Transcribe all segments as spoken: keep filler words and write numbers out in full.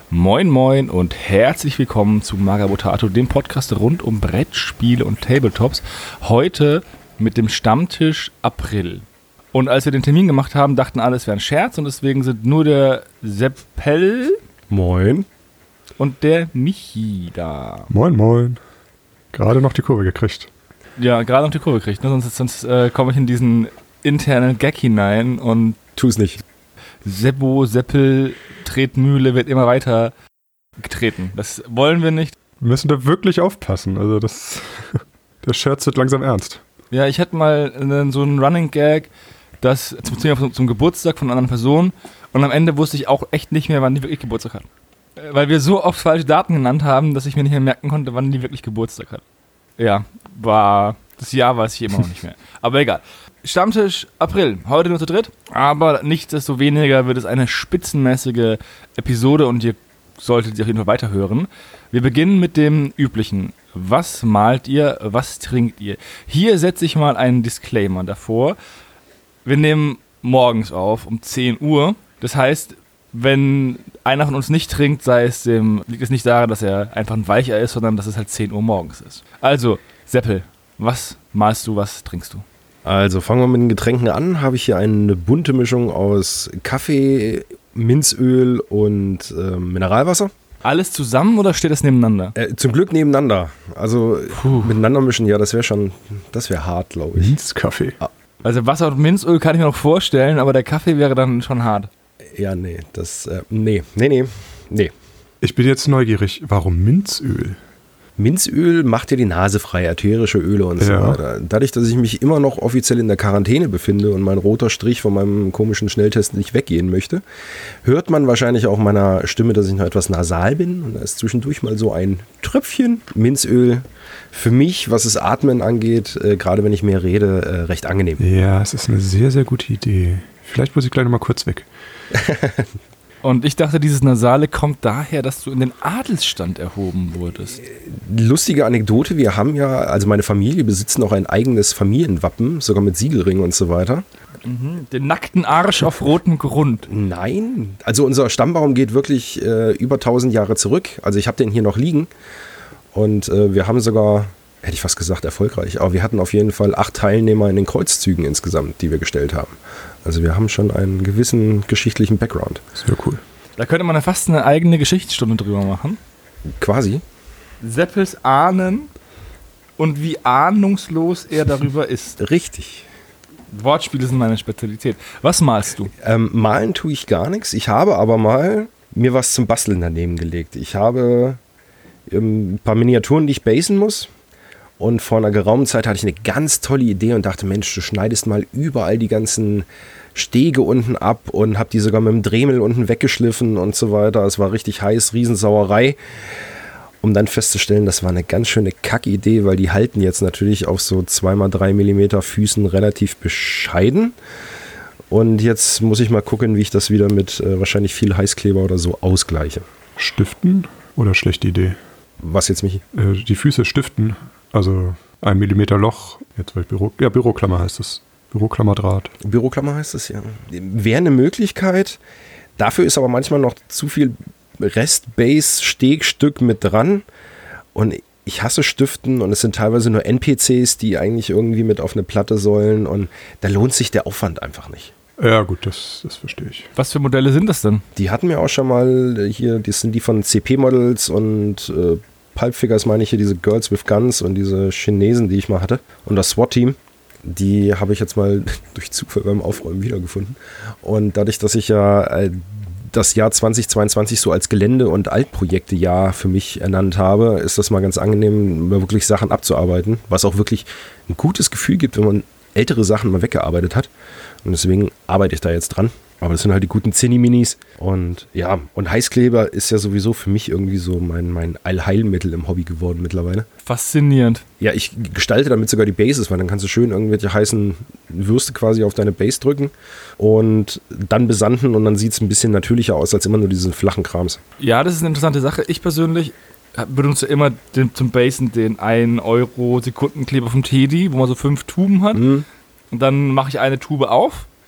Moin moin und herzlich willkommen zu Magabotato, dem Podcast rund um Brettspiele und Tabletops. Heute mit dem Stammtisch April. Und als wir den Termin gemacht haben, dachten alle, es wäre ein Scherz und deswegen sind nur der Seppel Moin. Und der Michi da. Moin moin. Gerade noch die Kurve gekriegt. Ja, gerade noch die Kurve gekriegt, ne? sonst, sonst äh, komme ich in diesen internen Gag hinein und tu's nicht. Seppo, Seppel, Tretmühle wird immer weiter getreten. Das wollen wir nicht. Wir müssen da wirklich aufpassen. Also das, der Scherz wird langsam ernst. Ja, ich hatte mal äh, so einen Running Gag, das zum, zum, zum Geburtstag von einer anderen Person und am Ende wusste ich auch echt nicht mehr, wann die wirklich Geburtstag hat. Äh, weil wir so oft falsche Daten genannt haben, dass ich mir nicht mehr merken konnte, wann die wirklich Geburtstag hat. Ja, war das Jahr weiß ich immer noch nicht mehr. Aber egal. Stammtisch April, heute nur zu dritt, aber nichtsdestoweniger wird es eine spitzenmäßige Episode und ihr solltet sie auf jeden Fall weiterhören. Wir beginnen mit dem üblichen. Was malt ihr, was trinkt ihr? Hier setze ich mal einen Disclaimer davor. Wir nehmen morgens auf um zehn Uhr. Das heißt, wenn einer von uns nicht trinkt, sei es dem, liegt es nicht daran, dass er einfach ein Weicher ist, sondern dass es halt zehn Uhr morgens ist. Also, Seppel, was malst du, was trinkst du? Also fangen wir mit den Getränken an. Habe ich hier eine bunte Mischung aus Kaffee, Minzöl und äh, Mineralwasser. Alles zusammen oder steht das nebeneinander? Äh, zum Glück nebeneinander. Also Puh. miteinander mischen, ja, das wäre schon, das wäre hart, glaube ich. Minzkaffee. Ah. Also Wasser und Minzöl kann ich mir noch vorstellen, aber der Kaffee wäre dann schon hart. Ja, nee, das, äh, nee, nee, nee, nee. Ich bin jetzt neugierig, warum Minzöl? Minzöl macht ja die Nase frei, ätherische Öle und so ja. weiter. Dadurch, dass ich mich immer noch offiziell in der Quarantäne befinde und mein roter Strich von meinem komischen Schnelltest nicht weggehen möchte, hört man wahrscheinlich auch meiner Stimme, dass ich noch etwas nasal bin. Und da ist zwischendurch mal so ein Tröpfchen Minzöl für mich, was das Atmen angeht, äh, gerade wenn ich mehr rede, äh, recht angenehm. Ja, es ist eine sehr, sehr gute Idee. Vielleicht muss ich gleich noch mal kurz weg. Und ich dachte, dieses Nasale kommt daher, dass du in den Adelsstand erhoben wurdest. Lustige Anekdote, wir haben ja, also meine Familie besitzt noch ein eigenes Familienwappen, sogar mit Siegelring und so weiter. Mhm, den nackten Arsch auf rotem Grund. Nein, also unser Stammbaum geht wirklich äh, über tausend Jahre zurück. Also ich habe den hier noch liegen und äh, wir haben sogar, hätte ich fast gesagt, erfolgreich, aber wir hatten auf jeden Fall acht Teilnehmer in den Kreuzzügen insgesamt, die wir gestellt haben. Also wir haben schon einen gewissen geschichtlichen Background. Sehr cool. Da könnte man ja fast eine eigene Geschichtsstunde drüber machen. Quasi. Seppels Ahnen und wie ahnungslos er darüber ist. Richtig. Wortspiele sind meine Spezialität. Was malst du? Ähm, malen tue ich gar nichts. Ich habe aber mal mir was zum Basteln daneben gelegt. Ich habe ähm, ein paar Miniaturen, die ich basen muss. Und vor einer geraumen Zeit hatte ich eine ganz tolle Idee und dachte, Mensch, du schneidest mal überall die ganzen Stege unten ab und hab die sogar mit dem Dremel unten weggeschliffen und so weiter. Es war richtig heiß, Riesensauerei. Um dann festzustellen, das war eine ganz schöne Kackidee, weil die halten jetzt natürlich auf so zwei mal drei Millimeter Füßen relativ bescheiden. Und jetzt muss ich mal gucken, wie ich das wieder mit äh, wahrscheinlich viel Heißkleber oder so ausgleiche. Stiften oder schlechte Idee? Was jetzt, Michi? Äh, die Füße stiften. Also ein Millimeter Loch, jetzt weil Büro, ja, Büroklammer heißt es. Büroklammerdraht. Büroklammer heißt es, ja. Wäre eine Möglichkeit. Dafür ist aber manchmal noch zu viel Rest-Base-Stegstück mit dran. Und ich hasse Stiften und es sind teilweise nur N P Cs, die eigentlich irgendwie mit auf eine Platte sollen. Und da lohnt sich der Aufwand einfach nicht. Ja gut, das, das verstehe ich. Was für Modelle sind das denn? Die hatten wir auch schon mal hier, das sind die von C P-Models und äh, Pulpfigures meine ich hier, diese Girls with Guns und diese Chinesen, die ich mal hatte. Und das SWAT-Team, die habe ich jetzt mal durch Zufall beim Aufräumen wiedergefunden. Und dadurch, dass ich ja äh, das Jahr zweitausendzweiundzwanzig so als Gelände- und Altprojekte-Jahr für mich ernannt habe, ist das mal ganz angenehm, mal wirklich Sachen abzuarbeiten, was auch wirklich ein gutes Gefühl gibt, wenn man ältere Sachen mal weggearbeitet hat. Und deswegen arbeite ich da jetzt dran. Aber das sind halt die guten Zinni-Minis. Und ja, und Heißkleber ist ja sowieso für mich irgendwie so mein, mein Allheilmittel im Hobby geworden mittlerweile. Faszinierend. Ja, ich gestalte damit sogar die Bases, weil dann kannst du schön irgendwelche heißen Würste quasi auf deine Base drücken und dann besanden und dann sieht es ein bisschen natürlicher aus als immer nur diesen flachen Krams. Ja, das ist eine interessante Sache. Ich persönlich benutze immer den, zum Basen den ein Euro Sekundenkleber vom Teddy, wo man so fünf Tuben hat. Mhm. Und dann mache ich eine Tube auf,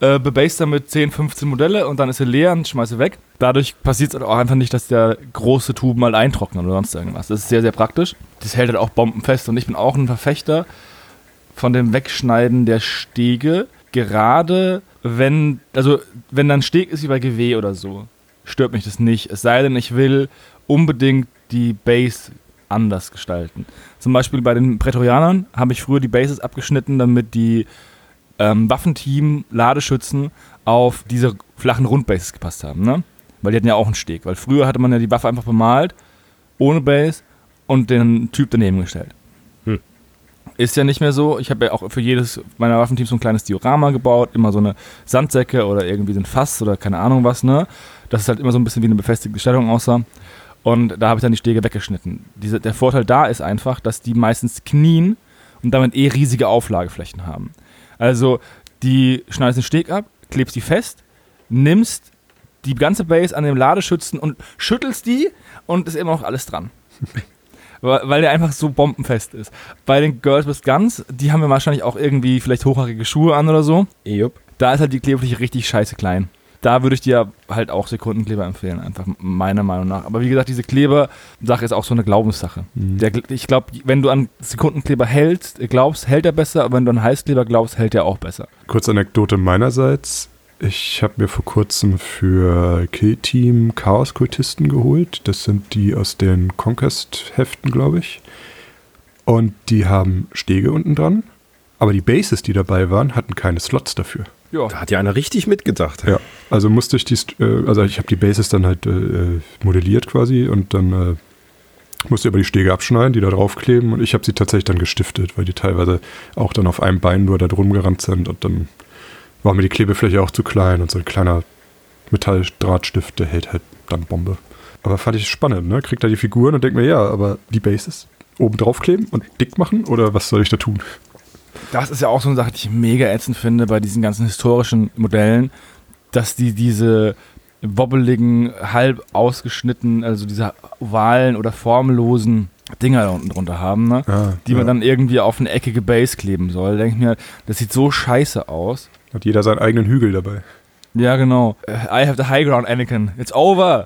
äh, bebase damit zehn, fünfzehn Modelle und dann ist sie leer und schmeiße weg. Dadurch passiert es auch einfach nicht, dass der große Tuben mal eintrocknet oder sonst irgendwas. Das ist sehr, sehr praktisch. Das hält halt auch bombenfest und ich bin auch ein Verfechter von dem Wegschneiden der Stege, gerade wenn, also wenn dann Steg ist wie bei G W oder so, stört mich das nicht. Es sei denn, ich will unbedingt die Base anders gestalten. Zum Beispiel bei den Prätorianern habe ich früher die Bases abgeschnitten, damit die ähm, Waffenteam-Ladeschützen auf diese flachen Rundbases gepasst haben, ne? Weil die hatten ja auch einen Steg. Weil früher hatte man ja die Waffe einfach bemalt, ohne Base und den Typ daneben gestellt. Hm. Ist ja nicht mehr so. Ich habe ja auch für jedes meiner Waffenteams so ein kleines Diorama gebaut, immer so eine Sandsäcke oder irgendwie so ein Fass oder keine Ahnung was, ne? Dass es halt immer so ein bisschen wie eine befestigte Stellung aussah. Und da habe ich dann die Stege weggeschnitten. Diese, der Vorteil da ist einfach, dass die meistens knien und damit eh riesige Auflageflächen haben. Also, die schneidest den Steg ab, klebst die fest, nimmst die ganze Base an dem Ladeschützen und schüttelst die und ist immer noch alles dran. Weil der einfach so bombenfest ist. Bei den Girls with Guns, die haben wir wahrscheinlich auch irgendwie vielleicht hochhackige Schuhe an oder so. Jupp. Da ist halt die Klebefläche richtig scheiße klein. Da würde ich dir halt auch Sekundenkleber empfehlen, einfach meiner Meinung nach. Aber wie gesagt, diese Kleber-Sache ist auch so eine Glaubenssache. Mhm. Der, ich glaube, wenn du an Sekundenkleber hältst, glaubst, hält er besser, aber wenn du an Heißkleber glaubst, hält er auch besser. Kurze Anekdote meinerseits. Ich habe mir vor kurzem für Killteam Chaos-Kultisten geholt. Das sind die aus den Conquest-Heften, glaube ich. Und die haben Stege unten dran. Aber die Bases, die dabei waren, hatten keine Slots dafür. Ja. Da hat ja einer richtig mitgedacht. Ja, also musste ich die, äh, also ich habe die Bases dann halt äh, modelliert quasi und dann äh, musste über die Stege abschneiden, die da draufkleben und ich habe sie tatsächlich dann gestiftet, weil die teilweise auch dann auf einem Bein nur da drum gerannt sind und dann war mir die Klebefläche auch zu klein und so ein kleiner Metalldrahtstift, der hält halt dann Bombe. Aber fand ich spannend, ne? Krieg da die Figuren und denk mir, ja, aber die Bases oben draufkleben und dick machen oder was soll ich da tun? Das ist ja auch so eine Sache, die ich mega ätzend finde bei diesen ganzen historischen Modellen, dass die diese wobbeligen, halb ausgeschnittenen, also diese ovalen oder formlosen Dinger da unten drunter haben, ne? Ja, die man ja. dann irgendwie auf eine eckige Base kleben soll. Da denke ich mir, das sieht so scheiße aus. Hat jeder seinen eigenen Hügel dabei. Ja, genau. I have the high ground, Anakin. It's over.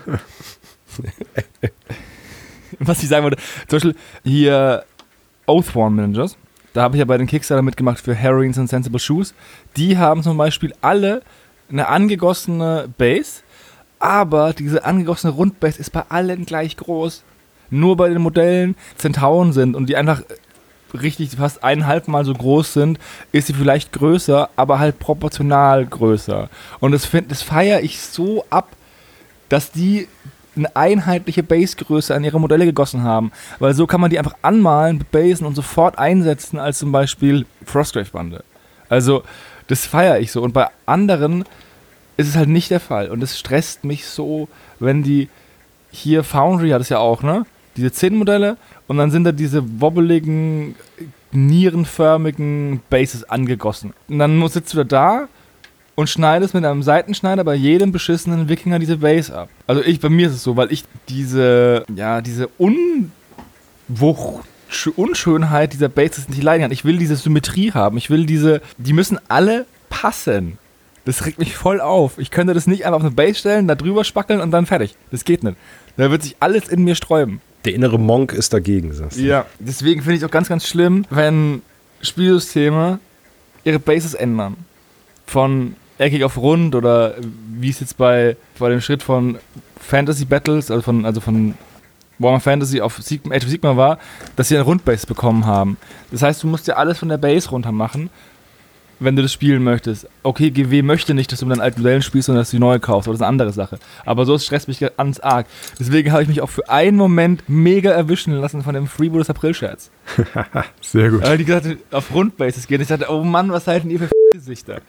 Was ich sagen wollte, zum Beispiel hier Oathworn Managers. Da habe ich ja bei den Kickstarter mitgemacht für Heroines and Sensible Shoes. Die haben zum Beispiel alle eine angegossene Base, aber diese angegossene Rundbase ist bei allen gleich groß. Nur bei den Modellen Zentauren sind und die einfach richtig fast eineinhalb Mal so groß sind, ist sie vielleicht größer, aber halt proportional größer. Und das, das feiere ich so ab, dass die eine einheitliche Basegröße an ihre Modelle gegossen haben. Weil so kann man die einfach anmalen, basen und sofort einsetzen als zum Beispiel Frostgrave-Bande. Also das feiere ich so. Und bei anderen ist es halt nicht der Fall. Und es stresst mich so, wenn die hier, Foundry hat es ja auch, ne? Diese zehn Modelle und dann sind da diese wobbeligen, nierenförmigen Bases angegossen. Und dann sitzt du da da und schneidest mit einem Seitenschneider bei jedem beschissenen Wikinger diese Base ab. Also ich, bei mir ist es so, weil ich diese, ja, diese Unwucht, Unschönheit dieser Bases nicht leiden kann. Ich will diese Symmetrie haben. Ich will diese, die müssen alle passen. Das regt mich voll auf. Ich könnte das nicht einfach auf eine Base stellen, da drüber spackeln und dann fertig. Das geht nicht. Da wird sich alles in mir sträuben. Der innere Monk ist dagegen, sagst du. Ja, deswegen finde ich es auch ganz, ganz schlimm, wenn Spielsysteme ihre Bases ändern. Von eckig auf rund oder wie es jetzt bei, bei dem Schritt von Fantasy Battles, also von, also von Warhammer Fantasy auf Sigma, Age of Sigma war, dass sie eine Rundbase bekommen haben. Das heißt, du musst ja alles von der Base runter machen, wenn du das spielen möchtest. Okay, G W möchte nicht, dass du mit deinen alten Modellen spielst, sondern dass du die neue kaufst, aber das ist eine andere Sache. Aber so stresst mich ganz arg. Deswegen habe ich mich auch für einen Moment mega erwischen lassen von dem Freebooters April-Scherz. Sehr gut. Weil die gesagt haben, auf Rundbases gehen. Ich dachte, oh Mann, was halten ihr für Gesichter?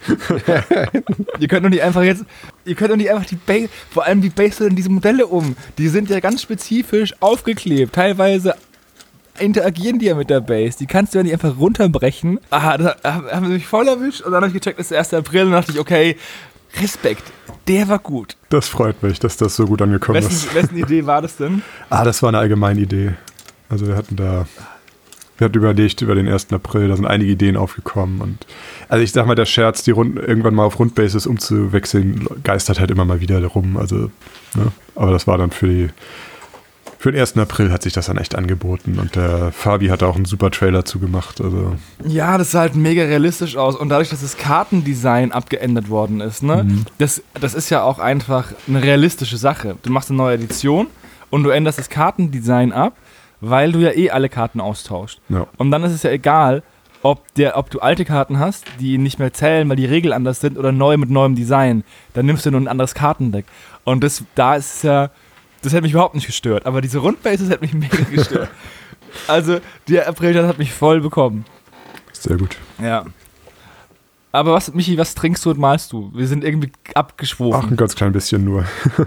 Ihr könnt doch nicht einfach jetzt, ihr könnt doch nicht einfach die Base, vor allem die Base in diese Modelle um. Die sind ja ganz spezifisch aufgeklebt, teilweise interagieren die ja mit der Base. Die kannst du ja nicht einfach runterbrechen. Aha, das haben sie mich voll erwischt und dann habe ich gecheckt, es ist der erste April und dachte ich, okay, Respekt, der war gut. Das freut mich, dass das so gut angekommen wessen, ist. Wessen Idee war das denn? Ah, das war eine allgemeine Idee. Also wir hatten da Wir hatten überlegt über den ersten April, da sind einige Ideen aufgekommen. Und also ich sag mal, der Scherz, die Rund, irgendwann mal auf Rundbases umzuwechseln, geistert halt immer mal wieder rum. Also, ne? Aber das war dann für die für den ersten April hat sich das dann echt angeboten. Und der Fabi hat auch einen super Trailer zugemacht. Also. Ja, das sah halt mega realistisch aus. Und dadurch, dass das Kartendesign abgeändert worden ist, ne, mhm. das, das ist ja auch einfach eine realistische Sache. Du machst eine neue Edition und du änderst das Kartendesign ab, weil du ja eh alle Karten austauscht. Ja. Und dann ist es ja egal, ob, der, ob du alte Karten hast, die nicht mehr zählen, weil die Regeln anders sind, oder neu mit neuem Design. Dann nimmst du nur ein anderes Kartendeck. Und das, da ist es ja, das hätte mich überhaupt nicht gestört. Aber diese Rundbases hätte mich mega gestört. Also, der April hat mich voll bekommen. Sehr gut. Ja. Aber was, Michi, was trinkst du und malst du? Wir sind irgendwie abgeschworen. Ach, ein ganz klein bisschen nur.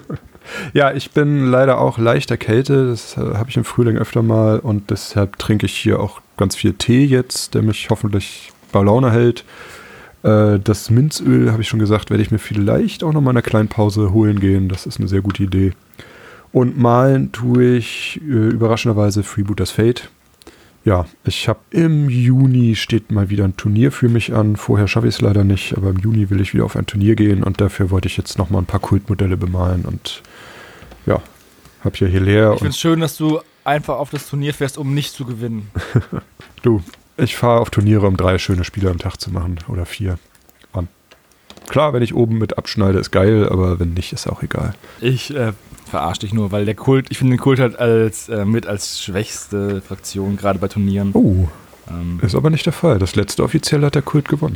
Ja, ich bin leider auch leicht erkältet. Das äh, habe ich im Frühling öfter mal. Und deshalb trinke ich hier auch ganz viel Tee jetzt, der mich hoffentlich bei Laune hält. Äh, das Minzöl, habe ich schon gesagt, werde ich mir vielleicht auch noch mal in einer kleinen Pause holen gehen. Das ist eine sehr gute Idee. Und malen tue ich äh, überraschenderweise Freebooters Fate. Ja, ich habe im Juni steht mal wieder ein Turnier für mich an. Vorher schaffe ich es leider nicht, aber im Juni will ich wieder auf ein Turnier gehen und dafür wollte ich jetzt noch mal ein paar Kultmodelle bemalen und ja, habe hier hier leer. Ich finde es schön, dass du einfach auf das Turnier fährst, um nicht zu gewinnen. Du, ich fahre auf Turniere, um drei schöne Spiele am Tag zu machen oder vier. Und klar, wenn ich oben mit abschneide, ist geil, aber wenn nicht, ist auch egal. Ich äh, verarsche dich nur, weil der Kult, ich finde den Kult halt als, äh, mit als schwächste Fraktion, gerade bei Turnieren. Oh, ähm, ist aber nicht der Fall. Das letzte Offizielle hat der Kult gewonnen.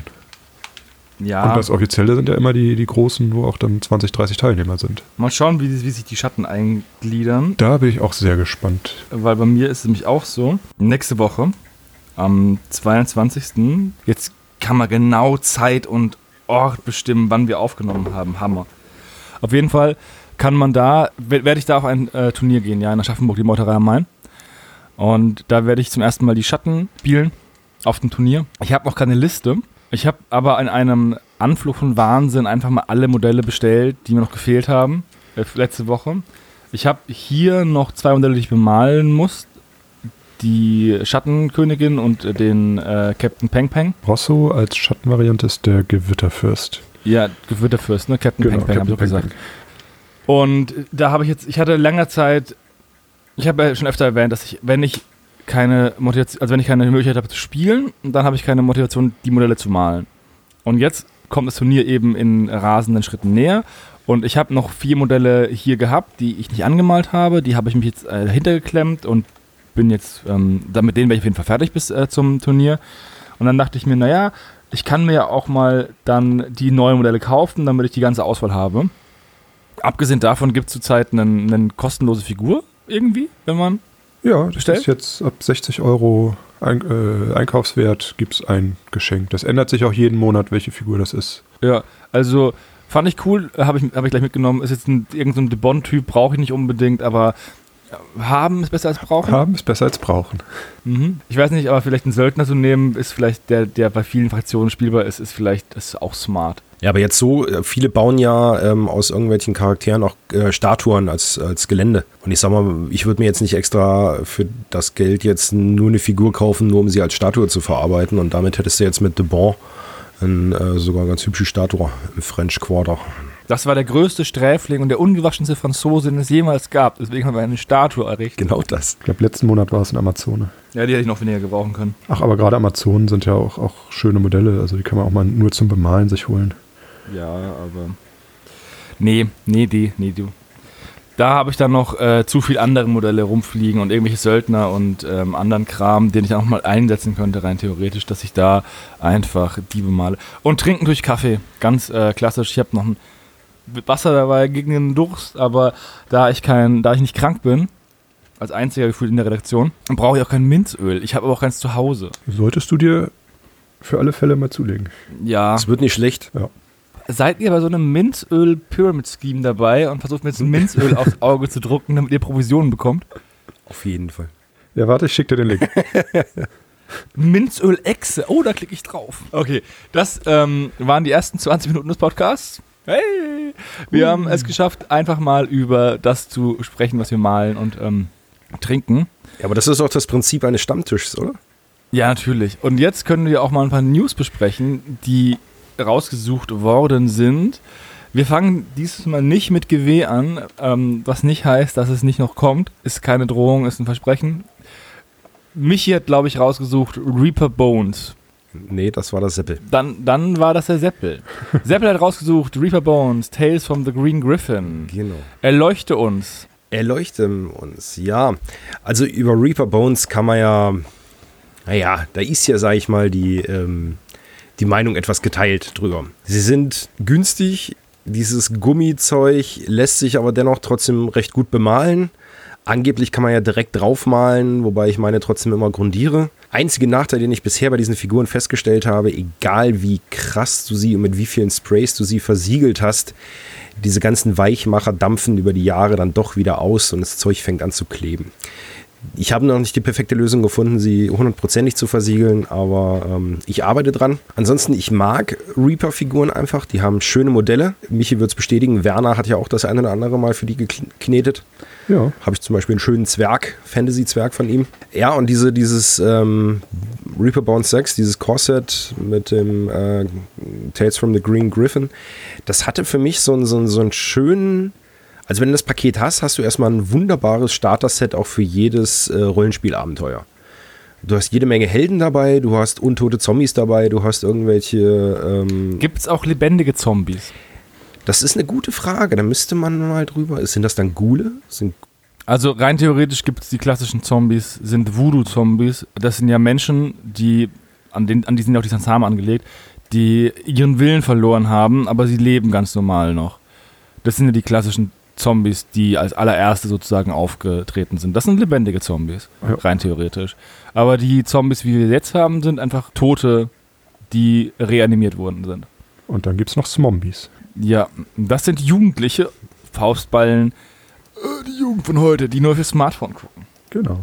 Ja. Und das Offizielle sind ja immer die, die großen, wo auch dann zwanzig, dreißig Teilnehmer sind. Mal schauen, wie, wie sich die Schatten eingliedern. Da bin ich auch sehr gespannt. Weil bei mir ist es nämlich auch so, nächste Woche, am zweiundzwanzigsten Jetzt kann man genau Zeit und Ort bestimmen, wann wir aufgenommen haben. Hammer. Auf jeden Fall kann man da, werde ich da auf ein äh, Turnier gehen, ja, in Aschaffenburg, die Meuterei am Main. Und da werde ich zum ersten Mal die Schatten spielen auf dem Turnier. Ich habe noch keine Liste. Ich habe aber in einem Anflug von Wahnsinn einfach mal alle Modelle bestellt, die mir noch gefehlt haben, äh, letzte Woche. Ich habe hier noch zwei Modelle, die ich bemalen muss. Die Schattenkönigin und den äh, Captain Peng Peng. Rosso als Schattenvariante ist der Gewitterfürst. Ja, Gewitterfürst, ne? Captain Genau, Peng Peng, habe ich auch Captain gesagt. Und da habe ich jetzt, ich hatte lange Zeit, ich habe ja schon öfter erwähnt, dass ich, wenn ich keine Motivation, also wenn ich keine Möglichkeit habe zu spielen, dann habe ich keine Motivation, die Modelle zu malen. Und jetzt kommt das Turnier eben in rasenden Schritten näher. Und ich habe noch vier Modelle hier gehabt, die ich nicht angemalt habe. Die habe ich mich jetzt äh, dahinter geklemmt und bin jetzt, ähm, dann mit denen wäre ich auf jeden Fall fertig bis äh, zum Turnier. Und dann dachte ich mir, naja, ich kann mir ja auch mal dann die neuen Modelle kaufen, damit ich die ganze Auswahl habe. Abgesehen davon gibt es zurzeit eine, eine kostenlose Figur irgendwie, wenn man Ja, das bestellt? ist jetzt ab sechzig Euro Ein, äh, Einkaufswert gibt es ein Geschenk. Das ändert sich auch jeden Monat, welche Figur das ist. Ja, also fand ich cool, habe ich, hab ich gleich mitgenommen. Ist jetzt ein, irgendein so Bond-Typ, brauche ich nicht unbedingt, aber haben ist besser als brauchen. Haben ist besser als brauchen. Mhm. Ich weiß nicht, aber vielleicht einen Söldner zu nehmen, ist vielleicht der, der bei vielen Fraktionen spielbar ist, ist vielleicht ist auch smart. Ja, aber jetzt so, viele bauen ja ähm, aus irgendwelchen Charakteren auch äh, Statuen als, als Gelände. Und ich sag mal, ich würde mir jetzt nicht extra für das Geld jetzt nur eine Figur kaufen, nur um sie als Statue zu verarbeiten. Und damit hättest du jetzt mit De Bon ein, äh, sogar eine ganz hübsche Statue im French Quarter. Das war der größte Sträfling und der ungewaschenste Franzose, den es jemals gab. Deswegen haben wir eine Statue errichtet. Genau das. Ich glaube, letzten Monat war es in Amazone. Ja, die hätte ich noch weniger gebrauchen können. Ach, aber gerade Amazonen sind ja auch, auch schöne Modelle. Also die kann man auch mal nur zum Bemalen sich holen. Ja, aber... Nee, nee, die, nee, du. Da habe ich dann noch äh, zu viel andere Modelle rumfliegen und irgendwelche Söldner und ähm, anderen Kram, den ich auch mal einsetzen könnte, rein theoretisch, dass ich da einfach die bemale. Und trinken durch Kaffee, ganz äh, klassisch. Ich habe noch ein Wasser dabei gegen den Durst, aber da ich kein, da ich nicht krank bin, als einziger gefühlt in der Redaktion, brauche ich auch kein Minzöl. Ich habe aber auch keins zu Hause. Solltest du dir für alle Fälle mal zulegen. Ja. Das wird nicht schlecht. Ja. Seid ihr bei so einem Minzöl-Pyramid-Scheme dabei und versucht mir jetzt ein Minzöl aufs Auge zu drucken, damit ihr Provisionen bekommt? Auf jeden Fall. Ja, warte, ich schicke dir den Link. Minzöl-Echse. Oh, da klicke ich drauf. Okay, das ähm, waren die ersten zwanzig Minuten des Podcasts. Hey! Wir uh. haben es geschafft, einfach mal über das zu sprechen, was wir malen und ähm, trinken. Ja, aber das ist auch das Prinzip eines Stammtischs, oder? Ja, natürlich. Und jetzt können wir auch mal ein paar News besprechen, die rausgesucht worden sind. Wir fangen dieses Mal nicht mit G W an, ähm, was nicht heißt, dass es nicht noch kommt. Ist keine Drohung, ist ein Versprechen. Michi hat, glaube ich, rausgesucht Reaper Bones. Nee, das war das Seppel. Dann, dann war das der Seppel. Seppel hat rausgesucht Reaper Bones, Tales from the Green Griffin. Genau. Erleuchte uns. Erleuchte uns, ja. Also über Reaper Bones kann man ja, naja, da ist ja, sag ich mal, die, ähm, die Meinung etwas geteilt drüber. Sie sind günstig, dieses Gummizeug lässt sich aber dennoch trotzdem recht gut bemalen. Angeblich kann man ja direkt draufmalen, wobei ich meine trotzdem immer grundiere. Einziger Nachteil, den ich bisher bei diesen Figuren festgestellt habe, egal wie krass du sie und mit wie vielen Sprays du sie versiegelt hast, diese ganzen Weichmacher dampfen über die Jahre dann doch wieder aus und das Zeug fängt an zu kleben. Ich habe noch nicht die perfekte Lösung gefunden, sie hundertprozentig zu versiegeln, aber ähm, ich arbeite dran. Ansonsten, ich mag Reaper-Figuren einfach, die haben schöne Modelle. Michi wird es bestätigen, Werner hat ja auch das eine oder andere Mal für die geknetet. Ja. Habe ich zum Beispiel einen schönen Zwerg, Fantasy-Zwerg von ihm. Ja, und diese, dieses ähm, Reaper Bones sechs, dieses Core-Set mit dem äh, Tales from the Green Griffin, das hatte für mich so einen, so einen, so einen schönen, also wenn du das Paket hast, hast du erstmal ein wunderbares Starter-Set auch für jedes äh, Rollenspielabenteuer. Du hast jede Menge Helden dabei, du hast untote Zombies dabei, du hast irgendwelche... Ähm Gibt es auch lebendige Zombies? Das ist eine gute Frage, da müsste man mal drüber... Sind das dann Ghule? Sind Also rein theoretisch gibt es die klassischen Zombies, sind Voodoo-Zombies. Das sind ja Menschen, die, an, den, an die sind ja auch die Sansame angelegt, die ihren Willen verloren haben, aber sie leben ganz normal noch. Das sind ja die klassischen Zombies, die als allererste sozusagen aufgetreten sind. Das sind lebendige Zombies, ja. Rein theoretisch. Aber die Zombies, wie wir jetzt haben, sind einfach Tote, die reanimiert worden sind. Und dann gibt es noch Zombies. Ja, das sind Jugendliche, Faustballen, äh, die Jugend von heute, die nur fürs Smartphone gucken. Genau.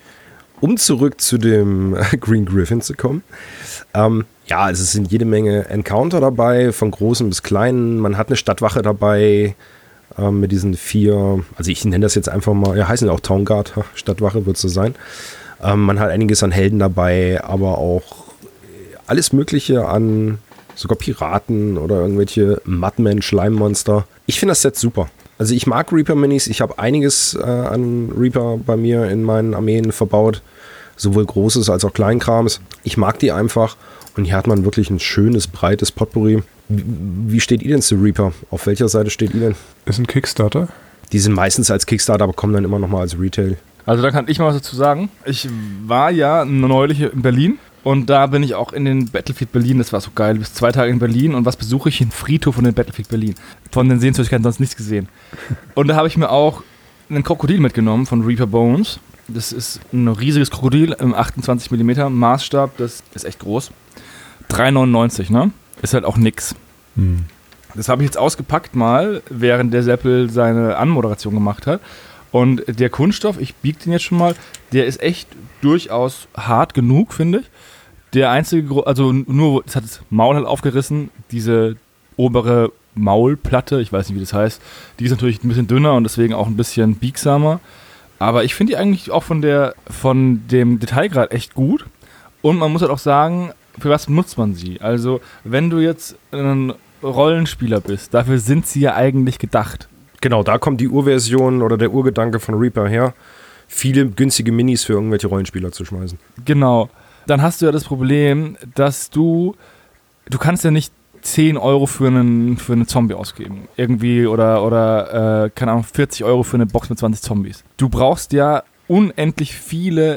Um zurück zu dem Green Griffin zu kommen. Ähm, ja, also es sind jede Menge Encounter dabei, von großen bis kleinen. Man hat eine Stadtwache dabei ähm, mit diesen vier, also ich nenne das jetzt einfach mal, ja, heißen ja auch Town Guard, Stadtwache wird es so sein. Ähm, man hat einiges an Helden dabei, aber auch alles Mögliche an sogar Piraten oder irgendwelche Mudmen, Schleimmonster. Ich finde das Set super. Also ich mag Reaper-Minis. Ich habe einiges äh, an Reaper bei mir in meinen Armeen verbaut. Sowohl Großes als auch Kleinkrams. Ich mag die einfach. Und hier hat man wirklich ein schönes, breites Potpourri. Wie steht ihr denn zu Reaper? Auf welcher Seite steht ihr denn? Ist ein Kickstarter. Die sind meistens als Kickstarter, aber kommen dann immer noch mal als Retail. Also da kann ich mal was dazu sagen. Ich war ja neulich in Berlin. Und da bin ich auch in den Battlefield Berlin, das war so geil, bis zwei Tage in Berlin und was besuche ich? Den Friedhof von den Battlefield Berlin. Von den Sehenswürdigkeiten sonst nichts gesehen. Und da habe ich mir auch einen Krokodil mitgenommen von Reaper Bones. Das ist ein riesiges Krokodil im achtundzwanzig Millimeter Maßstab, das ist echt groß. drei neunundneunzig, ne? Ist halt auch nix. Hm. Das habe ich jetzt ausgepackt mal, während der Seppel seine Anmoderation gemacht hat. Und der Kunststoff, ich biege den jetzt schon mal, der ist echt durchaus hart genug, finde ich. Der einzige, also nur, es hat das Maul halt aufgerissen, diese obere Maulplatte, ich weiß nicht, wie das heißt, die ist natürlich ein bisschen dünner und deswegen auch ein bisschen biegsamer. Aber ich finde die eigentlich auch von der, von dem Detailgrad echt gut. Und man muss halt auch sagen, für was nutzt man sie? Also, wenn du jetzt ein Rollenspieler bist, dafür sind sie ja eigentlich gedacht. Genau, da kommt die Urversion oder der Urgedanke von Reaper her, viele günstige Minis für irgendwelche Rollenspieler zu schmeißen. Genau. Dann hast du ja das Problem, dass du, du kannst ja nicht zehn Euro für einen, für einen Zombie ausgeben. Irgendwie oder, oder äh, keine Ahnung, vierzig Euro für eine Box mit zwanzig Zombies. Du brauchst ja unendlich viele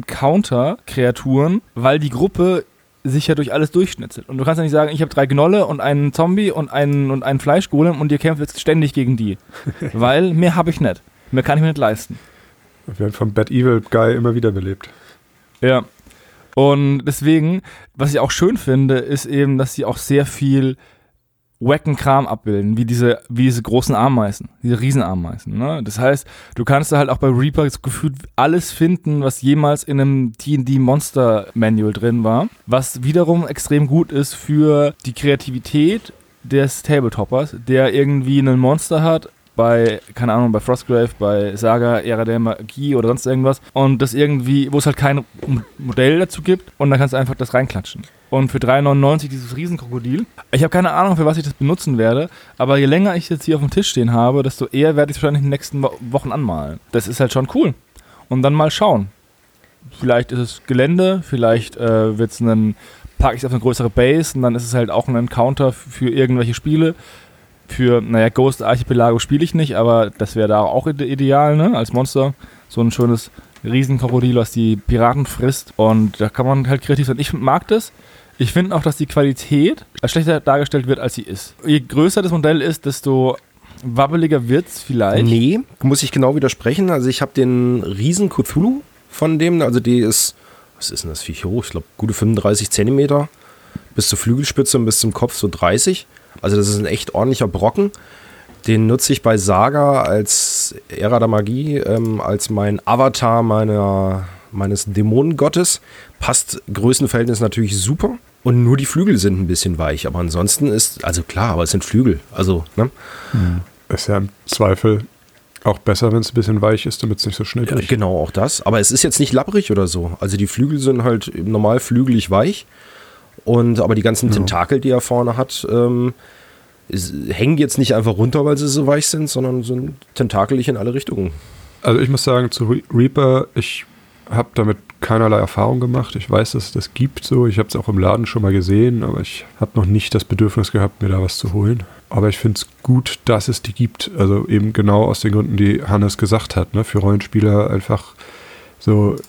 Encounter-Kreaturen, weil die Gruppe sich ja durch alles durchschnitzelt. Und du kannst ja nicht sagen, ich habe drei Gnolle und einen Zombie und einen, und einen Fleischgolem und ihr kämpft jetzt ständig gegen die. Weil mehr habe ich nicht. Mehr kann ich mir nicht leisten. Wir werden vom Bad Evil Guy immer wieder belebt. Ja. Und deswegen, was ich auch schön finde, ist eben, dass sie auch sehr viel wacken Kram abbilden, wie diese, wie diese großen Ameisen, diese Riesenameisen. Ne? Das heißt, du kannst da halt auch bei Reaper gefühlt alles finden, was jemals in einem D und D Monster Manual drin war, was wiederum extrem gut ist für die Kreativität des Tabletoppers, der irgendwie ein Monster hat, bei, keine Ahnung, bei Frostgrave, bei Saga, Ära der Magie oder sonst irgendwas und das irgendwie, wo es halt kein Modell dazu gibt und dann kannst du einfach das reinklatschen. Und für drei neunundneunzig dieses Riesenkrokodil. Ich habe keine Ahnung, für was ich das benutzen werde, aber je länger ich jetzt hier auf dem Tisch stehen habe, desto eher werde ich es wahrscheinlich in den nächsten Wochen anmalen. Das ist halt schon cool. Und dann mal schauen. Vielleicht ist es Gelände, vielleicht äh, wird's einen, packe ich es auf eine größere Base und dann ist es halt auch ein Encounter für irgendwelche Spiele. Für, naja, Ghost Archipelago spiele ich nicht, aber das wäre da auch ideal, ne, als Monster. So ein schönes Riesenkrokodil, was die Piraten frisst und da kann man halt kreativ sein. Ich mag das. Ich finde auch, dass die Qualität als schlechter dargestellt wird, als sie ist. Je größer das Modell ist, desto wabbeliger wird es vielleicht. Nee, muss ich genau widersprechen. Also ich habe den Riesen Cthulhu von dem, also die ist, was ist denn das Viech hoch? Ich glaube, gute fünfunddreißig Zentimeter. Bis zur Flügelspitze und bis zum Kopf so dreißig. Also das ist ein echt ordentlicher Brocken. Den nutze ich bei Saga als Ära der Magie, ähm, als mein Avatar meiner, meines Dämonengottes. Passt Größenverhältnis natürlich super. Und nur die Flügel sind ein bisschen weich. Aber ansonsten ist, also klar, aber es sind Flügel. Also, ne? Hm. Ist ja im Zweifel auch besser, wenn es ein bisschen weich ist, damit es nicht so schnell bricht. Ja, genau, auch das. Aber es ist jetzt nicht labbrig oder so. Also die Flügel sind halt normal flügelig weich. Und aber die ganzen ja. Tentakel, die er vorne hat, ähm, ist, hängen jetzt nicht einfach runter, weil sie so weich sind, sondern sind tentakelig in alle Richtungen. Also ich muss sagen, zu Re- Reaper, ich habe damit keinerlei Erfahrung gemacht. Ich weiß, dass es das gibt so. Ich habe es auch im Laden schon mal gesehen, aber ich habe noch nicht das Bedürfnis gehabt, mir da was zu holen. Aber ich finde es gut, dass es die gibt. Also eben genau aus den Gründen, die Hannes gesagt hat. Ne? Für Rollenspieler einfach so,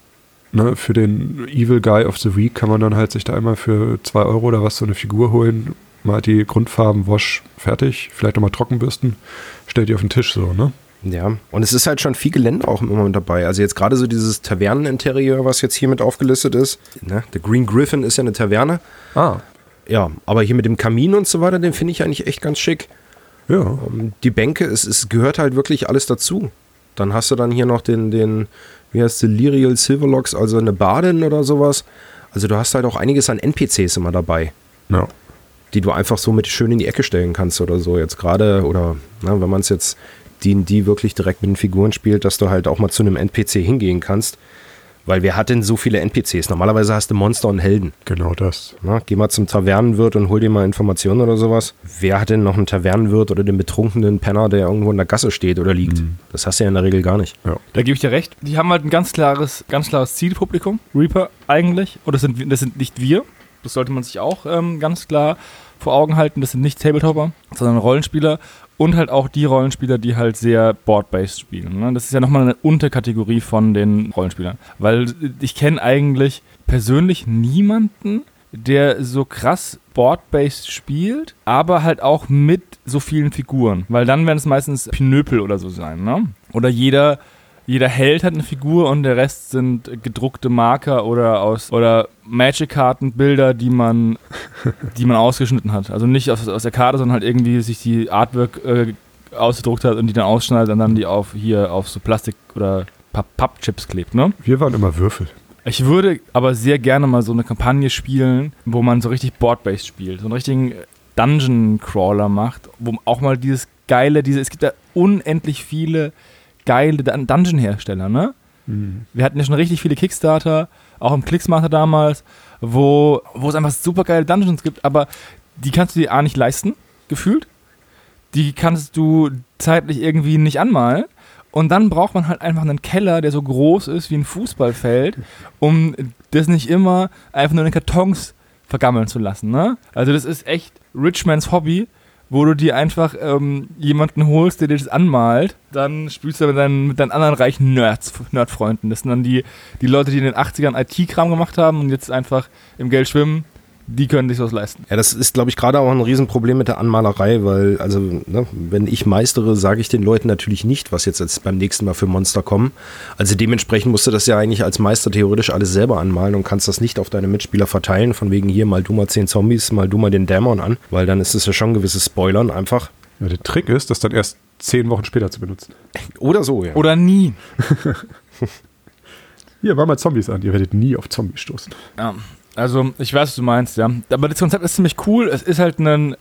ne? Für den Evil Guy of the Week kann man dann halt sich da einmal für zwei Euro oder was so eine Figur holen. Mal die Grundfarben, Wasch, fertig. Vielleicht nochmal Trockenbürsten. Stellt die auf den Tisch so, ne? Ja, und es ist halt schon viel Gelände auch immer mit dabei. Also jetzt gerade so dieses Taverneninterieur, was jetzt hier mit aufgelistet ist. Ne? Der Green Griffin ist ja eine Taverne. Ah. Ja, aber hier mit dem Kamin und so weiter, den finde ich eigentlich echt ganz schick. Ja. Um, die Bänke, es, es gehört halt wirklich alles dazu. Dann hast du dann hier noch den, den wie heißt der, Lyriel Silverlocks, also eine Badin oder sowas. Also du hast halt auch einiges an N P Cs immer dabei. Ja. Die du einfach so mit schön in die Ecke stellen kannst oder so. Jetzt gerade, oder na, wenn man es jetzt D und D wirklich direkt mit den Figuren spielt, dass du halt auch mal zu einem N P C hingehen kannst. Weil wer hat denn so viele N P Cs? Normalerweise hast du Monster und Helden. Genau das. Na, geh mal zum Tavernenwirt und hol dir mal Informationen oder sowas. Wer hat denn noch einen Tavernenwirt oder den betrunkenen Penner, der irgendwo in der Gasse steht oder liegt? Mhm. Das hast du ja in der Regel gar nicht. Ja. Da gebe ich dir recht. Die haben halt ein ganz klares, ganz klares Zielpublikum. Reaper eigentlich. Und das sind, das sind nicht wir. Das sollte man sich auch ähm, ganz klar vor Augen halten. Das sind nicht Tabletopper, sondern Rollenspieler. Und halt auch die Rollenspieler, die halt sehr board-based spielen. Ne? Das ist ja nochmal eine Unterkategorie von den Rollenspielern. Weil ich kenne eigentlich persönlich niemanden, der so krass board-based spielt, aber halt auch mit so vielen Figuren. Weil dann werden es meistens Pinöpel oder so sein. Ne? Oder jeder... Jeder Held hat eine Figur und der Rest sind gedruckte Marker oder aus oder Magic-Karten-Bilder, die man, die man ausgeschnitten hat. Also nicht aus, aus der Karte, sondern halt irgendwie sich die Artwork äh, ausgedruckt hat und die dann ausschneidet und dann die auf hier auf so Plastik- oder Pappchips klebt, ne? Wir waren immer Würfel. Ich würde aber sehr gerne mal so eine Kampagne spielen, wo man so richtig Board-based spielt. So einen richtigen Dungeon-Crawler macht, wo auch mal dieses geile, diese, es gibt da unendlich viele geile Dungeon-Hersteller, ne? Mhm. Wir hatten ja schon richtig viele Kickstarter, auch im Clicksmarter damals, wo, wo es einfach super geile Dungeons gibt, aber die kannst du dir A nicht leisten, gefühlt. Die kannst du zeitlich irgendwie nicht anmalen. Und dann braucht man halt einfach einen Keller, der so groß ist wie ein Fußballfeld, um das nicht immer einfach nur in Kartons vergammeln zu lassen, ne? Also das ist echt Richmans Hobby, wo du dir einfach ähm, jemanden holst, der dir das anmalt, dann spielst du mit deinen, mit deinen anderen reichen Nerds, Nerdfreunden. Das sind dann die, die Leute, die in den achtzigern I T-Kram gemacht haben und jetzt einfach im Geld schwimmen, die können sich was leisten. Ja, das ist, glaube ich, gerade auch ein Riesenproblem mit der Anmalerei, weil, also, ne, wenn ich meistere, sage ich den Leuten natürlich nicht, was jetzt, jetzt beim nächsten Mal für Monster kommen. Also dementsprechend musst du das ja eigentlich als Meister theoretisch alles selber anmalen und kannst das nicht auf deine Mitspieler verteilen, von wegen hier, mal du mal zehn Zombies, mal du mal den Dämon an, weil dann ist es ja schon ein gewisses Spoilern einfach. Ja, der Trick ist, das dann erst zehn Wochen später zu benutzen. Oder so, ja. Oder nie. Hier, war mal Zombies an, ihr werdet nie auf Zombies stoßen. Ja. Also, ich weiß, was du meinst, ja. Aber das Konzept ist ziemlich cool. Es ist halt ein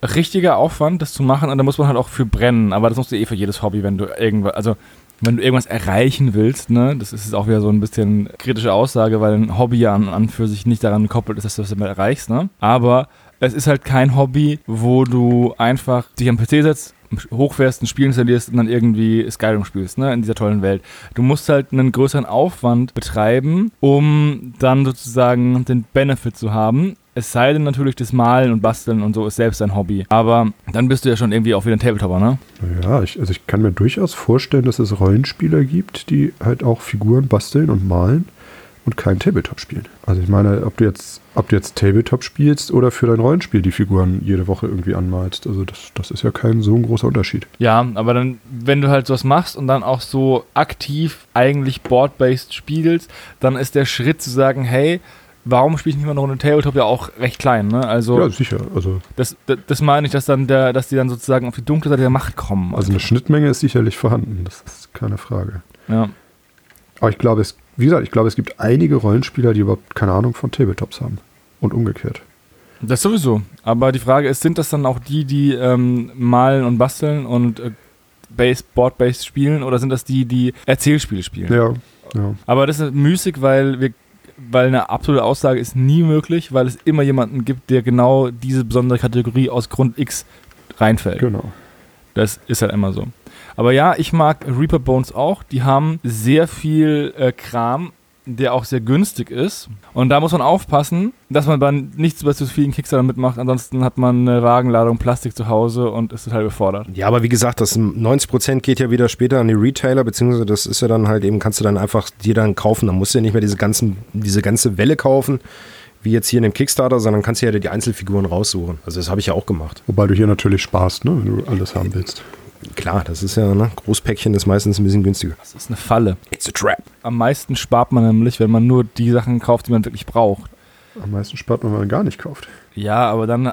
richtiger Aufwand, das zu machen, und da muss man halt auch für brennen, aber das musst du eh für jedes Hobby, wenn du irgendwas, also wenn du irgendwas erreichen willst, ne, das ist auch wieder so ein bisschen kritische Aussage, weil ein Hobby ja an, an für sich nicht daran gekoppelt ist, dass du das immer erreichst, ne, aber es ist halt kein Hobby, wo du einfach dich am P C setzt, hochfährst, ein Spiel installierst und dann irgendwie Skyrim spielst, ne, in dieser tollen Welt. Du musst halt einen größeren Aufwand betreiben, um dann sozusagen den Benefit zu haben. Es sei denn natürlich, das Malen und Basteln und so ist selbst ein Hobby. Aber dann bist du ja schon irgendwie auch wieder ein Tabletopper, ne? Ja, ich, also ich kann mir durchaus vorstellen, dass es Rollenspieler gibt, die halt auch Figuren basteln und malen und kein Tabletop spielen. Also ich meine, ob du jetzt, ob du jetzt Tabletop spielst oder für dein Rollenspiel die Figuren jede Woche irgendwie anmalst. Also das, das ist ja kein so ein großer Unterschied. Ja, aber dann, wenn du halt sowas machst und dann auch so aktiv eigentlich board-based spielst, dann ist der Schritt zu sagen, hey, warum spiele ich nicht mal eine Runde Tabletop, ja auch recht klein, ne? Also ja, sicher. Also das, das, das meine ich, dass dann der, dass die dann sozusagen auf die dunkle Seite der Macht kommen. Also eine Schnittmenge ist sicherlich vorhanden, das ist keine Frage. Ja. Aber ich glaube, es, wie gesagt, ich glaube, es gibt einige Rollenspieler, die überhaupt keine Ahnung von Tabletops haben. Und umgekehrt. Das sowieso. Aber die Frage ist, sind das dann auch die, die ähm, malen und basteln und äh, base, board-based spielen, oder sind das die, die Erzählspiele spielen? Ja, ja. Aber das ist müßig, weil wir weil eine absolute Aussage ist nie möglich, weil es immer jemanden gibt, der genau diese besondere Kategorie aus Grund X reinfällt. Genau. Das ist halt immer so. Aber ja, ich mag Reaper Bones auch. Die haben sehr viel äh, Kram, der auch sehr günstig ist. Und da muss man aufpassen, dass man dann nicht zu vielen Kickstarter mitmacht. Ansonsten hat man eine Wagenladung Plastik zu Hause und ist total überfordert. Ja, aber wie gesagt, das neunzig Prozent geht ja wieder später an die Retailer, beziehungsweise das ist ja dann halt eben, kannst du dann einfach dir dann kaufen. Dann musst du ja nicht mehr diese, ganzen, diese ganze Welle kaufen, wie jetzt hier in dem Kickstarter, sondern kannst ja die Einzelfiguren raussuchen. Also das habe ich ja auch gemacht. Wobei du hier natürlich sparst, ne, wenn du alles haben willst. Klar, das ist ja, ne, Großpäckchen ist meistens ein bisschen günstiger. Das ist eine Falle. It's a trap. Am meisten spart man nämlich, wenn man nur die Sachen kauft, die man wirklich braucht. Am meisten spart man, wenn man gar nicht kauft. Ja, aber dann, äh,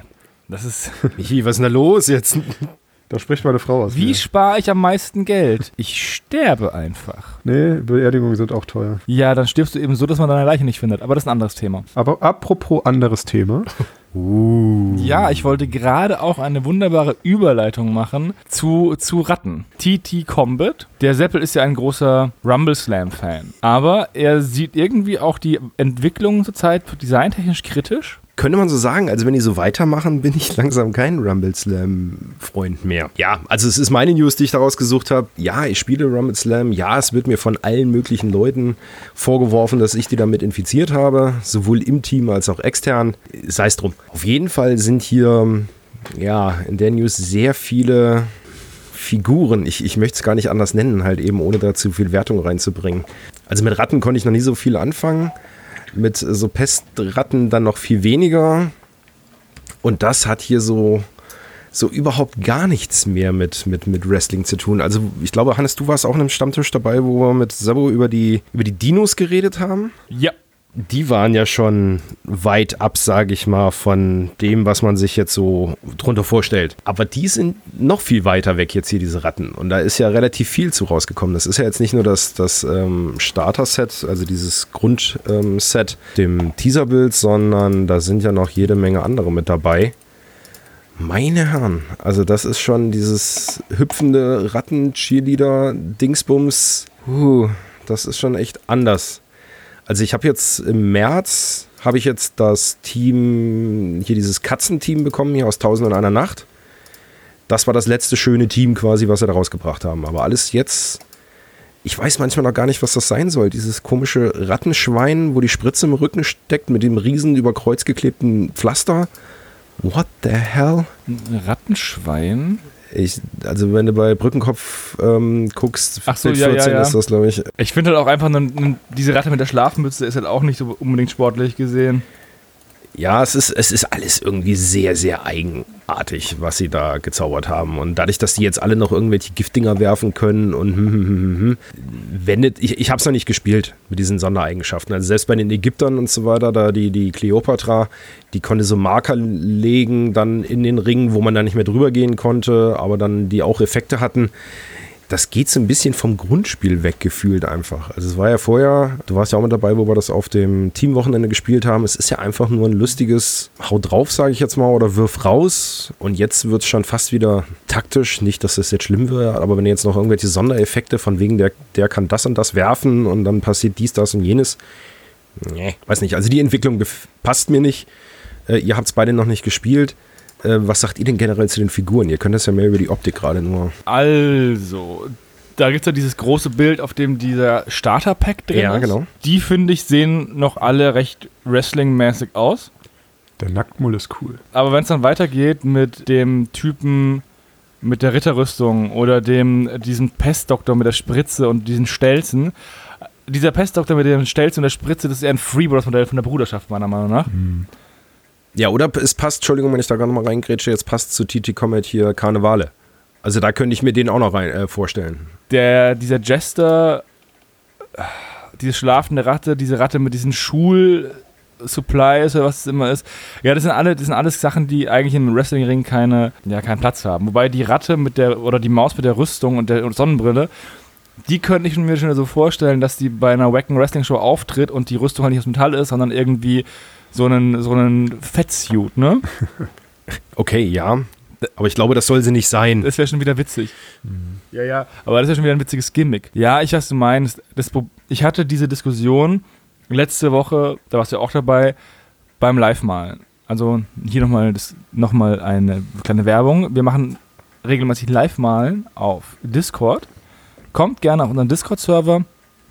das ist... Michi, was ist denn da los jetzt? Da spricht meine Frau aus. Wie mir. spare ich am meisten Geld? Ich sterbe einfach. Nee, Beerdigungen sind auch teuer. Ja, dann stirbst du eben so, dass man deine Leiche nicht findet. Aber das ist ein anderes Thema. Aber apropos anderes Thema. Uh. Ja, ich wollte gerade auch eine wunderbare Überleitung machen zu, zu Ratten. T T Combat. Der Seppel ist ja ein großer Rumble Slam-Fan. Aber er sieht irgendwie auch die Entwicklung zurzeit designtechnisch kritisch. Könnte man so sagen, also wenn die so weitermachen, bin ich langsam kein Rumble Slam-Freund mehr. Ja, also es ist meine News, die ich daraus gesucht habe. Ja, ich spiele Rumble Slam. Ja, es wird mir von allen möglichen Leuten vorgeworfen, dass ich die damit infiziert habe. Sowohl im Team als auch extern. Sei es drum. Auf jeden Fall sind hier, ja, in der News sehr viele Figuren. Ich, ich möchte es gar nicht anders nennen, halt eben, ohne da zu viel Wertung reinzubringen. Also mit Ratten konnte ich noch nie so viel anfangen. Mit so Pestratten dann noch viel weniger. Und das hat hier so, so überhaupt gar nichts mehr mit, mit, mit Wrestling zu tun. Also ich glaube, Hannes, du warst auch in einem Stammtisch dabei, wo wir mit Sabo über die, über die Dinos geredet haben. Ja. Die waren ja schon weit ab, sage ich mal, von dem, was man sich jetzt so drunter vorstellt. Aber die sind noch viel weiter weg jetzt hier, diese Ratten. Und da ist ja relativ viel zu rausgekommen. Das ist ja jetzt nicht nur das, das ähm, Starter-Set, also dieses Grundset, ähm, dem Teaserbild, sondern da sind ja noch jede Menge andere mit dabei. Meine Herren, also das ist schon dieses hüpfende Ratten-Cheerleader-Dingsbums. Uh, das ist schon echt anders. Also ich habe jetzt im März, habe ich jetzt das Team, hier dieses Katzenteam bekommen, hier aus Tausend und einer Nacht. Das war das letzte schöne Team quasi, was sie da rausgebracht haben. Aber alles jetzt, ich weiß manchmal noch gar nicht, was das sein soll. Dieses komische Rattenschwein, wo die Spritze im Rücken steckt mit dem riesen über Kreuz geklebten Pflaster. What the hell? Ein Rattenschwein? Ich, also wenn du bei Brückenkopf ähm, guckst, ach so, Bild ja, vierzehn ja, ja. ist das, glaube ich. Ich finde halt auch einfach, ne, ne, diese Ratte mit der Schlafmütze ist halt auch nicht so unbedingt sportlich gesehen. Ja, es ist, es ist alles irgendwie sehr, sehr eigenartig, was sie da gezaubert haben. Und dadurch, dass die jetzt alle noch irgendwelche Giftdinger werfen können und hm, hm, hm, hm, wendet, ich, ich habe es noch nicht gespielt mit diesen Sondereigenschaften. Also selbst bei den Ägyptern und so weiter, da die, die Kleopatra, die konnte so Marker legen dann in den Ringen, wo man da nicht mehr drüber gehen konnte, aber dann die auch Effekte hatten. das geht so ein bisschen vom Grundspiel weggefühlt einfach. Also es war ja vorher, du warst ja auch mit dabei, wo wir das auf dem Teamwochenende gespielt haben. Es ist ja einfach nur ein lustiges Hau drauf, sage ich jetzt mal, oder wirf raus. Und jetzt wird es schon fast wieder taktisch. Nicht, dass das jetzt schlimm wäre, aber wenn jetzt noch irgendwelche Sondereffekte von wegen, der, der kann das und das werfen und dann passiert dies, das und jenes. Nee, weiß nicht. Also die Entwicklung gef- passt mir nicht. Äh, ihr habt es beide noch nicht gespielt. Was sagt ihr denn generell zu den Figuren? Ihr könnt das ja mehr über die Optik gerade nur. Also, da gibt es ja dieses große Bild, auf dem dieser Starter-Pack drin ja, ist. Genau. Die, finde ich, sehen noch alle recht wrestling-mäßig aus. Der Nacktmull ist cool. Aber wenn es dann weitergeht mit dem Typen mit der Ritterrüstung oder dem diesem Pestdoktor mit der Spritze und diesen Stelzen, dieser Pestdoktor mit dem Stelzen und der Spritze, das ist eher ein Freebooters-Modell von der Bruderschaft, meiner Meinung nach. Hm. Ja, oder es passt, Entschuldigung, wenn ich da gerade nochmal reingrätsche, jetzt passt zu T T Comet hier Karnevale. Also da könnte ich mir den auch noch rein äh, vorstellen. Der, dieser Jester, diese schlafende Ratte, diese Ratte mit diesen Schul-Supplies oder was es immer ist. Ja, das sind alle, das sind alles Sachen, die eigentlich im Wrestlingring keine, ja, keinen Platz haben. Wobei die Ratte mit der, oder die Maus mit der Rüstung und der und Sonnenbrille, die könnte ich mir schon so vorstellen, dass die bei einer Wacken Wrestling Show auftritt und die Rüstung halt nicht aus Metall ist, sondern irgendwie so einen, so einen Fettsuit, ne? Okay, ja. Aber ich glaube, das soll sie nicht sein. Das wäre schon wieder witzig. Mhm. Ja, ja. Aber das ist ja schon wieder ein witziges Gimmick. Ja, ich weiß, was du meinst. Das, ich hatte diese Diskussion letzte Woche, da warst du ja auch dabei, beim Live-Malen. Also hier nochmal noch mal eine kleine Werbung. Wir machen regelmäßig Live-Malen auf Discord. Kommt gerne auf unseren Discord-Server.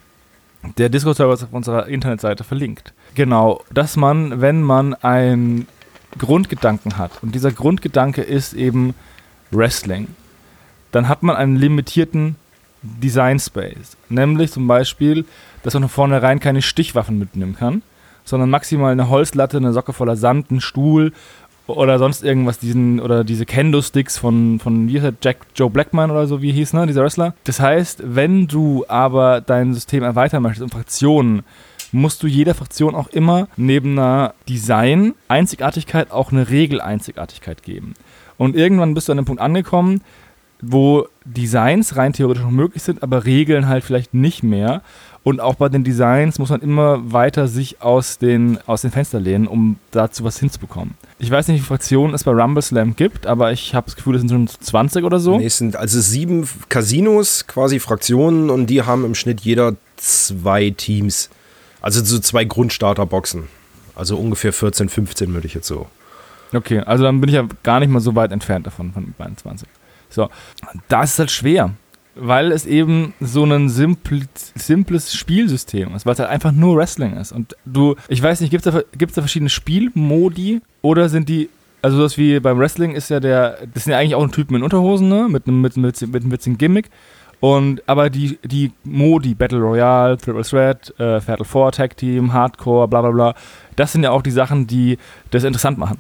Der Discord-Server ist auf unserer Internetseite verlinkt. Genau, dass man, wenn man einen Grundgedanken hat, und dieser Grundgedanke ist eben Wrestling, dann hat man einen limitierten Design-Space. Nämlich zum Beispiel, dass man von vornherein keine Stichwaffen mitnehmen kann, sondern maximal eine Holzlatte, eine Socke voller Sand, einen Stuhl oder sonst irgendwas, diesen, oder diese Kendo-Sticks von, von wie heißt der, Jack, Joe Blackman oder so, wie hieß, ne, dieser Wrestler. Das heißt, wenn du aber dein System erweitern möchtest um Fraktionen, musst du jeder Fraktion auch immer neben einer Design-Einzigartigkeit auch eine Regel-Einzigartigkeit geben. Und irgendwann bist du an dem Punkt angekommen, wo Designs rein theoretisch noch möglich sind, aber Regeln halt vielleicht nicht mehr. Und auch bei den Designs muss man immer weiter sich aus den, aus den Fenstern lehnen, um dazu was hinzubekommen. Ich weiß nicht, wie viele Fraktionen es bei Rumble Slam gibt, aber ich habe das Gefühl, es sind schon zwanzig oder so. Nee, es sind also sieben Casinos, quasi Fraktionen, und die haben im Schnitt jeder zwei Teams. Also so zwei Grundstarterboxen. Also ungefähr vierzehn, fünfzehn würde ich jetzt so. Okay, also dann bin ich ja gar nicht mal so weit entfernt davon, von einundzwanzig. So, da ist es halt schwer, weil es eben so ein simpl, simples Spielsystem ist, weil es halt einfach nur Wrestling ist. Und du, ich weiß nicht, gibt es da, gibt's da verschiedene Spielmodi oder sind die, also das wie beim Wrestling ist ja der, das sind ja eigentlich auch ein Typen in Unterhosen, ne, mit einem mit, mit, mit einem witzigen Gimmick. Und, aber die, die Modi, Battle Royale, Triple Threat, äh, Fatal Four, Tag Team, Hardcore, bla bla bla, das sind ja auch die Sachen, die das interessant machen.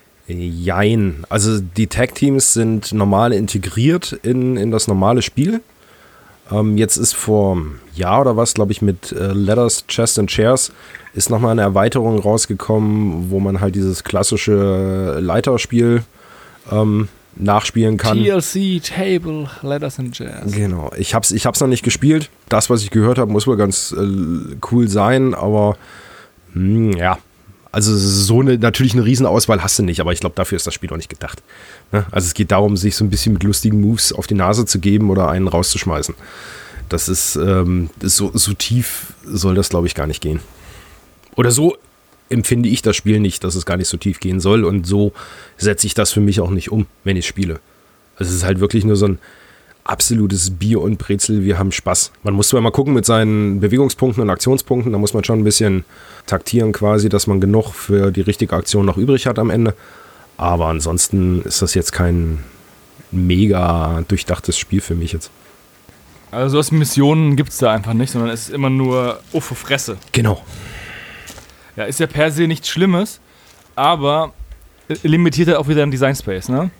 Jein. Also die Tag-Teams sind normal integriert in, in das normale Spiel. Ähm, jetzt ist vor einem Jahr oder was, glaube ich, mit äh, Ladders, Chest and Chairs ist nochmal eine Erweiterung rausgekommen, wo man halt dieses klassische Leiterspiel ähm, nachspielen kann. T L C, Table, Ladders and Chairs. Genau. Ich hab's, ich hab's noch nicht gespielt. Das, was ich gehört habe, muss wohl ganz äh, cool sein, aber mh, ja. Also so eine, natürlich eine Riesenauswahl hast du nicht, aber ich glaube, dafür ist das Spiel auch nicht gedacht. Ne? Also es geht darum, sich so ein bisschen mit lustigen Moves auf die Nase zu geben oder einen rauszuschmeißen. Das ist, ähm, das ist so, so tief soll das, glaube ich, gar nicht gehen. Oder so empfinde ich das Spiel nicht, dass es gar nicht so tief gehen soll, und so setze ich das für mich auch nicht um, wenn ich spiele. Also es ist halt wirklich nur so ein absolutes Bier und Brezel, wir haben Spaß. Man muss zwar mal gucken mit seinen Bewegungspunkten und Aktionspunkten, da muss man schon ein bisschen taktieren quasi, dass man genug für die richtige Aktion noch übrig hat am Ende. Aber ansonsten ist das jetzt kein mega durchdachtes Spiel für mich jetzt. Also solche Missionen gibt es da einfach nicht, sondern es ist immer nur Uffe Fresse. Genau. Ja, ist ja per se nichts Schlimmes, aber limitiert halt auch wieder den Design Space, ne?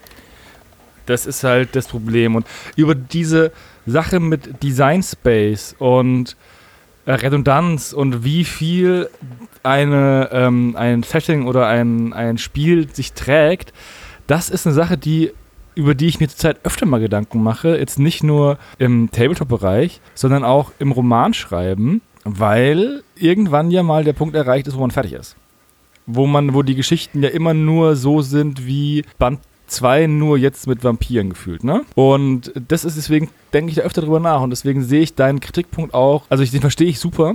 Das ist halt das Problem. Und über diese Sache mit Design Space und äh, Redundanz und wie viel eine, ähm, ein Setting oder ein, ein Spiel sich trägt, das ist eine Sache, die über die ich mir zurzeit öfter mal Gedanken mache, jetzt nicht nur im Tabletop-Bereich, sondern auch im Romanschreiben, weil irgendwann ja mal der Punkt erreicht ist, wo man fertig ist. Wo man, wo die Geschichten ja immer nur so sind wie Band zwei, nur jetzt mit Vampiren gefühlt, ne? Und das ist deswegen, denke ich da öfter drüber nach und deswegen sehe ich deinen Kritikpunkt auch, also ich, den verstehe ich super,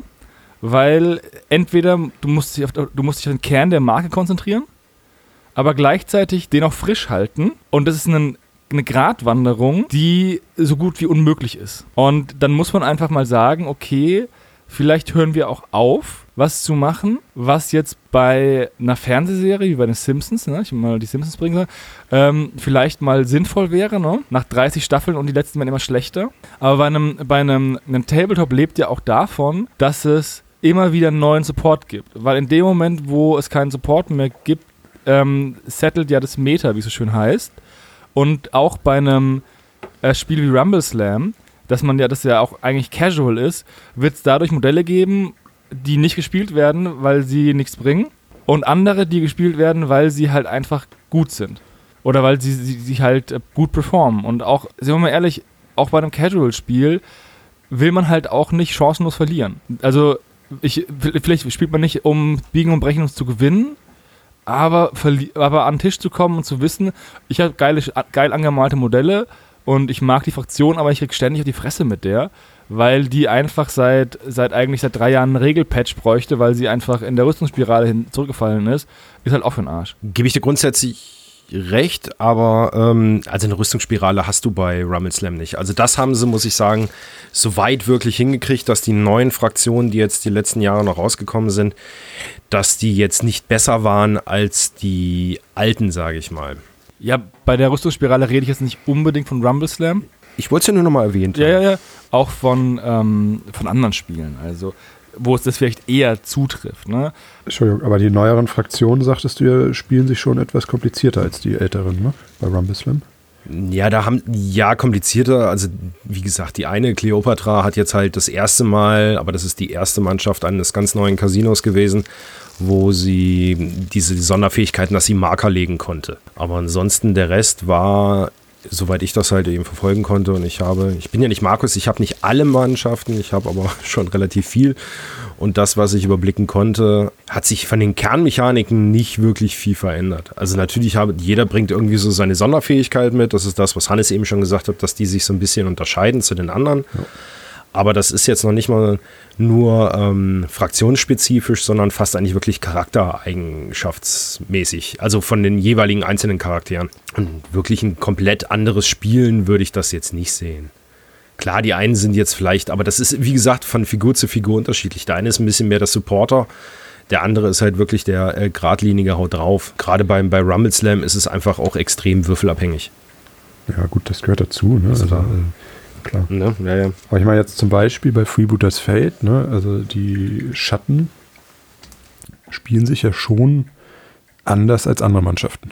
weil entweder du musst dich auf, du musst dich auf den Kern der Marke konzentrieren, aber gleichzeitig den auch frisch halten und das ist ein, eine Gratwanderung, die so gut wie unmöglich ist. Und dann muss man einfach mal sagen, okay, vielleicht hören wir auch auf, was zu machen, was jetzt bei einer Fernsehserie wie bei den Simpsons, ne, ich will mal die Simpsons bringen, ähm, vielleicht mal sinnvoll wäre, ne? Nach dreißig Staffeln und die letzten werden immer schlechter. Aber bei einem, bei einem, einem Tabletop lebt ja auch davon, dass es immer wieder einen neuen Support gibt. Weil in dem Moment, wo es keinen Support mehr gibt, ähm, settelt ja das Meta, wie es so schön heißt. Und auch bei einem äh, Spiel wie Rumble Slam, dass man ja, das ja auch eigentlich casual ist, wird es dadurch Modelle geben, die nicht gespielt werden, weil sie nichts bringen und andere, die gespielt werden, weil sie halt einfach gut sind oder weil sie, sie, sie halt äh, gut performen und auch, sind wir mal ehrlich, auch bei einem Casual-Spiel will man halt auch nicht chancenlos verlieren. Also ich, vielleicht spielt man nicht, um Biegen und Brechen uns zu gewinnen, aber, verli- aber an den Tisch zu kommen und zu wissen, ich habe geile, geil angemalte Modelle und ich mag die Fraktion, aber ich krieg ständig auf die Fresse mit der, weil die einfach seit, seit eigentlich seit drei Jahren einen Regelpatch bräuchte, weil sie einfach in der Rüstungsspirale hin zurückgefallen ist, ist halt auch für den Arsch. Gebe ich dir grundsätzlich recht, aber ähm, also eine Rüstungsspirale hast du bei Rumble Slam nicht. Also das haben sie, muss ich sagen, so weit wirklich hingekriegt, dass die neuen Fraktionen, die jetzt die letzten Jahre noch rausgekommen sind, dass die jetzt nicht besser waren als die alten, sage ich mal. Ja, bei der Rüstungsspirale rede ich jetzt nicht unbedingt von Rumble Slam. Ich wollte es ja nur nochmal erwähnt haben. Ja, ja, ja. Auch von, ähm, von anderen Spielen, also wo es das vielleicht eher zutrifft. Ne? Entschuldigung, aber die neueren Fraktionen, sagtest du ja, spielen sich schon etwas komplizierter als die älteren, ne? Bei Rumble Slam. Ja, da haben, ja, komplizierter, also wie gesagt, die eine Cleopatra hat jetzt halt das erste Mal, aber das ist die erste Mannschaft eines ganz neuen Casinos gewesen, wo sie diese Sonderfähigkeiten, dass sie Marker legen konnte. Aber ansonsten der Rest war, soweit ich das halt eben verfolgen konnte und ich habe, ich bin ja nicht Markus, ich habe nicht alle Mannschaften, ich habe aber schon relativ viel und das, was ich überblicken konnte, hat sich von den Kernmechaniken nicht wirklich viel verändert. Also natürlich habe, jeder bringt irgendwie so seine Sonderfähigkeit mit, das ist das, was Hannes eben schon gesagt hat, dass die sich so ein bisschen unterscheiden zu den anderen. Ja. Aber das ist jetzt noch nicht mal nur ähm, fraktionsspezifisch, sondern fast eigentlich wirklich charaktereigenschaftsmäßig. Also von den jeweiligen einzelnen Charakteren. Und wirklich ein komplett anderes Spielen würde ich das jetzt nicht sehen. Klar, die einen sind jetzt vielleicht, aber das ist, wie gesagt, von Figur zu Figur unterschiedlich. Der eine ist ein bisschen mehr der Supporter, der andere ist halt wirklich der äh, geradlinige Haut drauf. Gerade beim, bei Rumble Slam ist es einfach auch extrem würfelabhängig. Ja gut, das gehört dazu. Ne? Also, äh, klar. Ne? Ja, ja. Aber ich meine jetzt zum Beispiel bei Freebooters Fate, ne? Also die Schatten spielen sich ja schon anders als andere Mannschaften.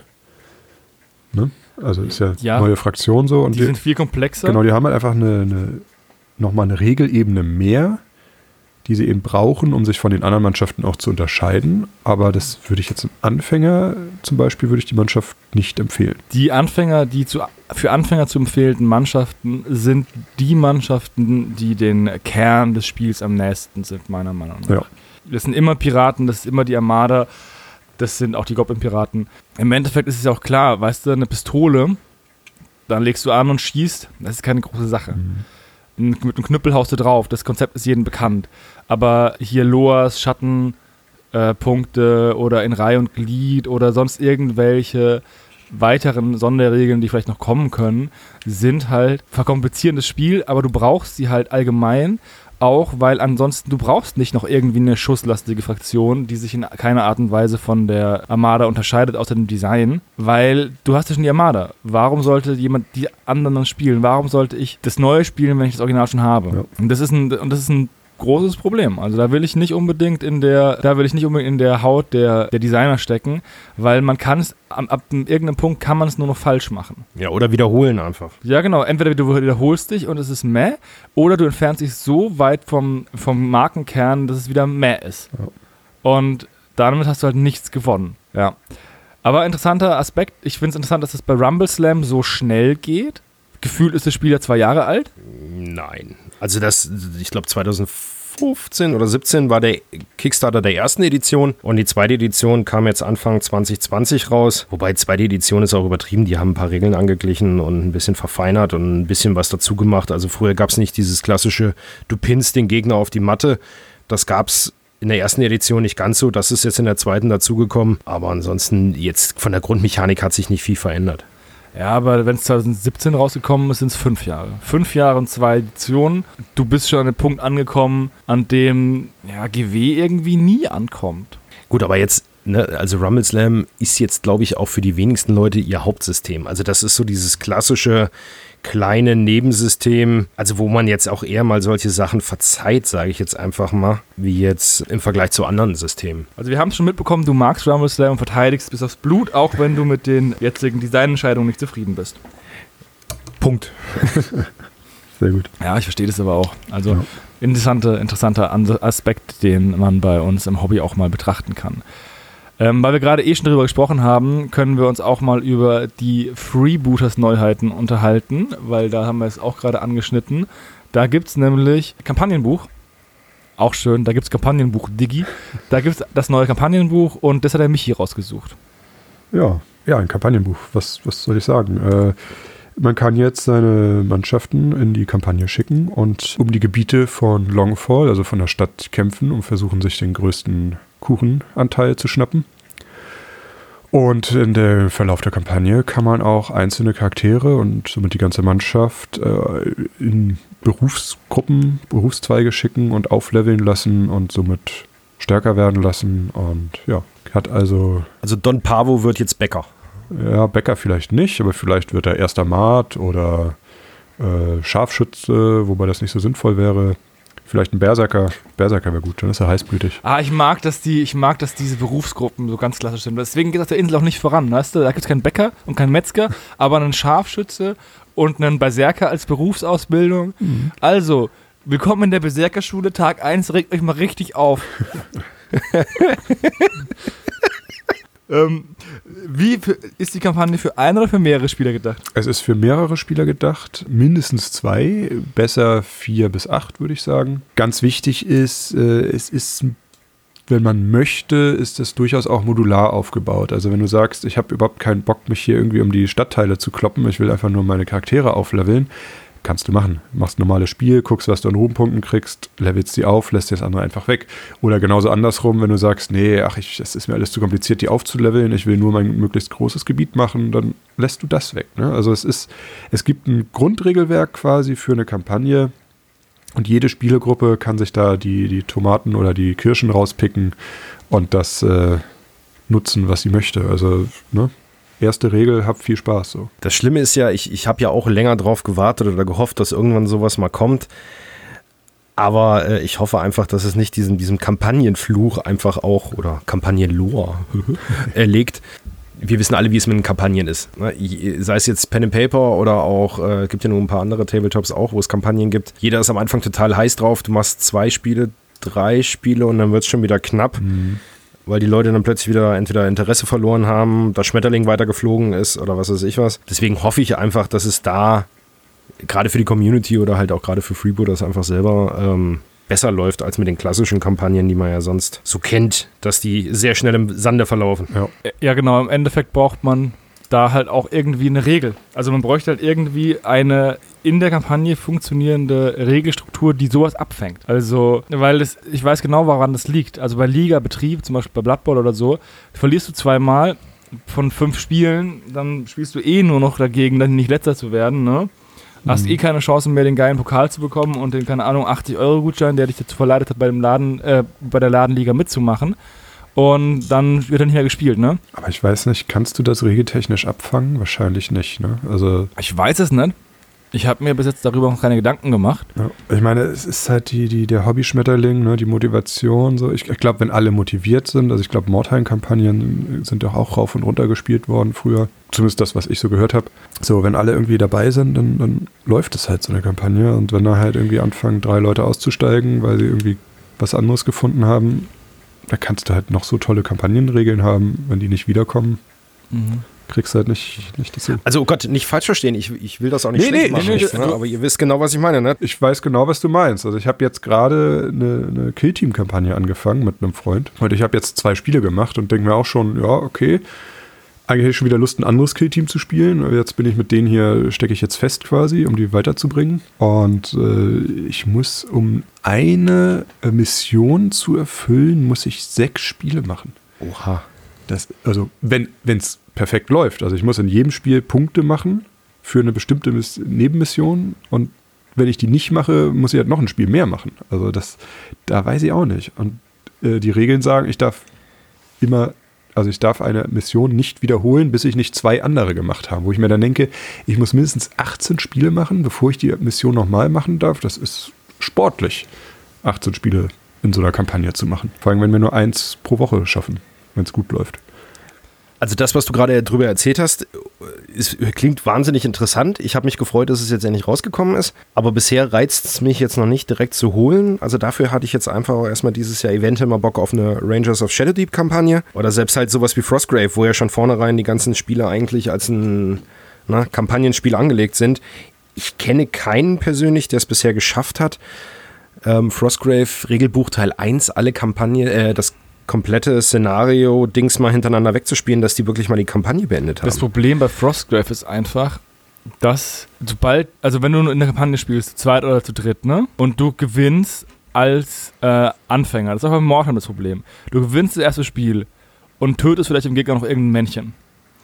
Ne? Also ist ja, ja neue Fraktion so. Und die, die sind viel komplexer. Genau, die haben halt einfach eine, eine nochmal eine Regelebene mehr, die sie eben brauchen, um sich von den anderen Mannschaften auch zu unterscheiden. Aber das würde ich jetzt im Anfänger zum Beispiel, würde ich die Mannschaft nicht empfehlen. Die Anfänger, die zu, für Anfänger zu empfehlenden Mannschaften sind die Mannschaften, die den Kern des Spiels am nächsten sind, meiner Meinung nach. Ja. Das sind immer Piraten, das ist immer die Armada, das sind auch die Goblin-Piraten. Im Endeffekt ist es ja auch klar, weißt du, eine Pistole, dann legst du an und schießt, das ist keine große Sache. Mhm. Mit einem Knüppel haust du drauf, das Konzept ist jedem bekannt. Aber hier Loas, Schattenpunkte äh, oder in Reihe und Glied oder sonst irgendwelche weiteren Sonderregeln, die vielleicht noch kommen können, sind halt verkomplizieren das Spiel, aber du brauchst sie halt allgemein, auch weil ansonsten du brauchst nicht noch irgendwie eine schusslastige Fraktion, die sich in keiner Art und Weise von der Armada unterscheidet, außer dem Design, weil du hast ja schon die Armada. Warum sollte jemand die anderen dann spielen? Warum sollte ich das Neue spielen, wenn ich das Original schon habe? Ja. Und das ist ein, und das ist ein großes Problem. Also da will ich nicht unbedingt in der, da will ich nicht unbedingt in der Haut der, der Designer stecken, weil man kann es, ab, ab irgendeinem Punkt kann man es nur noch falsch machen. Ja, oder wiederholen einfach. Ja, genau. Entweder du wiederholst dich und es ist meh, oder du entfernst dich so weit vom, vom Markenkern, dass es wieder meh ist. Ja. Und damit hast du halt nichts gewonnen. Ja. Aber interessanter Aspekt, ich finde es interessant, dass es bei Rumble Slam so schnell geht. Gefühlt ist das Spiel ja zwei Jahre alt. Nein. Also das, ich glaube zweitausendfünfzehn oder siebzehn war der Kickstarter der ersten Edition und die zweite Edition kam jetzt Anfang zwanzig zwanzig raus. Wobei zweite Edition ist auch übertrieben, die haben ein paar Regeln angeglichen und ein bisschen verfeinert und ein bisschen was dazu gemacht. Also früher gab es nicht dieses klassische, du pinnst den Gegner auf die Matte. Das gab es in der ersten Edition nicht ganz so, das ist jetzt in der zweiten dazugekommen, aber ansonsten jetzt von der Grundmechanik hat sich nicht viel verändert. Ja, aber wenn es zwanzig siebzehn rausgekommen ist, sind es fünf Jahre. Fünf Jahre und zwei Editionen. Du bist schon an einem Punkt angekommen, an dem ja, G W irgendwie nie ankommt. Gut, aber jetzt, ne, also Rumble Slam ist jetzt, glaube ich, auch für die wenigsten Leute ihr Hauptsystem. Also das ist so dieses klassische kleine Nebensystem, also wo man jetzt auch eher mal solche Sachen verzeiht, sage ich jetzt einfach mal, wie jetzt im Vergleich zu anderen Systemen. Also wir haben es schon mitbekommen, du magst Rumble Slam und verteidigst bis aufs Blut, auch wenn du mit den jetzigen Designentscheidungen nicht zufrieden bist. Punkt. Sehr gut. Ja, ich verstehe das aber auch. Also ja. interessante, interessanter Aspekt, den man bei uns im Hobby auch mal betrachten kann. Ähm, weil wir gerade eh schon darüber gesprochen haben, können wir uns auch mal über die Freebooters-Neuheiten unterhalten, weil da haben wir es auch gerade angeschnitten. Da gibt es nämlich Kampagnenbuch, auch schön, da gibt es Kampagnenbuch Digi, da gibt es das neue Kampagnenbuch und das hat der Michi rausgesucht. Ja, ja, ein Kampagnenbuch, was, was soll ich sagen? Äh, man kann jetzt seine Mannschaften in die Kampagne schicken und um die Gebiete von Longfall, also von der Stadt, kämpfen und versuchen, sich den größten Kuchenanteil zu schnappen. Und in der Verlauf der Kampagne kann man auch einzelne Charaktere und somit die ganze Mannschaft äh, in Berufsgruppen, Berufszweige schicken und aufleveln lassen und somit stärker werden lassen. Und ja, hat also... Also Don Pavo wird jetzt Bäcker. Ja, Bäcker vielleicht nicht, aber vielleicht wird er erster Maat oder äh, Scharfschütze, wobei das nicht so sinnvoll wäre. Vielleicht ein Berserker. Berserker wäre gut, dann ist er heißblütig. Ah, ich mag, dass die, ich mag, dass diese Berufsgruppen so ganz klassisch sind. Deswegen geht es auf der Insel auch nicht voran, weißt du? Da gibt es keinen Bäcker und keinen Metzger, aber einen Scharfschütze und einen Berserker als Berufsausbildung. Mhm. Also, willkommen in der Berserkerschule, Tag eins, regt euch mal richtig auf. ähm, wie für, ist die Kampagne für ein oder für mehrere Spieler gedacht? Es ist für mehrere Spieler gedacht, mindestens zwei, besser vier bis acht, würde ich sagen. Ganz wichtig ist, äh, es ist, wenn man möchte, ist das durchaus auch modular aufgebaut. Also wenn du sagst, ich habe überhaupt keinen Bock, mich hier irgendwie um die Stadtteile zu kloppen, ich will einfach nur meine Charaktere aufleveln, kannst du machen. Machst ein normales Spiel, guckst, was du an Ruhmpunkten kriegst, levelst die auf, lässt dir das andere einfach weg. Oder genauso andersrum, wenn du sagst, nee, ach, ich, es ist mir alles zu kompliziert, die aufzuleveln, ich will nur mein möglichst großes Gebiet machen, dann lässt du das weg. Ne? Also es ist, es gibt ein Grundregelwerk quasi für eine Kampagne und jede Spielergruppe kann sich da die, die Tomaten oder die Kirschen rauspicken und das äh, nutzen, was sie möchte. Also, ne? Erste Regel, hab viel Spaß. So. Das Schlimme ist ja, ich, ich habe ja auch länger drauf gewartet oder gehofft, dass irgendwann sowas mal kommt. Aber äh, ich hoffe einfach, dass es nicht diesen, diesem Kampagnenfluch einfach auch, oder Kampagnenlore erlegt. Wir wissen alle, wie es mit den Kampagnen ist. Sei es jetzt Pen and Paper oder auch, es äh, gibt ja noch ein paar andere Tabletops auch, wo es Kampagnen gibt. Jeder ist am Anfang total heiß drauf. Du machst zwei Spiele, drei Spiele und dann wird es schon wieder knapp. Mhm. Weil die Leute dann plötzlich wieder entweder Interesse verloren haben, das Schmetterling weitergeflogen ist oder was weiß ich was. Deswegen hoffe ich einfach, dass es da gerade für die Community oder halt auch gerade für Freebooters einfach selber ähm, besser läuft als mit den klassischen Kampagnen, die man ja sonst so kennt, dass die sehr schnell im Sande verlaufen. Ja, ja genau. Im Endeffekt braucht man da halt auch irgendwie eine Regel. Also man bräuchte halt irgendwie eine in der Kampagne funktionierende Regelstruktur, die sowas abfängt. Also, weil es, ich weiß genau, woran das liegt. Also bei Liga-Betrieb, zum Beispiel bei Blood Bowl oder so, verlierst du zweimal von fünf Spielen, dann spielst du eh nur noch dagegen, dann nicht letzter zu werden, ne? Hast mhm. eh keine Chance mehr, den geilen Pokal zu bekommen und den, keine Ahnung, achtzig Euro Gutschein, der dich dazu verleitet hat, bei dem Laden, äh, bei der Ladenliga mitzumachen. Und dann wird er nicht mehr gespielt, ne? Aber ich weiß nicht, kannst du das regeltechnisch abfangen? Wahrscheinlich nicht, ne? Also ich weiß es nicht. Ich habe mir bis jetzt darüber noch keine Gedanken gemacht. Ja, ich meine, es ist halt die, die, der Hobby-Schmetterling, ne, die Motivation. So. Ich, ich glaube, wenn alle motiviert sind, also ich glaube, Mordheim-Kampagnen sind doch auch rauf und runter gespielt worden früher. Zumindest das, was ich so gehört habe. So, wenn alle irgendwie dabei sind, dann, dann läuft es halt so eine Kampagne. Und wenn da halt irgendwie anfangen, drei Leute auszusteigen, weil sie irgendwie was anderes gefunden haben, da kannst du halt noch so tolle Kampagnenregeln haben, wenn die nicht wiederkommen. Mhm. Kriegst halt nicht, nicht das hin. Also, oh Gott, nicht falsch verstehen, ich, ich will das auch nicht nee, schlecht nee, machen, nee, nee, ne? Aber ihr wisst genau, was ich meine, ne? Ich weiß genau, was du meinst. Also ich habe jetzt gerade eine, eine Kill-Team-Kampagne angefangen mit einem Freund. Und ich habe jetzt zwei Spiele gemacht und denke mir auch schon, ja, okay, eigentlich hätte ich schon wieder Lust, ein anderes Kill-Team zu spielen. Jetzt bin ich mit denen hier, stecke ich jetzt fest quasi, um die weiterzubringen. Und äh, ich muss, um eine äh, Mission zu erfüllen, muss ich sechs Spiele machen. Oha. Das, also wenn es perfekt läuft. Also ich muss in jedem Spiel Punkte machen für eine bestimmte Miss- Nebenmission und wenn ich die nicht mache, muss ich halt noch ein Spiel mehr machen. Also das, da weiß ich auch nicht. Und äh, die Regeln sagen, ich darf immer, also ich darf eine Mission nicht wiederholen, bis ich nicht zwei andere gemacht habe. Wo ich mir dann denke, ich muss mindestens achtzehn Spiele machen, bevor ich die Mission nochmal machen darf. Das ist sportlich, achtzehn Spiele in so einer Kampagne zu machen. Vor allem, wenn wir nur eins pro Woche schaffen, wenn es gut läuft. Also das, was du gerade drüber erzählt hast, ist, klingt wahnsinnig interessant. Ich habe mich gefreut, dass es jetzt endlich rausgekommen ist. Aber bisher reizt es mich jetzt noch nicht direkt zu holen. Also dafür hatte ich jetzt einfach auch erstmal dieses Jahr eventuell mal Bock auf eine Rangers of Shadowdeep Kampagne. Oder selbst halt sowas wie Frostgrave, wo ja schon vornherein die ganzen Spiele eigentlich als ein na, Kampagnenspiel angelegt sind. Ich kenne keinen persönlich, der es bisher geschafft hat. Ähm, Frostgrave, Regelbuch Teil eins, alle Kampagne, äh, das komplette Szenario-Dings mal hintereinander wegzuspielen, dass die wirklich mal die Kampagne beendet haben. Das Problem bei Frostgrave ist einfach, dass sobald, also wenn du in der Kampagne spielst, zu zweit oder zu dritt, ne, und du gewinnst als äh, Anfänger, das ist auch bei Mortal das Problem, du gewinnst das erste Spiel und tötest vielleicht im Gegner noch irgendein Männchen,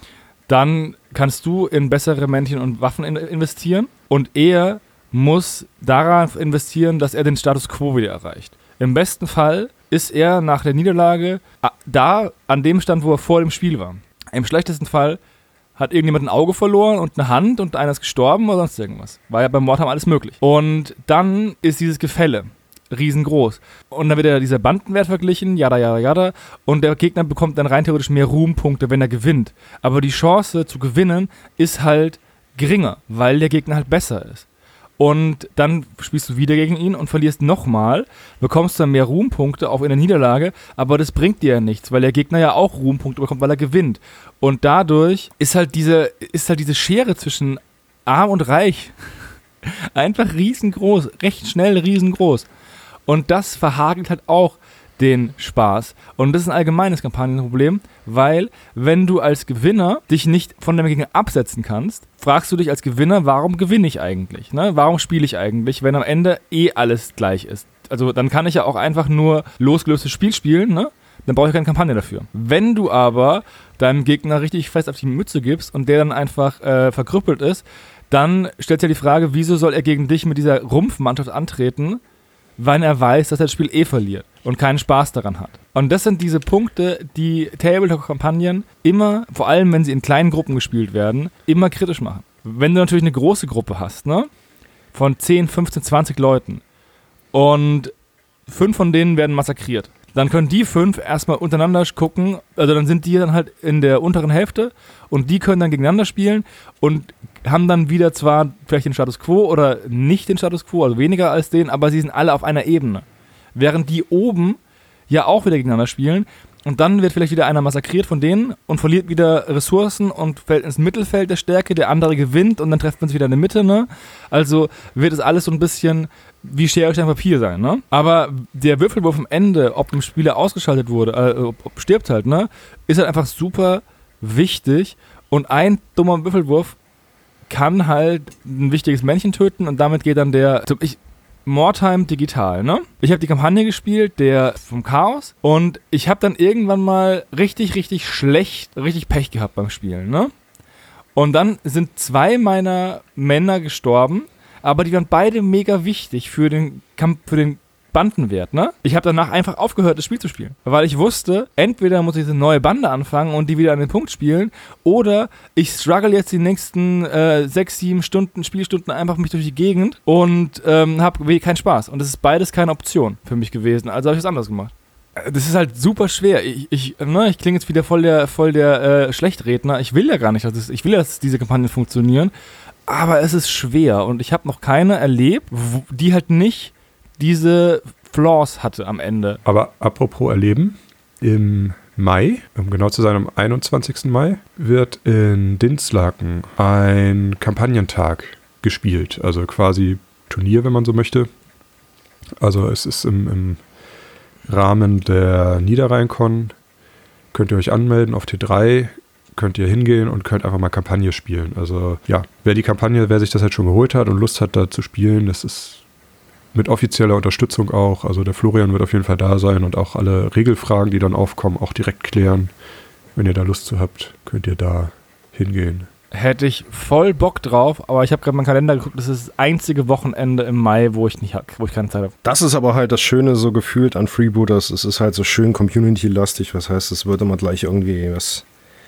dann kannst du in bessere Männchen und Waffen in- investieren und er muss daran investieren, dass er den Status Quo wieder erreicht. Im besten Fall ist er nach der Niederlage da an dem Stand, wo er vor dem Spiel war. Im schlechtesten Fall hat irgendjemand ein Auge verloren und eine Hand und einer ist gestorben oder sonst irgendwas. War ja beim Mordheim alles möglich. Und dann ist dieses Gefälle riesengroß. Und dann wird ja dieser Bandenwert verglichen, jada, jada, jada. Und der Gegner bekommt dann rein theoretisch mehr Ruhmpunkte, wenn er gewinnt. Aber die Chance zu gewinnen ist halt geringer, weil der Gegner halt besser ist. Und dann spielst du wieder gegen ihn und verlierst nochmal, bekommst dann mehr Ruhmpunkte auch in der Niederlage, aber das bringt dir ja nichts, weil der Gegner ja auch Ruhmpunkte bekommt, weil er gewinnt. Und dadurch ist halt diese, ist halt diese Schere zwischen arm und reich einfach riesengroß, recht schnell riesengroß. Und das verhagelt halt auch den Spaß. Und das ist ein allgemeines Kampagnenproblem, weil wenn du als Gewinner dich nicht von deinem Gegner absetzen kannst, fragst du dich als Gewinner, warum gewinne ich eigentlich? Ne? Warum spiele ich eigentlich, wenn am Ende eh alles gleich ist? Also dann kann ich ja auch einfach nur losgelöstes Spiel spielen, ne? Dann brauche ich keine Kampagne dafür. Wenn du aber deinem Gegner richtig fest auf die Mütze gibst und der dann einfach äh, verkrüppelt ist, dann stellt sich ja die Frage, wieso soll er gegen dich mit dieser Rumpfmannschaft antreten, weil er weiß, dass er das Spiel eh verliert und keinen Spaß daran hat. Und das sind diese Punkte, die Tabletop-Kampagnen immer, vor allem wenn sie in kleinen Gruppen gespielt werden, immer kritisch machen. Wenn du natürlich eine große Gruppe hast, ne, von zehn, fünfzehn, zwanzig Leuten und fünf von denen werden massakriert, dann können die fünf erstmal untereinander gucken, also dann sind die dann halt in der unteren Hälfte und die können dann gegeneinander spielen und haben dann wieder zwar vielleicht den Status Quo oder nicht den Status Quo, also weniger als den, aber sie sind alle auf einer Ebene. Während die oben ja auch wieder gegeneinander spielen und dann wird vielleicht wieder einer massakriert von denen und verliert wieder Ressourcen und fällt ins Mittelfeld der Stärke, der andere gewinnt und dann trifft man sich wieder in der Mitte, ne? Also wird es alles so ein bisschen wie Schere, Stein, Papier sein, ne? Aber der Würfelwurf am Ende, ob ein Spieler ausgeschaltet wurde, äh, ob, ob stirbt halt, ne? Ist halt einfach super wichtig und ein dummer Würfelwurf kann halt ein wichtiges Männchen töten und damit geht dann der, also ich, Mordheim digital, ne? Ich habe die Kampagne gespielt, der vom Chaos und ich habe dann irgendwann mal richtig, richtig schlecht, richtig Pech gehabt beim Spielen, ne? Und dann sind zwei meiner Männer gestorben, aber die waren beide mega wichtig für den Kampf, für den Bandenwert, ne? Ich habe danach einfach aufgehört, das Spiel zu spielen. Weil ich wusste, entweder muss ich eine neue Bande anfangen und die wieder an den Punkt spielen, oder ich struggle jetzt die nächsten äh, sechs, sieben Stunden, Spielstunden einfach mich durch die Gegend und ähm, habe keinen Spaß. Und das ist beides keine Option für mich gewesen. Also habe ich was anderes gemacht. Das ist halt super schwer. Ich, ich, ne, ich klinge jetzt wieder voll der, voll der äh, Schlechtredner. Ich will ja gar nicht, dass es, ich will, dass diese Kampagnen funktionieren. Aber es ist schwer und ich habe noch keine erlebt, wo, die halt nicht diese Flaws hatte am Ende. Aber apropos erleben, im Mai, um genau zu sein, am einundzwanzigsten Mai, wird in Dinslaken ein Kampagnentag gespielt. Also quasi Turnier, wenn man so möchte. Also es ist im, im Rahmen der Niederrhein-Con. Könnt ihr euch anmelden auf T drei, könnt ihr hingehen und könnt einfach mal Kampagne spielen. Also ja, wer die Kampagne, wer sich das halt schon geholt hat und Lust hat, da zu spielen, das ist mit offizieller Unterstützung auch. Also der Florian wird auf jeden Fall da sein und auch alle Regelfragen, die dann aufkommen, auch direkt klären. Wenn ihr da Lust zu habt, könnt ihr da hingehen. Hätte ich voll Bock drauf, aber ich habe gerade meinen Kalender geguckt, das ist das einzige Wochenende im Mai, wo ich nicht hab, wo ich keine Zeit habe. Das ist aber halt das Schöne so gefühlt an Freebooters. Es ist halt so schön community-lastig. Was heißt, es wird immer gleich irgendwie was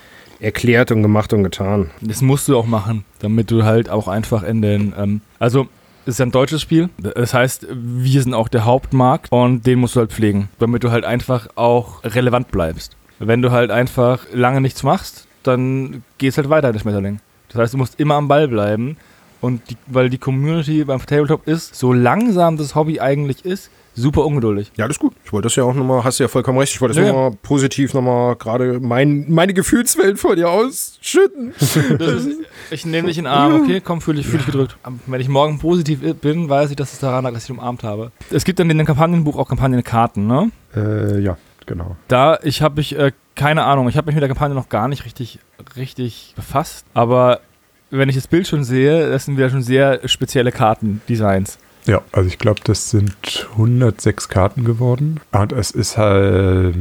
erklärt und gemacht und getan. Das musst du auch machen, damit du halt auch einfach in den, ähm, also es ist ja ein deutsches Spiel, das heißt, wir sind auch der Hauptmarkt und den musst du halt pflegen, damit du halt einfach auch relevant bleibst. Wenn du halt einfach lange nichts machst, dann gehst halt weiter in das Schmetterling. Das heißt, du musst immer am Ball bleiben und die, weil die Community beim Tabletop ist, so langsam das Hobby eigentlich ist, super ungeduldig. Ja, das ist gut. Ich wollte das ja auch nochmal, hast du ja vollkommen recht, ich wollte das ja, nochmal positiv nochmal gerade mein, meine Gefühlswelt vor dir ausschütten. Das ist, ich nehme dich in den Arm, okay? Komm, fühle dich, fühl dich gedrückt. Wenn ich morgen positiv bin, weiß ich, dass es daran lag, dass ich dich umarmt habe. Es gibt dann in dem Kampagnenbuch auch Kampagnenkarten, ne? Äh, ja, genau. Da ich habe ich, äh, keine Ahnung, ich habe mich mit der Kampagne noch gar nicht richtig, richtig befasst, aber wenn ich das Bild schon sehe, das sind wieder schon sehr spezielle Kartendesigns. Ja, also ich glaube, das sind hundertsechs Karten geworden. Und es ist halt,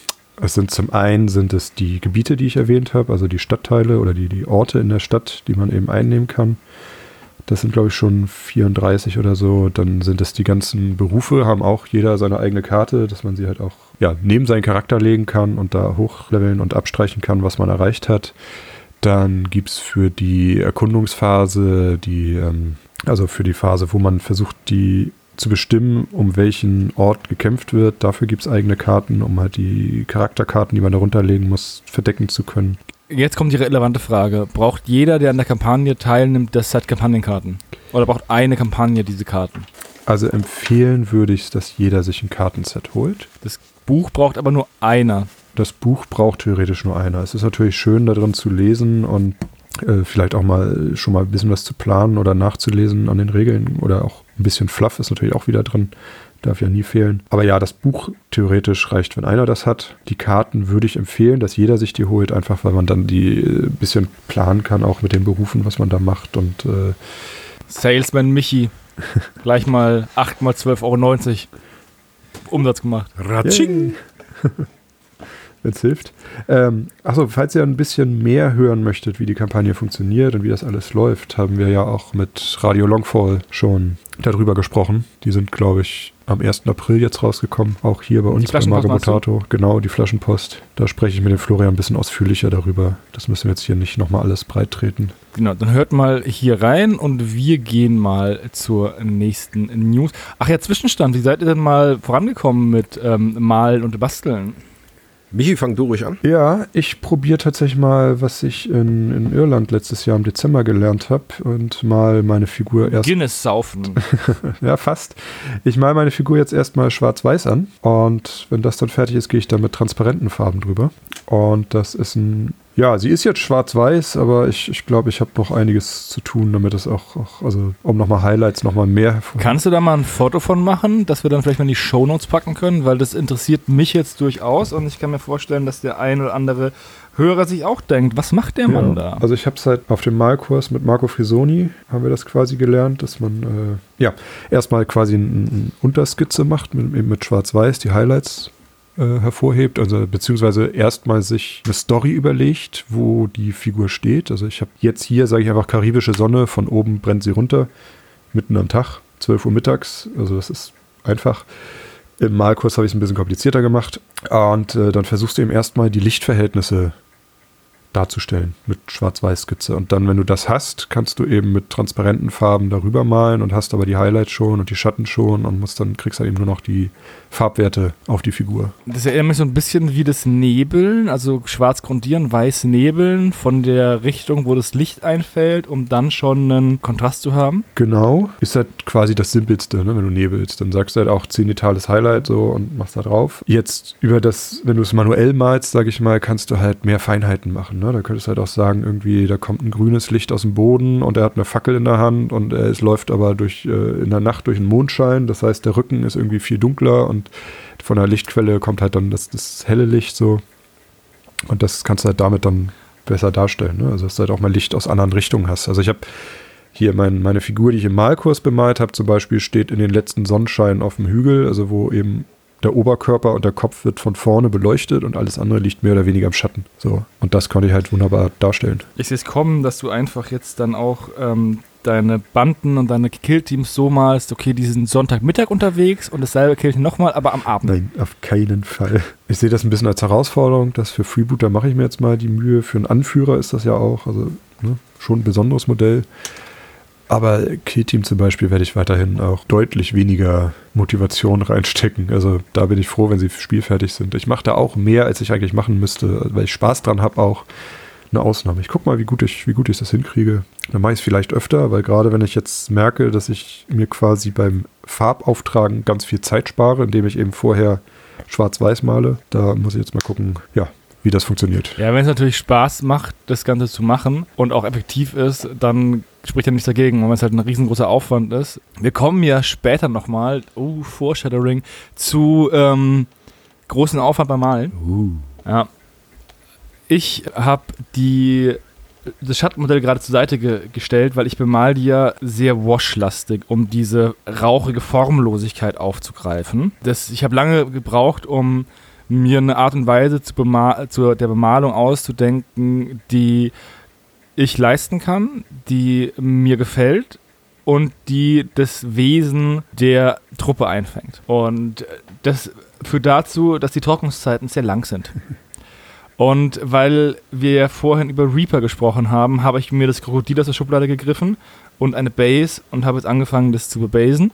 es sind zum einen sind es die Gebiete, die ich erwähnt habe, also die Stadtteile oder die, die Orte in der Stadt, die man eben einnehmen kann. Das sind, glaube ich, schon vierunddreißig oder so. Dann sind es die ganzen Berufe, haben auch jeder seine eigene Karte, dass man sie halt auch ja, neben seinen Charakter legen kann und da hochleveln und abstreichen kann, was man erreicht hat. Dann gibt es für die Erkundungsphase, die, ähm, also für die Phase, wo man versucht, die zu bestimmen, um welchen Ort gekämpft wird. Dafür gibt es eigene Karten, um halt die Charakterkarten, die man da runterlegen muss, verdecken zu können. Jetzt kommt die relevante Frage. Braucht jeder, der an der Kampagne teilnimmt, das Set Kampagnenkarten? Oder braucht eine Kampagne diese Karten? Also empfehlen würde ich es, dass jeder sich ein Kartenset holt. Das Buch braucht aber nur einer. Das Buch braucht theoretisch nur einer. Es ist natürlich schön, da drin zu lesen und äh, vielleicht auch mal schon mal ein bisschen was zu planen oder nachzulesen an den Regeln. Oder auch ein bisschen Fluff ist natürlich auch wieder drin. Darf ja nie fehlen. Aber ja, das Buch theoretisch reicht, wenn einer das hat. Die Karten würde ich empfehlen, dass jeder sich die holt, einfach weil man dann die ein äh, bisschen planen kann, auch mit den Berufen, was man da macht. Und äh Salesman Michi. Gleich mal acht mal zwölf Euro neunzig Umsatz gemacht. Ratsching! Wenn es hilft. Ähm, achso, falls ihr ein bisschen mehr hören möchtet, wie die Kampagne funktioniert und wie das alles läuft, haben wir ja auch mit Radio Longfall schon darüber gesprochen. Die sind, glaube ich, am ersten April jetzt rausgekommen, auch hier bei uns bei Mago Mutato. Genau, die Flaschenpost. Da spreche ich mit dem Florian ein bisschen ausführlicher darüber. Das müssen wir jetzt hier nicht nochmal alles breit treten. Genau, dann hört mal hier rein und wir gehen mal zur nächsten News. Ach ja, Zwischenstand, wie seid ihr denn mal vorangekommen mit ähm, Malen und Basteln? Michi, fang du ruhig an. Ja, ich probiere tatsächlich mal, was ich in, in Irland letztes Jahr im Dezember gelernt habe und mal meine Figur erst... Guinness saufen. Ja, fast. Ich male meine Figur jetzt erstmal schwarz-weiß an und wenn das dann fertig ist, gehe ich da mit transparenten Farben drüber. Und das ist ein... Ja, sie ist jetzt schwarz-weiß, aber ich, ich glaube, ich habe noch einiges zu tun, damit es auch, auch also um nochmal Highlights, nochmal mehr hervorzuheben. Kannst du da mal ein Foto von machen, dass wir dann vielleicht mal in die Shownotes packen können? Weil das interessiert mich jetzt durchaus und ich kann mir vorstellen, dass der ein oder andere Hörer sich auch denkt, was macht der Mann ja, da? Also ich habe es halt auf dem Malkurs mit Marco Frisoni, haben wir das quasi gelernt, dass man äh, ja erstmal quasi eine ein Unterskizze macht, mit, eben mit schwarz-weiß, die Highlights hervorhebt, also beziehungsweise erstmal sich eine Story überlegt, wo die Figur steht. Also ich habe jetzt hier, sage ich einfach, karibische Sonne, von oben brennt sie runter, mitten am Tag, zwölf Uhr mittags, also das ist einfach. Im Malkurs habe ich es ein bisschen komplizierter gemacht und äh, dann versuchst du eben erstmal die Lichtverhältnisse darzustellen mit Schwarz-Weiß-Skizze. Und dann, wenn du das hast, kannst du eben mit transparenten Farben darüber malen und hast aber die Highlights schon und die Schatten schon und musst dann, kriegst dann eben nur noch die Farbwerte auf die Figur. Das erinnert mich so ein bisschen wie das Nebeln, also schwarz grundieren, weiß nebeln von der Richtung, wo das Licht einfällt, um dann schon einen Kontrast zu haben. Genau. Ist halt quasi das Simpelste, ne, wenn du nebelst. Dann sagst du halt auch zenitales Highlight so und machst da drauf. Jetzt über das, wenn du es manuell malst, sag ich mal, kannst du halt mehr Feinheiten machen. Ne? Da könntest du halt auch sagen, irgendwie, da kommt ein grünes Licht aus dem Boden und er hat eine Fackel in der Hand und er, es läuft aber durch, äh, in der Nacht durch den Mondschein. Das heißt, der Rücken ist irgendwie viel dunkler und von der Lichtquelle kommt halt dann das, das helle Licht so. Und das kannst du halt damit dann besser darstellen. Ne? Also, dass du halt auch mal Licht aus anderen Richtungen hast. Also, ich habe hier mein, meine Figur, die ich im Malkurs bemalt habe, zum Beispiel, steht in den letzten Sonnenschein auf dem Hügel, also wo eben der Oberkörper und der Kopf wird von vorne beleuchtet und alles andere liegt mehr oder weniger im Schatten. So. Und das konnte ich halt wunderbar darstellen. Ich sehe es kommen, dass du einfach jetzt dann auch ähm, deine Banden und deine Killteams so malst, okay, die sind Sonntagmittag unterwegs und dasselbe Killteam nochmal, aber am Abend. Nein, auf keinen Fall. Ich sehe das ein bisschen als Herausforderung, dass für Freebooter mache ich mir jetzt mal die Mühe. Für einen Anführer ist das ja auch, also ne, schon ein besonderes Modell. Aber Killteam zum Beispiel werde ich weiterhin auch deutlich weniger Motivation reinstecken. Also da bin ich froh, wenn sie spielfertig sind. Ich mache da auch mehr, als ich eigentlich machen müsste, weil ich Spaß dran habe, auch eine Ausnahme. Ich gucke mal, wie gut ich, wie gut ich das hinkriege. Dann mache ich es vielleicht öfter, weil gerade wenn ich jetzt merke, dass ich mir quasi beim Farbauftragen ganz viel Zeit spare, indem ich eben vorher schwarz-weiß male, da muss ich jetzt mal gucken, ja, wie das funktioniert. Ja, wenn es natürlich Spaß macht, das Ganze zu machen und auch effektiv ist, dann spricht ja nichts dagegen, wenn es halt ein riesengroßer Aufwand ist. Wir kommen ja später nochmal, oh, Foreshadowing, zu ähm, großen Aufwand beim Malen. Uh. Ja. Ich habe die das Schattenmodell gerade zur Seite ge- gestellt, weil ich bemal die ja sehr washlastig, um diese rauchige Formlosigkeit aufzugreifen. Das, ich habe lange gebraucht, um mir eine Art und Weise zu bema- zu der Bemalung auszudenken, die ich leisten kann, die mir gefällt und die das Wesen der Truppe einfängt. Und das führt dazu, dass die Trocknungszeiten sehr lang sind. Und weil wir ja vorhin über Reaper gesprochen haben, habe ich mir das Krokodil aus der Schublade gegriffen und eine Base und habe jetzt angefangen, das zu bebasen.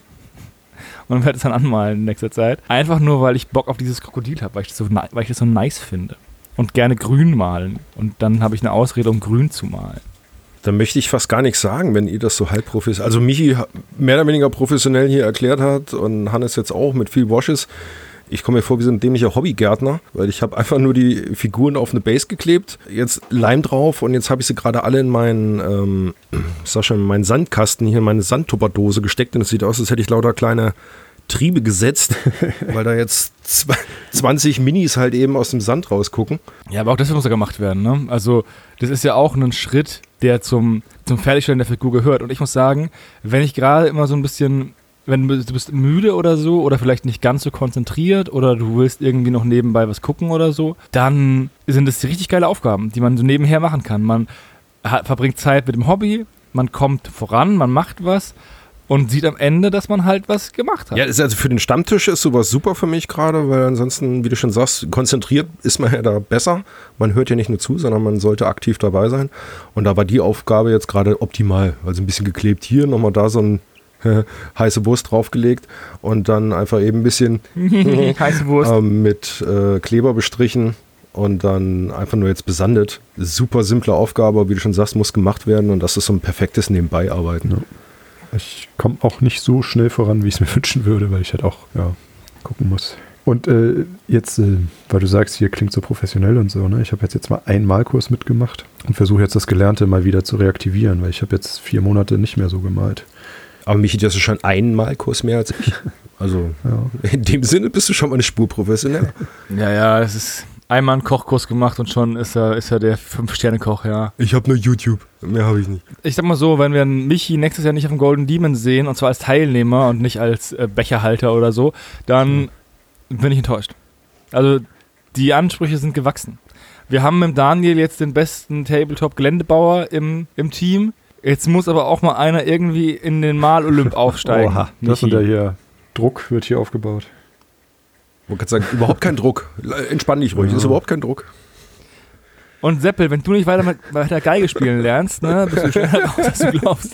Und werde es dann anmalen in nächster Zeit. Einfach nur, weil ich Bock auf dieses Krokodil habe, weil ich das so, weil ich das so nice finde. Und gerne grün malen. Und dann habe ich eine Ausrede, um grün zu malen. Da möchte ich fast gar nichts sagen, wenn ihr das so halb professionell, also Michi mehr oder weniger professionell hier erklärt hat und Hannes jetzt auch mit viel Washes. Ich komme mir vor wie so ein dämlicher Hobbygärtner, weil ich habe einfach nur die Figuren auf eine Base geklebt, jetzt Leim drauf und jetzt habe ich sie gerade alle in meinen, ähm, sag schon, in meinen Sandkasten hier, in meine Sandtupperdose gesteckt und es sieht aus, als hätte ich lauter kleine Triebe gesetzt, weil da jetzt zwanzig Minis halt eben aus dem Sand rausgucken. Ja, aber auch das muss ja gemacht werden, ne? Also das ist ja auch ein Schritt, der zum, zum Fertigstellen der Figur gehört. Und ich muss sagen, wenn ich gerade immer so ein bisschen, wenn du, du bist müde oder so oder vielleicht nicht ganz so konzentriert oder du willst irgendwie noch nebenbei was gucken oder so, dann sind das richtig geile Aufgaben, die man so nebenher machen kann. Man hat, verbringt Zeit mit dem Hobby, man kommt voran, man macht was und sieht am Ende, dass man halt was gemacht hat. Ja, ist also für den Stammtisch ist sowas super für mich gerade, weil ansonsten, wie du schon sagst, konzentriert ist man ja da besser. Man hört ja nicht nur zu, sondern man sollte aktiv dabei sein. Und da war die Aufgabe jetzt gerade optimal. Also ein bisschen geklebt hier, nochmal da so ein heiße Wurst draufgelegt und dann einfach eben ein bisschen heiße Wurst. äh, mit äh, Kleber bestrichen und dann einfach nur jetzt besandet. Super simple Aufgabe, wie du schon sagst, muss gemacht werden und das ist so ein perfektes Nebenbei-Arbeiten. Ja. Ich komme auch nicht so schnell voran, wie ich es mir wünschen würde, weil ich halt auch ja, gucken muss. Und äh, jetzt, äh, weil du sagst, hier klingt so professionell und so, ne? Ich habe jetzt, jetzt mal einen Malkurs mitgemacht und versuche jetzt das Gelernte mal wieder zu reaktivieren, weil ich habe jetzt vier Monate nicht mehr so gemalt. Aber Michi, das ist schon ein Malkurs mehr als ich. Also ja. In dem Sinne bist du schon mal eine Spur professioneller. Ja, ja, es ist einmal einen Kochkurs gemacht und schon ist er, ist er der Fünf-Sterne-Koch, ja. Ich habe nur YouTube, mehr habe ich nicht. Ich sag mal so, wenn wir Michi nächstes Jahr nicht auf dem Golden Demon sehen, und zwar als Teilnehmer und nicht als äh, Becherhalter oder so, dann mhm. bin ich enttäuscht. Also die Ansprüche sind gewachsen. Wir haben mit Daniel jetzt den besten Tabletop-Geländebauer im, im Team. Jetzt muss aber auch mal einer irgendwie in den Mal-Olymp aufsteigen. Oha, das und der hier. Druck wird hier aufgebaut. Man kann sagen, überhaupt kein Druck. Entspann dich ruhig, ja. Das ist überhaupt kein Druck. Und Seppel, wenn du nicht weiter mit weiter Geige spielen lernst, ne, bist du schneller raus, als du glaubst.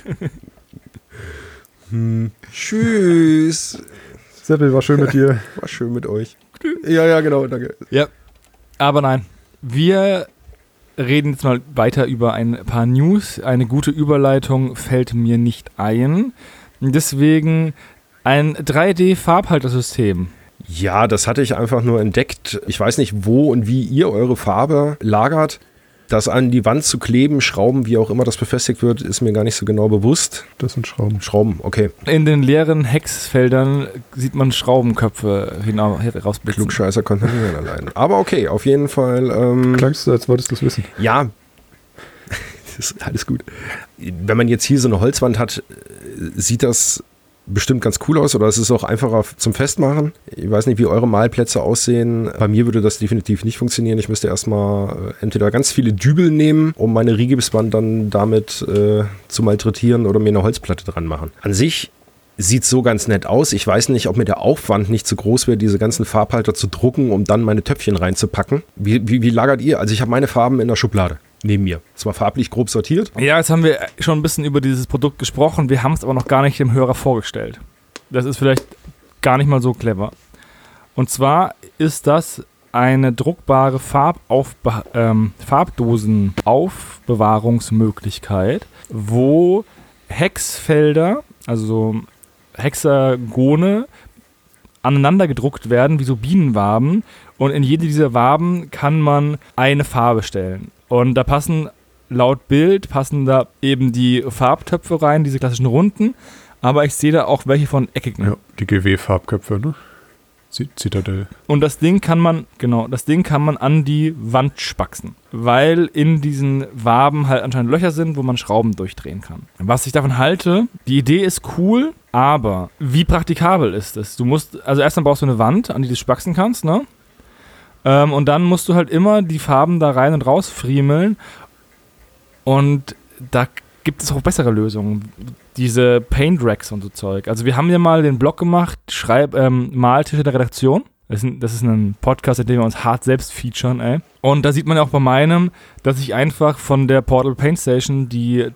Hm. Tschüss. Seppel, war schön mit dir. War schön mit euch. Ja, ja, genau, danke. Ja, aber nein. Wir reden jetzt mal weiter über ein paar News. Eine gute Überleitung fällt mir nicht ein. Deswegen ein drei D-Farbhaltersystem. Ja, das hatte ich einfach nur entdeckt. Ich weiß nicht, wo und wie ihr eure Farbe lagert. Das an die Wand zu kleben, Schrauben, wie auch immer das befestigt wird, ist mir gar nicht so genau bewusst. Das sind Schrauben. Schrauben, okay. In den leeren Hexfeldern sieht man Schraubenköpfe herausblitzen. Klugscheißer kontaminieren allein. Aber okay, auf jeden Fall. Ähm, Klangst du, als wolltest du es wissen. Ja, das ist alles gut. Wenn man jetzt hier so eine Holzwand hat, sieht das bestimmt ganz cool aus, oder es ist auch einfacher zum Festmachen. Ich weiß nicht, wie eure Malplätze aussehen. Bei mir würde das definitiv nicht funktionieren. Ich müsste erstmal entweder ganz viele Dübel nehmen, um meine Rigipswand dann damit äh, zu malträtieren, oder mir eine Holzplatte dran machen. An sich sieht so ganz nett aus. Ich weiß nicht, ob mir der Aufwand nicht zu groß wäre, diese ganzen Farbhalter zu drucken, um dann meine Töpfchen reinzupacken. Wie, wie, wie lagert ihr? Also ich habe meine Farben in der Schublade. Neben mir. Es war farblich grob sortiert. Ja, jetzt haben wir schon ein bisschen über dieses Produkt gesprochen. Wir haben es aber noch gar nicht dem Hörer vorgestellt. Das ist vielleicht gar nicht mal so clever. Und zwar ist das eine druckbare Farbaufbe- ähm, Farbdosenaufbewahrungsmöglichkeit, wo Hexfelder, also Hexagone, aneinander gedruckt werden, wie so Bienenwaben. Und in jede dieser Waben kann man eine Farbe stellen. Und da passen laut Bild, passen da eben die Farbtöpfe rein, diese klassischen runden. Aber ich sehe da auch welche von eckigen. Ja, die G W-Farbköpfe, ne? Zitadelle. Und das Ding kann man, genau, das Ding kann man an die Wand spaxen. Weil in diesen Waben halt anscheinend Löcher sind, wo man Schrauben durchdrehen kann. Was ich davon halte, die Idee ist cool, aber wie praktikabel ist es? Du musst, also erst dann brauchst du eine Wand, an die du spaxen kannst, ne? Ähm, und dann musst du halt immer die Farben da rein und raus friemeln. Und da gibt es auch bessere Lösungen. Diese Paint Racks und so Zeug. Also wir haben ja mal den Blog gemacht, Schreib, ähm, Maltische der Redaktion. Das ist, ein, das ist ein Podcast, in dem wir uns hart selbst featuren, ey. Und da sieht man ja auch bei meinem, dass ich einfach von der Portable Paint Station die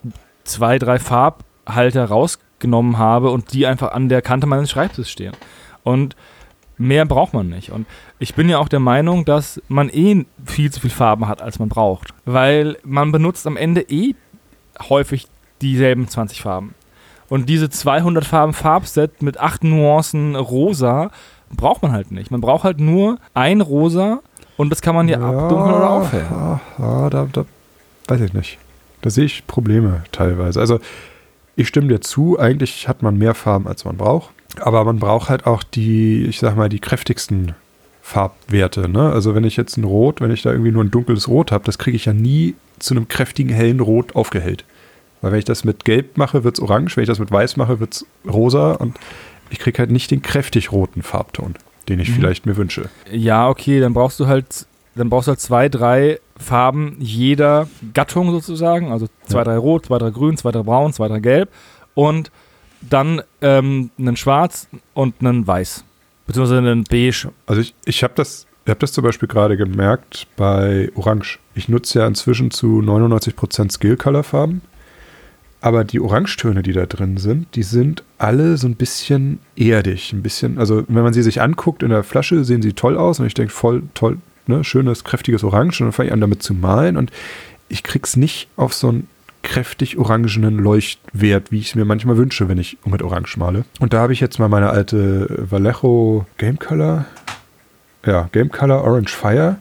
zwei, drei Farbhalter rausgenommen habe und die einfach an der Kante meines Schreibtisches stehen. Und mehr braucht man nicht. Und ich bin ja auch der Meinung, dass man eh viel zu viel Farben hat, als man braucht. Weil man benutzt am Ende eh häufig dieselben zwanzig Farben. Und diese zweihundert Farben Farbset mit acht Nuancen rosa braucht man halt nicht. Man braucht halt nur ein rosa und das kann man ja, ja abdunkeln oder aufhellen. Ja, ja da, da weiß ich nicht. Da sehe ich Probleme teilweise. Also ich stimme dir zu, eigentlich hat man mehr Farben, als man braucht. Aber man braucht halt auch die, ich sag mal, die kräftigsten Farbwerte. Ne? Also wenn ich jetzt ein Rot, wenn ich da irgendwie nur ein dunkles Rot habe, das kriege ich ja nie zu einem kräftigen, hellen Rot aufgehellt. Weil wenn ich das mit Gelb mache, wird es orange. Wenn ich das mit Weiß mache, wird es rosa. Und ich kriege halt nicht den kräftig roten Farbton, den ich mhm. vielleicht mir wünsche. Ja, okay, dann brauchst du halt, dann brauchst du halt zwei, drei Farben jeder Gattung sozusagen. Also zwei, ja. drei Rot, zwei, drei Grün, zwei, drei Braun, zwei, drei Gelb. Und dann ähm, einen Schwarz und einen Weiß. Beziehungsweise einen Beige. Also ich, ich habe das, ich hab das zum Beispiel gerade gemerkt bei Orange. Ich nutze ja inzwischen zu neunundneunzig Prozent Skill-Color-Farben. Aber die Orangetöne, die da drin sind, die sind alle so ein bisschen erdig. Ein bisschen, also wenn man sie sich anguckt in der Flasche, sehen sie toll aus. Und ich denke, voll toll, ne, schönes, kräftiges Orange. Und dann fange ich an, damit zu malen. Und ich krieg's nicht auf so einen kräftig orangenen Leuchtwert, wie ich es mir manchmal wünsche, wenn ich mit Orange male. Und da habe ich jetzt mal meine alte Vallejo Game Color, ja, Game Color Orange Fire.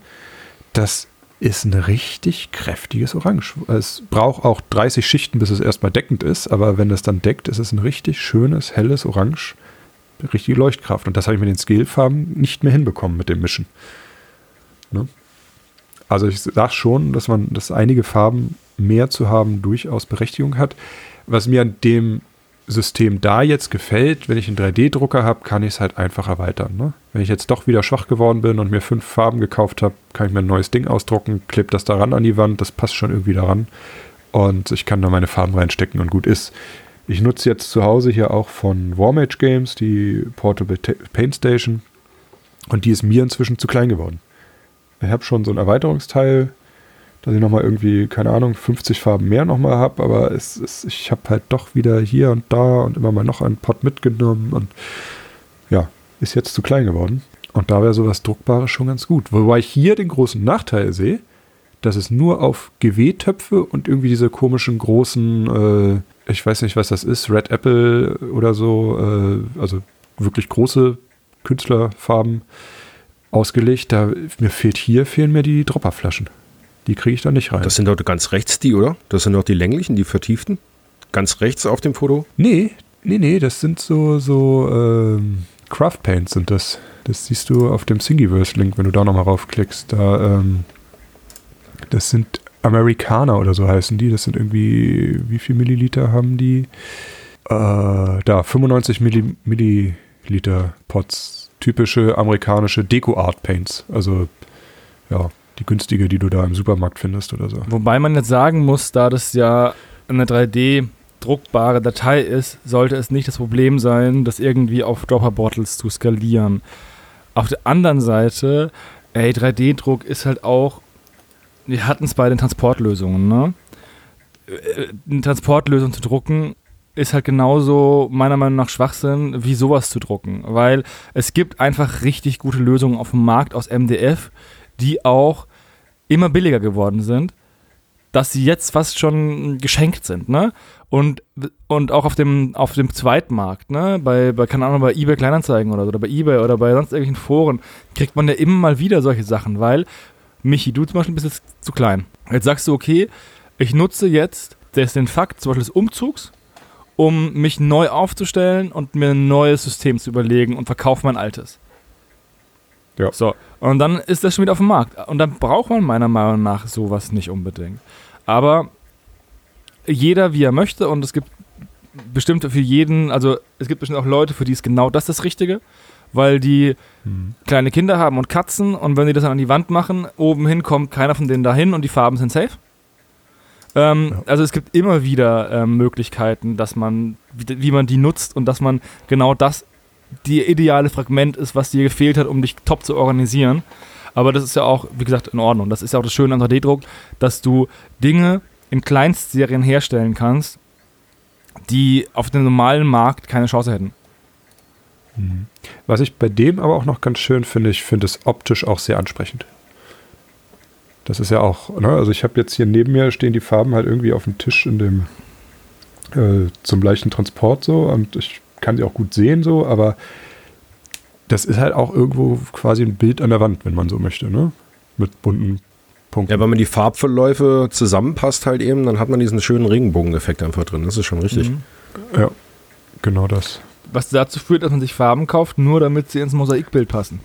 Das ist ein richtig kräftiges Orange. Es braucht auch dreißig Schichten, bis es erstmal deckend ist, aber wenn es dann deckt, ist es ein richtig schönes, helles Orange, richtige Leuchtkraft. Und das habe ich mit den Scale-Farben nicht mehr hinbekommen mit dem Mischen. Ne? Also ich sage schon, dass man, dass einige Farben mehr zu haben durchaus Berechtigung hat. Was mir an dem System da jetzt gefällt, wenn ich einen drei D Drucker habe, kann ich es halt einfach erweitern. Ne? Wenn ich jetzt doch wieder schwach geworden bin und mir fünf Farben gekauft habe, kann ich mir ein neues Ding ausdrucken, klebe das da ran an die Wand, das passt schon irgendwie daran und ich kann da meine Farben reinstecken und gut ist. Ich nutze jetzt zu Hause hier auch von Warmage Games die Portable Paint Station und die ist mir inzwischen zu klein geworden. Ich habe schon so ein Erweiterungsteil, dass ich nochmal irgendwie, keine Ahnung, fünfzig Farben mehr nochmal habe, aber es ist, ich habe halt doch wieder hier und da und immer mal noch einen Pot mitgenommen und ja, ist jetzt zu klein geworden. Und da wäre sowas Druckbares schon ganz gut. Wobei ich hier den großen Nachteil sehe, dass es nur auf G W-Töpfe und irgendwie diese komischen großen, äh, ich weiß nicht, was das ist, Red Apple oder so, äh, also wirklich große Künstlerfarben ausgelegt. Da, mir fehlt hier, fehlen mir die Dropperflaschen. Die kriege ich da nicht rein. Das sind doch ganz rechts die, oder? Das sind doch die länglichen, die vertieften? Ganz rechts auf dem Foto? Nee, nee, nee, das sind so, so ähm, Craft Paints sind das. Das siehst du auf dem Thingiverse-Link, wenn du da nochmal raufklickst. Da, ähm, das sind Amerikaner oder so heißen die. Das sind irgendwie, wie viel Milliliter haben die? Äh, da, fünfundneunzig Milli- Milliliter Pots. Typische amerikanische Deko-Art-Paints. Also, ja, die günstige, die du da im Supermarkt findest oder so. Wobei man jetzt sagen muss, da das ja eine drei D-druckbare Datei ist, sollte es nicht das Problem sein, das irgendwie auf Dropper-Bottles zu skalieren. Auf der anderen Seite, ey, drei D-Druck ist halt auch, wir hatten es bei den Transportlösungen, ne? Eine Transportlösung zu drucken ist halt genauso meiner Meinung nach Schwachsinn, wie sowas zu drucken. Weil es gibt einfach richtig gute Lösungen auf dem Markt aus M D F, die auch immer billiger geworden sind, dass sie jetzt fast schon geschenkt sind, ne? Und, und auch auf dem, auf dem Zweitmarkt, ne? Bei, bei, keine Ahnung, bei eBay Kleinanzeigen oder so, oder bei eBay oder bei sonst irgendwelchen Foren kriegt man ja immer mal wieder solche Sachen, weil, Michi, du zum Beispiel bist jetzt zu klein. Jetzt sagst du, okay, ich nutze jetzt das, den Fakt zum Beispiel des Umzugs, um mich neu aufzustellen und mir ein neues System zu überlegen und verkaufe mein altes. Ja. So, und dann ist das schon wieder auf dem Markt. Und dann braucht man meiner Meinung nach sowas nicht unbedingt. Aber jeder, wie er möchte, und es gibt bestimmt für jeden, also es gibt bestimmt auch Leute, für die ist genau das das Richtige, weil die mhm. kleine Kinder haben und Katzen, und wenn die das dann an die Wand machen, oben hin kommt keiner von denen dahin und die Farben sind safe. Ähm, ja. Also es gibt immer wieder äh, Möglichkeiten, dass man, wie, wie man die nutzt und dass man genau das die ideale Fragment ist, was dir gefehlt hat, um dich top zu organisieren. Aber das ist ja auch, wie gesagt, in Ordnung. Das ist ja auch das Schöne an drei D-Druck, dass du Dinge in Kleinstserien herstellen kannst, die auf dem normalen Markt keine Chance hätten. Was ich bei dem aber auch noch ganz schön finde, ich finde es optisch auch sehr ansprechend. Das ist ja auch, ne, also ich habe jetzt hier neben mir stehen die Farben halt irgendwie auf dem Tisch in dem äh, zum leichten Transport so, und ich kann sie auch gut sehen so, aber das ist halt auch irgendwo quasi ein Bild an der Wand, wenn man so möchte, ne? Mit bunten Punkten. Ja, wenn man die Farbverläufe zusammenpasst halt eben, dann hat man diesen schönen Regenbogeneffekt einfach drin. Das ist schon richtig. Mhm. Ja, genau das. Was dazu führt, dass man sich Farben kauft, nur damit sie ins Mosaikbild passen.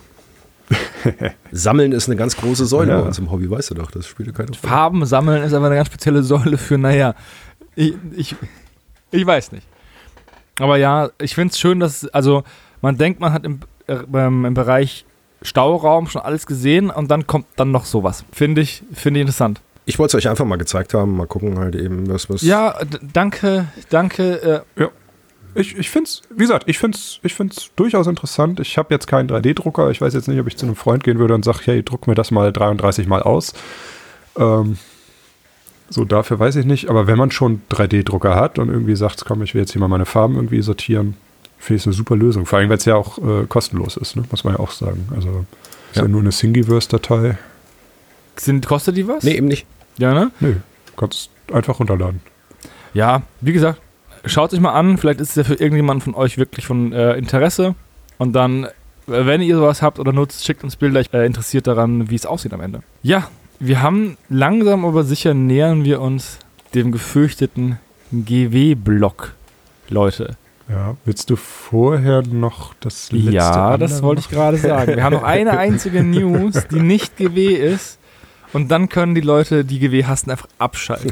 Sammeln ist eine ganz große Säule ja. bei uns im Hobby, weißt du doch. Das spielt ja keine Rolle. Farben sammeln ist aber eine ganz spezielle Säule für, naja, ich, ich, ich weiß nicht. Aber ja, ich finde es schön, dass, also man denkt, man hat im, äh, im Bereich Stauraum schon alles gesehen und dann kommt dann noch sowas. Finde ich, finde ich interessant. Ich wollte es euch einfach mal gezeigt haben, mal gucken halt eben, was... was ja, d- danke, danke. Äh, ja, ich, ich finde es, wie gesagt, ich finde es ich find's durchaus interessant. Ich habe jetzt keinen drei D-Drucker. Ich weiß jetzt nicht, ob ich zu einem Freund gehen würde und sage, hey, druck mir das mal dreiunddreißig Mal aus. Ähm, so, dafür weiß ich nicht. Aber wenn man schon drei D-Drucker hat und irgendwie sagt, komm, ich will jetzt hier mal meine Farben irgendwie sortieren, finde ich es eine super Lösung. Vor allem, weil es ja auch äh, kostenlos ist, ne? Muss man ja auch sagen. Also ist ja, ja nur eine Thingiverse-Datei. Sind, kostet die was? Nee, eben nicht. Ja, ne? Nö, kannst einfach runterladen. Ja, wie gesagt, schaut euch mal an. Vielleicht ist es ja für irgendjemanden von euch wirklich von äh, Interesse. Und dann, wenn ihr sowas habt oder nutzt, schickt uns Bilder. Ich bin äh, interessiert daran, wie es aussieht am Ende. Ja, wir haben langsam aber sicher nähern wir uns dem gefürchteten G W-Block, Leute. Ja, willst du vorher noch das letzte Ja, das wollte ich gerade sagen. Wir haben noch eine einzige News, die nicht G W ist. Und dann können die Leute, die G W hassen, einfach abschalten.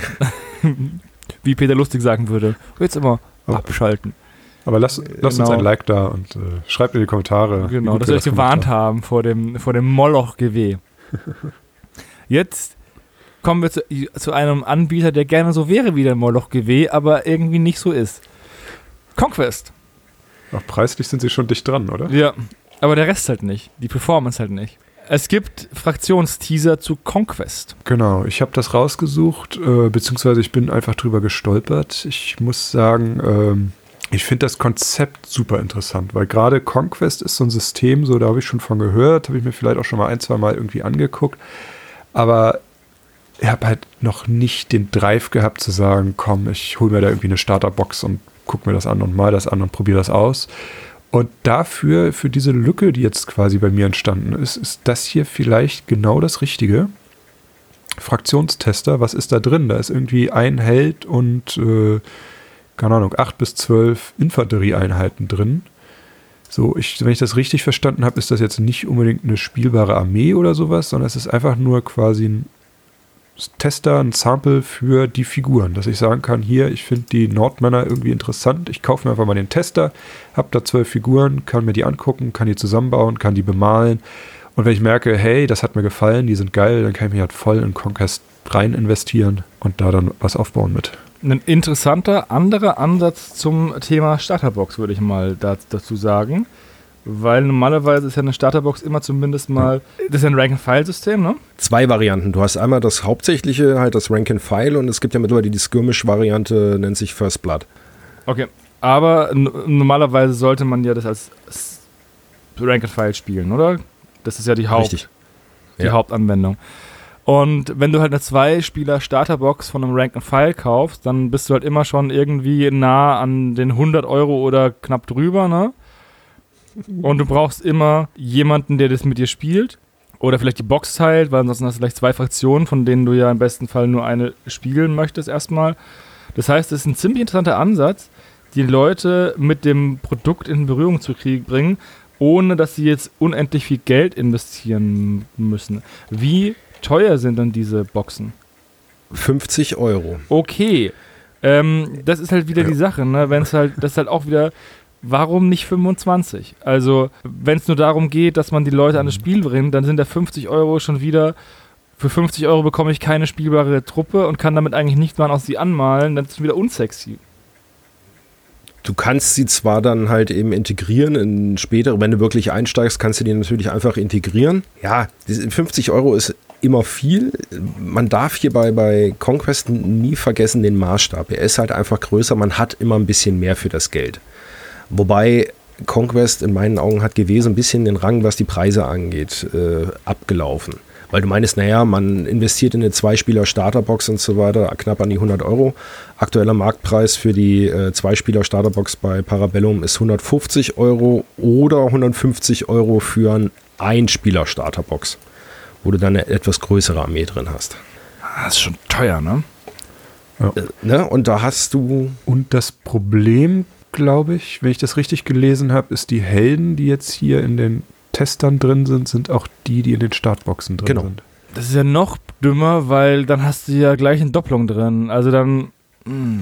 Wie Peter Lustig sagen würde. Jetzt immer oh. abschalten. Aber lass, lass genau. uns ein Like da und äh, schreibt in die Kommentare. Genau, dass wir euch gewarnt haben vor dem, vor dem Moloch-G W. Jetzt kommen wir zu, zu einem Anbieter, der gerne so wäre wie der Moloch-G W, aber irgendwie nicht so ist. Conquest. Auch preislich sind sie schon dicht dran, oder? Ja, aber der Rest halt nicht. Die Performance halt nicht. Es gibt Fraktionsteaser zu Conquest. Genau, ich habe das rausgesucht, äh, beziehungsweise ich bin einfach drüber gestolpert. Ich muss sagen, ähm, ich finde das Konzept super interessant, weil gerade Conquest ist so ein System, so da habe ich schon von gehört, habe ich mir vielleicht auch schon mal ein, zwei Mal irgendwie angeguckt, aber ich habe halt noch nicht den Drive gehabt zu sagen, komm, ich hole mir da irgendwie eine Starterbox und gucke mir das an und mal das an und probiere das aus. Und dafür, für diese Lücke, die jetzt quasi bei mir entstanden ist, ist das hier vielleicht genau das Richtige. Fraktionstester, was ist da drin? Da ist irgendwie ein Held und, äh, keine Ahnung, acht bis zwölf Infanterieeinheiten drin. So, ich, wenn ich das richtig verstanden habe, ist das jetzt nicht unbedingt eine spielbare Armee oder sowas, sondern es ist einfach nur quasi ein Tester, ein Sample für die Figuren, dass ich sagen kann, hier, ich finde die Nordmänner irgendwie interessant, ich kaufe mir einfach mal den Tester, habe da zwölf Figuren, kann mir die angucken, kann die zusammenbauen, kann die bemalen und wenn ich merke, hey, das hat mir gefallen, die sind geil, dann kann ich mich halt voll in Conquest rein investieren und da dann was aufbauen mit. Ein interessanter anderer Ansatz zum Thema Starterbox, würde ich mal da, dazu sagen. Weil normalerweise ist ja eine Starterbox immer zumindest mal, das ist ja ein Rank-and-File-System, ne? Zwei Varianten. Du hast einmal das hauptsächliche, halt das Rank-and-File und es gibt ja mittlerweile die Skirmish-Variante, nennt sich First Blood. Okay, aber n- normalerweise sollte man ja das als S- Rank-and-File spielen, oder? Das ist ja die, Haupt, Richtig. die Ja. Hauptanwendung. Und wenn du halt eine Zwei-Spieler-Starterbox von einem Rank-and-File kaufst, dann bist du halt immer schon irgendwie nah an den hundert Euro oder knapp drüber, ne? Und du brauchst immer jemanden, der das mit dir spielt. Oder vielleicht die Box teilt, weil ansonsten hast du vielleicht zwei Fraktionen, von denen du ja im besten Fall nur eine spielen möchtest erstmal. Das heißt, es ist ein ziemlich interessanter Ansatz, die Leute mit dem Produkt in Berührung zu kriegen, bringen, ohne dass sie jetzt unendlich viel Geld investieren müssen. Wie teuer sind dann diese Boxen? fünfzig Euro. Okay, ähm, das ist halt wieder Ja. die Sache, ne? Wenn es halt, das ist halt auch wieder, warum nicht fünfundzwanzig? Also, wenn es nur darum geht, dass man die Leute an das Spiel bringt, dann sind da fünfzig Euro schon wieder, für fünfzig Euro bekomme ich keine spielbare Truppe und kann damit eigentlich nicht mal aus sie anmalen, dann ist es wieder unsexy. Du kannst sie zwar dann halt eben integrieren in später, wenn du wirklich einsteigst, kannst du die natürlich einfach integrieren. Ja, diese fünfzig Euro ist immer viel. Man darf hier bei, bei Conquest nie vergessen den Maßstab. Er ist halt einfach größer, man hat immer ein bisschen mehr für das Geld. Wobei Conquest in meinen Augen hat gewesen ein bisschen den Rang, was die Preise angeht, äh, abgelaufen. Weil du meinst, naja, man investiert in eine Zwei-Spieler-Starterbox und so weiter, knapp an die hundert Euro. Aktueller Marktpreis für die äh, Zwei-Spieler-Starterbox bei Parabellum ist hundertfünfzig Euro oder hundertfünfzig Euro für eine Ein-Spieler-Starterbox, wo du dann eine etwas größere Armee drin hast. Das ist schon teuer, ne? Äh, ne? Und da hast du... Und das Problem, glaube ich, wenn ich das richtig gelesen habe, ist, die Helden, die jetzt hier in den Testern drin sind, sind auch die, die in den Startboxen drin Genau. sind. Das ist ja noch dümmer, weil dann hast du ja gleich eine Doppelung drin. Also dann... Mh.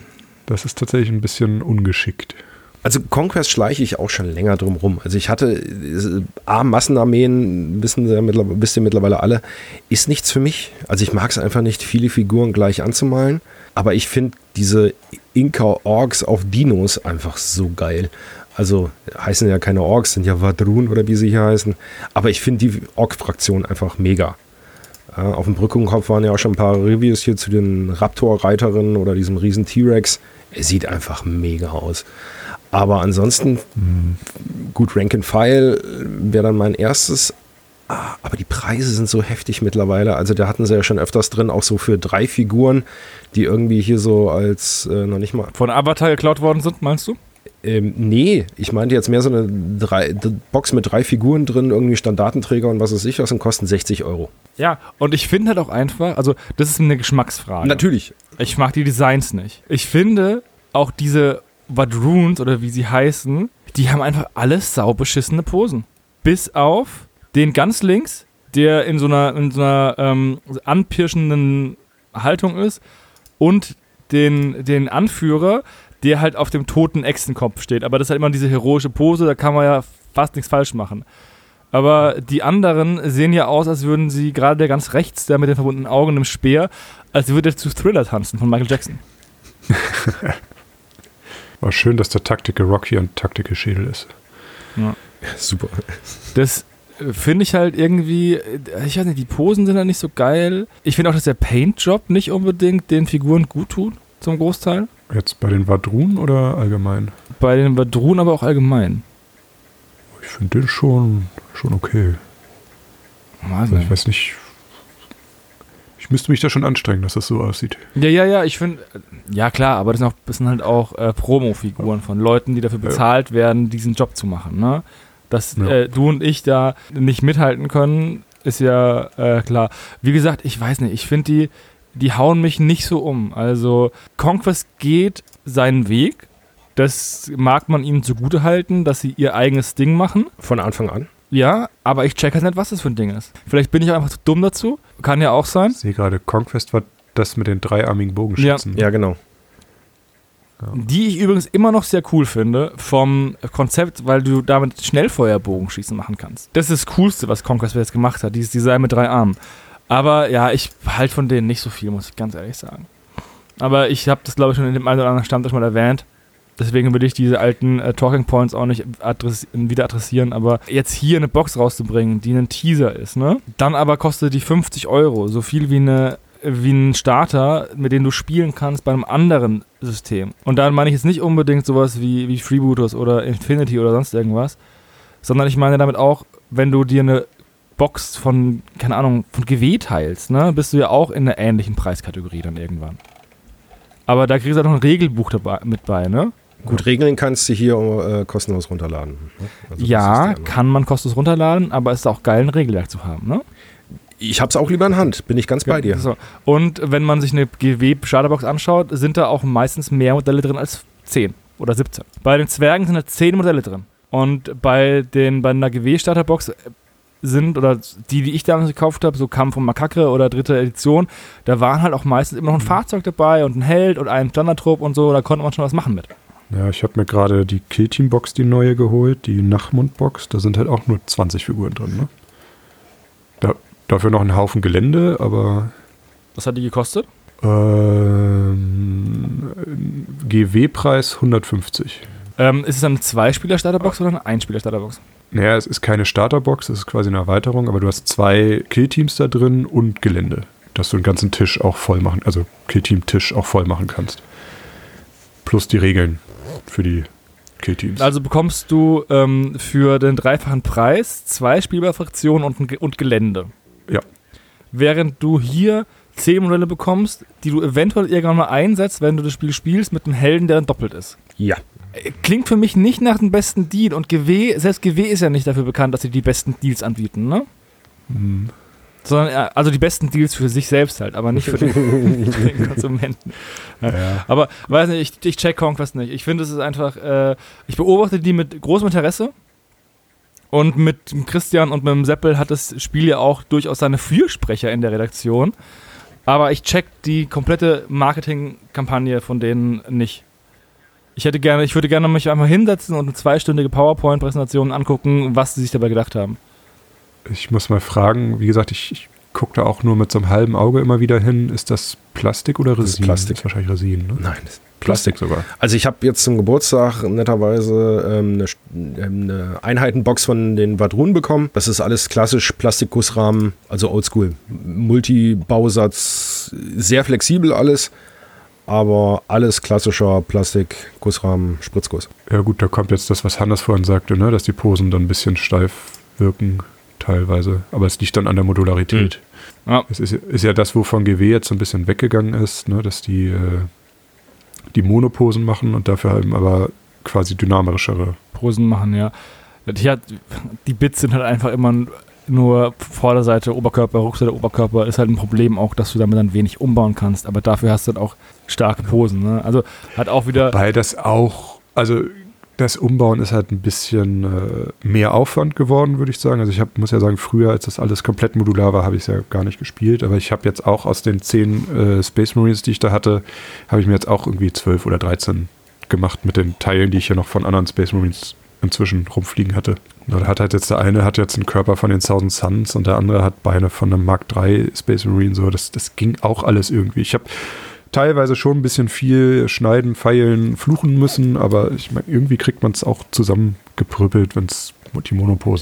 Das ist tatsächlich ein bisschen ungeschickt. Also Conquest schleiche ich auch schon länger drum rum. Also ich hatte äh, A, Massenarmeen, wissen Sie ja mittlerweile, wisst ihr mittlerweile alle, ist nichts für mich. Also ich mag es einfach nicht, viele Figuren gleich anzumalen. Aber ich finde diese Inka-Orks auf Dinos einfach so geil. Also heißen ja keine Orks, sind ja Vadrun oder wie sie hier heißen. Aber ich finde die Ork-Fraktion einfach mega. Ja, auf dem Brückenkopf waren ja auch schon ein paar Reviews hier zu den Raptor-Reiterinnen oder diesem riesen T-Rex. Er sieht einfach mega aus. Aber ansonsten, Mhm. gut, Rank and File wäre dann mein erstes. Ah, aber die Preise sind so heftig mittlerweile. Also da hatten sie ja schon öfters drin, auch so für drei Figuren, die irgendwie hier so als äh, noch nicht mal... Von Avatar geklaut worden sind, meinst du? Ähm, nee, ich meinte jetzt mehr so eine drei, d- Box mit drei Figuren drin, irgendwie Standartenträger und was weiß ich was, und kosten sechzig Euro. Ja, und ich finde halt auch einfach, also das ist eine Geschmacksfrage. Natürlich. Ich mag die Designs nicht. Ich finde auch diese Vadruns oder wie sie heißen, die haben einfach alles saubeschissene Posen. Bis auf den ganz links, der in so einer, in so einer ähm, anpirschenden Haltung ist, und den, den Anführer, der halt auf dem toten Echsenkopf steht. Aber das ist halt immer diese heroische Pose, da kann man ja fast nichts falsch machen. Aber die anderen sehen ja aus, als würden sie, gerade der ganz rechts, der mit den verbundenen Augen und dem Speer, als würde er zu Thriller tanzen von Michael Jackson. War schön, dass der Taktiker Rocky ein Taktiker Schädel ist. Ja. Super. Das finde ich halt irgendwie, ich weiß nicht, die Posen sind halt nicht so geil. Ich finde auch, dass der Paint-Job nicht unbedingt den Figuren gut tut, zum Großteil. Jetzt bei den Vadrun oder allgemein? Bei den Vadrun aber auch allgemein. Ich finde den schon, schon okay. Also ich weiß nicht, ich müsste mich da schon anstrengen, dass das so aussieht. Ja, ja, ja, ich finde, ja klar, aber das sind, auch, das sind halt auch äh, Promo-Figuren von Leuten, die dafür bezahlt ja. werden, diesen Job zu machen, ne? Dass ja. äh, du und ich da nicht mithalten können, ist ja äh, klar. Wie gesagt, ich weiß nicht, ich finde, die, die hauen mich nicht so um. Also Conquest geht seinen Weg. Das mag man ihnen zugute halten, dass sie ihr eigenes Ding machen. Von Anfang an? Ja, aber ich check halt nicht, was das für ein Ding ist. Vielleicht bin ich auch einfach zu dumm dazu. Kann ja auch sein. Ich sehe gerade, Conquest war das mit den dreiarmigen Bogenschützen. Ja, ja genau. Die ich übrigens immer noch sehr cool finde vom Konzept, weil du damit Schnellfeuerbogenschießen machen kannst. Das ist das Coolste, was Conquest jetzt gemacht hat, dieses Design mit drei Armen. Aber ja, ich halte von denen nicht so viel, muss ich ganz ehrlich sagen. Aber ich habe das, glaube ich, schon in dem einen oder anderen Stammtisch mal erwähnt. Deswegen will ich diese alten äh, Talking Points auch nicht adressi- wieder adressieren. Aber jetzt hier eine Box rauszubringen, die ein Teaser ist, ne? Dann aber kostet die fünfzig Euro, so viel wie eine wie ein Starter, mit dem du spielen kannst bei einem anderen System. Und da meine ich jetzt nicht unbedingt sowas wie, wie Freebooters oder Infinity oder sonst irgendwas, sondern ich meine damit auch, wenn du dir eine Box von, keine Ahnung, von G W teilst, ne, bist du ja auch in einer ähnlichen Preiskategorie dann irgendwann. Aber da kriegst du halt noch ein Regelbuch dabei, mit bei, ne? Gut, Regeln kannst du hier äh, kostenlos runterladen. Ne? Also ja, kann man kostenlos runterladen, aber es ist auch geil, ein Regelwerk zu haben, ne? Ich hab's auch lieber in Hand, bin ich ganz bei dir. So. Und wenn man sich eine G W-Starterbox anschaut, sind da auch meistens mehr Modelle drin als zehn oder siebzehn. Bei den Zwergen sind da zehn Modelle drin. Und bei, den, bei einer G W-Starterbox sind, oder die, die ich damals gekauft habe, so Kampf und Makakre oder dritte Edition, da waren halt auch meistens immer noch ein Fahrzeug dabei und ein Held und ein Standardtrupp und so, da konnte man schon was machen mit. Ja, ich habe mir gerade die Killteam-Box, die neue, geholt, die Nachmund-Box, da sind halt auch nur zwanzig Figuren drin, ne? Da Dafür noch ein Haufen Gelände, aber... Was hat die gekostet? Ähm, G W-Preis hundertfünfzig. Ähm, ist es eine Zwei-Spieler-Starterbox oder eine Ein-Spieler-Starterbox? Naja, es ist keine Starterbox, es ist quasi eine Erweiterung, aber du hast zwei Killteams da drin und Gelände, dass du den ganzen Tisch auch voll machen, also Killteam-Tisch auch voll machen kannst. Plus die Regeln für die Killteams. Also bekommst du ähm, für den dreifachen Preis zwei spielbare Fraktionen und, ein, und Gelände. Ja. Während du hier zehn Modelle bekommst, die du eventuell irgendwann mal einsetzt, wenn du das Spiel spielst, mit einem Helden, der dann doppelt ist. Ja. Klingt für mich nicht nach dem besten Deal. Und G W, selbst G W ist ja nicht dafür bekannt, dass sie die besten Deals anbieten, ne? Hm. Sondern, also die besten Deals für sich selbst halt, aber nicht für den, für den Konsumenten. Ja. Ja. Aber, weiß nicht, ich, ich check Conquest nicht. Ich finde, es ist einfach, äh, ich beobachte die mit großem Interesse. Und mit Christian und mit dem Seppel hat das Spiel ja auch durchaus seine Fürsprecher in der Redaktion. Aber ich check die komplette Marketingkampagne von denen nicht. Ich hätte gerne, ich würde gerne mich einfach hinsetzen und eine zweistündige PowerPoint-Präsentation angucken, was sie sich dabei gedacht haben. Ich muss mal fragen, wie gesagt, ich, ich gucke da auch nur mit so einem halben Auge immer wieder hin. Ist das Plastik oder Resin? Das ist Plastik. Das ist wahrscheinlich Resin, ne? Nein, das ist Plastik sogar. Also ich habe jetzt zum Geburtstag netterweise ähm, eine, eine Einheitenbox von den Vadrun bekommen. Das ist alles klassisch Plastikgussrahmen, also oldschool. Multibausatz, sehr flexibel alles, aber alles klassischer Plastikgussrahmen, Spritzguss. Ja gut, da kommt jetzt das, was Hannes vorhin sagte, ne? Dass die Posen dann ein bisschen steif wirken teilweise, aber es liegt dann an der Modularität. Mhm. Ja. Es ist, ist ja das, wovon G W jetzt so ein bisschen weggegangen ist, ne? Dass die äh, die Monoposen machen und dafür halt aber quasi dynamischere Posen machen, ja. Die, hat, die Bits sind halt einfach immer nur Vorderseite, Oberkörper, Rückseite, Oberkörper. Ist halt ein Problem auch, dass du damit dann wenig umbauen kannst, aber dafür hast du dann auch starke Posen, ne? Also hat auch wieder... Weil das auch, also das Umbauen ist halt ein bisschen äh, mehr Aufwand geworden, würde ich sagen. Also ich hab, muss ja sagen, früher, als das alles komplett modular war, habe ich es ja gar nicht gespielt. Aber ich habe jetzt auch aus den zehn äh, Space Marines, die ich da hatte, habe ich mir jetzt auch irgendwie zwölf oder dreizehn gemacht mit den Teilen, die ich ja noch von anderen Space Marines inzwischen rumfliegen hatte. Da hat halt jetzt der eine hat jetzt einen Körper von den Thousand Suns und der andere hat Beine von einem Mark drei Space Marine. So, das, das ging auch alles irgendwie. Ich habe teilweise schon ein bisschen viel schneiden, feilen, fluchen müssen, aber ich meine, irgendwie kriegt man es auch zusammengeprüppelt, wenn es die Monoposen sind.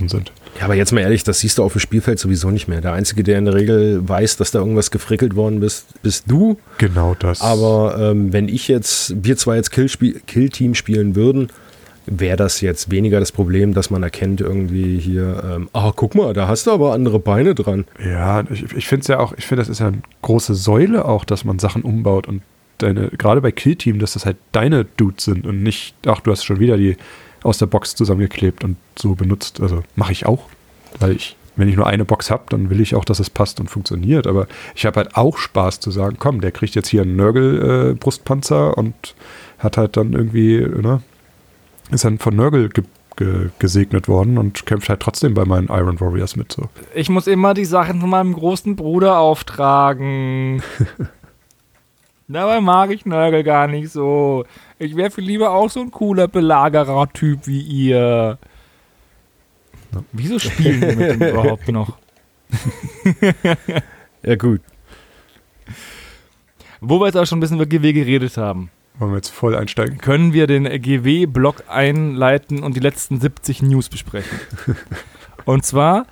Ja, aber jetzt mal ehrlich, das siehst du auf dem Spielfeld sowieso nicht mehr. Der Einzige, der in der Regel weiß, dass da irgendwas gefrickelt worden bist, bist du. Genau das. Aber ähm, wenn ich jetzt, wir zwar jetzt Kill-Spiel, Kill-Team spielen würden, wäre das jetzt weniger das Problem, dass man erkennt irgendwie hier, ähm, ah, guck mal, da hast du aber andere Beine dran. Ja, ich, ich finde es ja auch, ich finde, das ist ja eine große Säule auch, dass man Sachen umbaut und deine, gerade bei Kill-Team, dass das halt deine Dudes sind und nicht, ach, du hast schon wieder die aus der Box zusammengeklebt und so benutzt. Also mache ich auch, weil ich, wenn ich nur eine Box habe, dann will ich auch, dass es passt und funktioniert. Aber ich habe halt auch Spaß zu sagen, komm, der kriegt jetzt hier einen Nurgle-Brustpanzer äh, und hat halt dann irgendwie, ne, ist dann von Nurgle ge- ge- gesegnet worden und kämpft halt trotzdem bei meinen Iron Warriors mit. So. Ich muss immer die Sachen von meinem großen Bruder auftragen. Dabei mag ich Nurgle gar nicht so. Ich wäre viel lieber auch so ein cooler Belagerer-Typ wie ihr. Ja. Wieso spielen wir mit dem überhaupt noch? Ja, gut. Wo wir jetzt auch schon ein bisschen über G W geredet haben, Wollen wir jetzt voll einsteigen? können wir den G W-Block einleiten und die letzten siebzig News besprechen. Und zwar,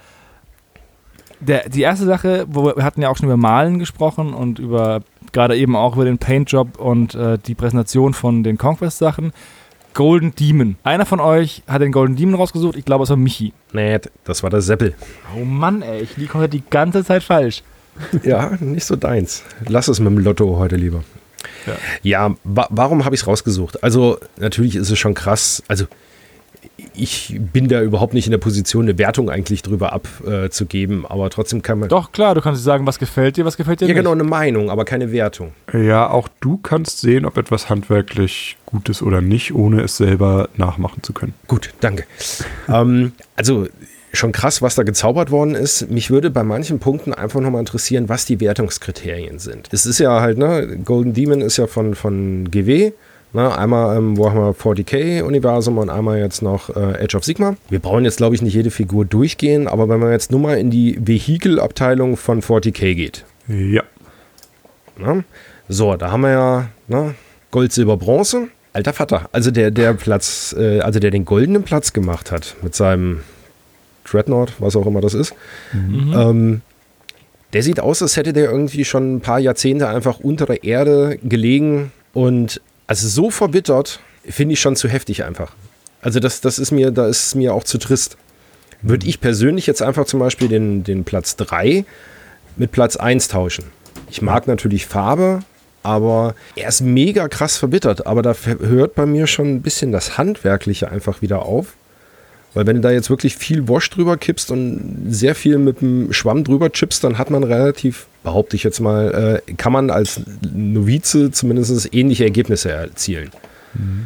der, die erste Sache, wo wir, wir hatten ja auch schon über Malen gesprochen und über gerade eben auch über den Paint-Job und äh, die Präsentation von den Conquest-Sachen. Golden Demon. Einer von euch hat den Golden Demon rausgesucht, ich glaube, es war Michi. Nee, das war der Seppel. Oh Mann, ey, ich liege heute die ganze Zeit falsch. Ja, nicht so deins. Lass es mit dem Lotto heute lieber. Ja, ja wa- warum habe ich es rausgesucht? Also, natürlich ist es schon krass. Also, ich bin da überhaupt nicht in der Position, eine Wertung eigentlich drüber abzugeben, äh, aber trotzdem kann man... Doch, klar, du kannst sagen, was gefällt dir, was gefällt dir Ja, nicht. genau, eine Meinung, aber keine Wertung. Ja, auch du kannst sehen, ob etwas handwerklich gut ist oder nicht, ohne es selber nachmachen zu können. Gut, danke. ähm, also, schon krass, was da gezaubert worden ist. Mich würde bei manchen Punkten einfach nochmal interessieren, was die Wertungskriterien sind. Es ist ja halt, ne, Golden Demon ist ja von, von G W, ne, einmal im Warhammer forty K-Universum und einmal jetzt noch äh, Age of Sigmar. Wir brauchen jetzt, glaube ich, nicht jede Figur durchgehen, aber wenn man jetzt nur mal in die Vehikelabteilung von forty K geht. Ja. Ne, so, da haben wir ja ne, Gold, Silber, Bronze. Alter Vater, also der, der Platz, äh, also der den goldenen Platz gemacht hat mit seinem Dreadnought, was auch immer das ist. Mhm. Ähm, der sieht aus, als hätte der irgendwie schon ein paar Jahrzehnte einfach unter der Erde gelegen und also so verbittert, finde ich schon zu heftig einfach. Also das, das ist mir, da ist es mir auch zu trist. Würde ich persönlich jetzt einfach zum Beispiel den, den Platz drei mit Platz eins tauschen. Ich mag natürlich Farbe, aber er ist mega krass verbittert, aber da hört bei mir schon ein bisschen das Handwerkliche einfach wieder auf. Weil wenn du da jetzt wirklich viel Wash drüber kippst und sehr viel mit dem Schwamm drüber chippst, dann hat man relativ, behaupte ich jetzt mal, äh, kann man als Novize zumindest ähnliche Ergebnisse erzielen. Mhm.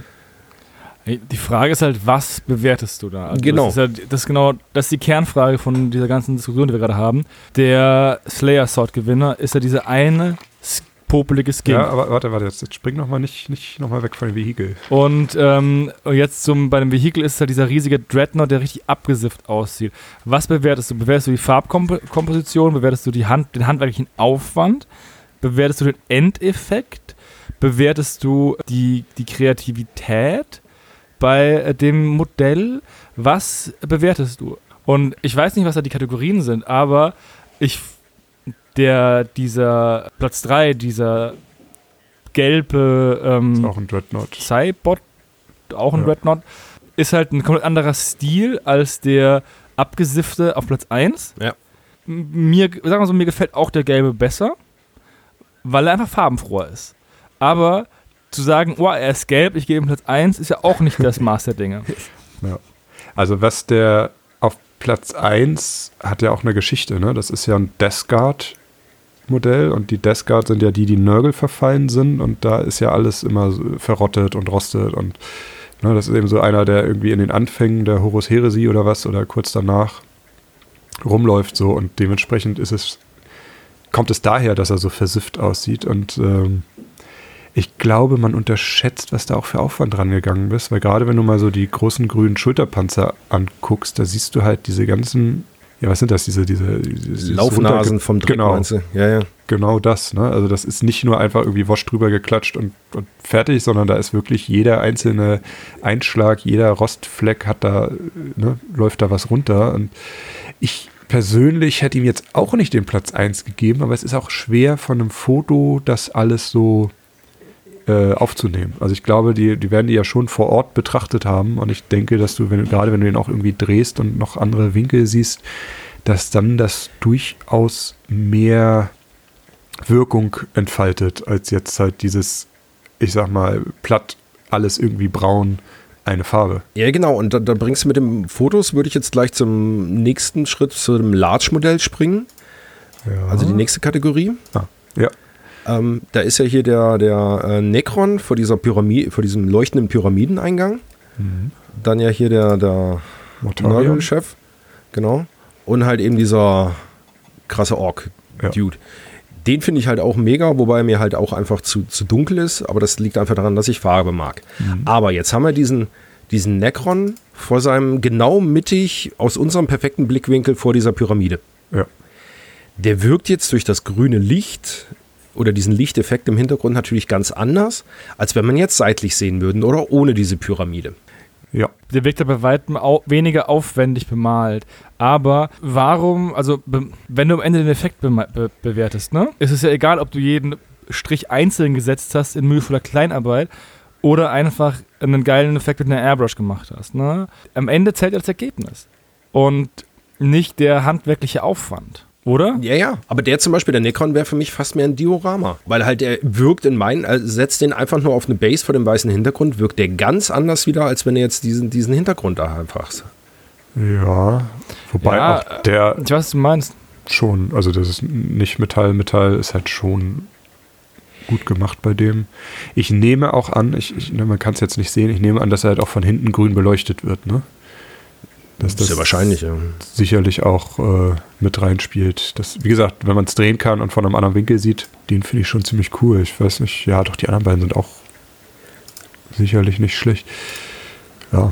Die Frage ist halt, was bewertest du da? Also genau. Das ist, halt, das ist genau, das ist die Kernfrage von dieser ganzen Diskussion, die wir gerade haben. Der Slayer-Sword-Gewinner ist ja diese eine popelige Skin. Ja, aber warte, warte, jetzt, jetzt spring nochmal nicht, nicht nochmal weg von dem Vehikel. Und ähm, jetzt zum, bei dem Vehikel ist es halt dieser riesige Dreadnought, der richtig abgesifft aussieht. Was bewertest du? Bewertest du die Farbkomposition? Bewertest du die Hand, den handwerklichen Aufwand? Bewertest du den Endeffekt? Bewertest du die, die Kreativität bei dem Modell? Was bewertest du? Und ich weiß nicht, was da die Kategorien sind, aber ich der, dieser Platz drei, dieser gelbe ähm, ist auch ein Dreadnought. Cybot, auch ein ja. Dreadnought, ist halt ein komplett anderer Stil als der abgesiffte auf Platz eins. Ja. Mir, sagen wir so, mir gefällt auch der gelbe besser, weil er einfach farbenfroher ist. Aber zu sagen, oh, er ist gelb, ich gebe ihm Platz eins, ist ja auch nicht das Maß der Dinge. Ja. Also was der auf Platz eins hat ja auch eine Geschichte, ne? Das ist ja ein Death Guard Modell und die Death Guard sind ja die, die Nurgle verfallen sind und da ist ja alles immer so verrottet und rostet und ne, das ist eben so einer, der irgendwie in den Anfängen der Horus Heresy oder was oder kurz danach rumläuft so und dementsprechend ist es, kommt es daher, dass er so versifft aussieht und ähm, ich glaube, man unterschätzt, was da auch für Aufwand dran gegangen ist, weil gerade wenn du mal so die großen grünen Schulterpanzer anguckst, da siehst du halt diese ganzen ja, was sind das, diese, diese, diese Laufnasen vom Dreck, genau, meinst du? Ja, ja. Genau das, ne? Also das ist nicht nur einfach irgendwie Wasch drüber geklatscht und, und fertig, sondern da ist wirklich jeder einzelne Einschlag, jeder Rostfleck hat da, ne, läuft da was runter. Und ich persönlich hätte ihm jetzt auch nicht den Platz eins gegeben, aber es ist auch schwer von einem Foto das alles so äh, aufzunehmen. Also ich glaube, die, die werden die ja schon vor Ort betrachtet haben und ich denke, dass du, wenn, gerade wenn du den auch irgendwie drehst und noch andere Winkel siehst, dass dann das durchaus mehr Wirkung entfaltet, als jetzt halt dieses, ich sag mal, platt, alles irgendwie braun, eine Farbe. Ja, genau. Und da, da bringst du mit den Fotos, würde ich jetzt gleich zum nächsten Schritt, zu dem Large-Modell springen. Ja. Also die nächste Kategorie. Ah, ja. Ähm, da ist ja hier der, der äh, Necron vor, dieser Pyramide, vor diesem leuchtenden Pyramideneingang. Mhm. Dann ja hier der, der Nurgle-Chef. Genau. Und halt eben dieser krasse Ork-Dude. Ja. Den finde ich halt auch mega, wobei mir halt auch einfach zu, zu dunkel ist. Aber das liegt einfach daran, dass ich Farbe mag. Mhm. Aber jetzt haben wir diesen, diesen Necron vor seinem genau mittig, aus unserem perfekten Blickwinkel vor dieser Pyramide. Ja. Der wirkt jetzt durch das grüne Licht oder diesen Lichteffekt im Hintergrund natürlich ganz anders, als wenn man jetzt seitlich sehen würden oder ohne diese Pyramide. Ja. Der wirkt ja bei weitem au- weniger aufwendig bemalt. Aber warum, also be- wenn du am Ende den Effekt be- be- bewertest, ne, ist es ja egal, ob du jeden Strich einzeln gesetzt hast in mühevoller Kleinarbeit oder einfach einen geilen Effekt mit einer Airbrush gemacht hast. Ne? Am Ende zählt das Ergebnis und nicht der handwerkliche Aufwand. Oder? Ja, ja. Aber der zum Beispiel, der Necron, wäre für mich fast mehr ein Diorama. Weil halt der wirkt in meinen, also setzt den einfach nur auf eine Base vor dem weißen Hintergrund, wirkt der ganz anders wieder, als wenn er jetzt diesen, diesen Hintergrund da einfach hast. Ja, wobei ja, auch der ich weiß, was du meinst. Schon, also das ist nicht Metall, Metall ist halt schon gut gemacht bei dem. Ich nehme auch an, ich, ich, man kann es jetzt nicht sehen, ich nehme an, dass er halt auch von hinten grün beleuchtet wird, ne? Dass das ist ja wahrscheinlich, ja. Sicherlich auch äh, mit reinspielt. Das, wie gesagt, wenn man es drehen kann und von einem anderen Winkel sieht, den finde ich schon ziemlich cool. Ich weiß nicht, ja, doch die anderen beiden sind auch sicherlich nicht schlecht. Ja.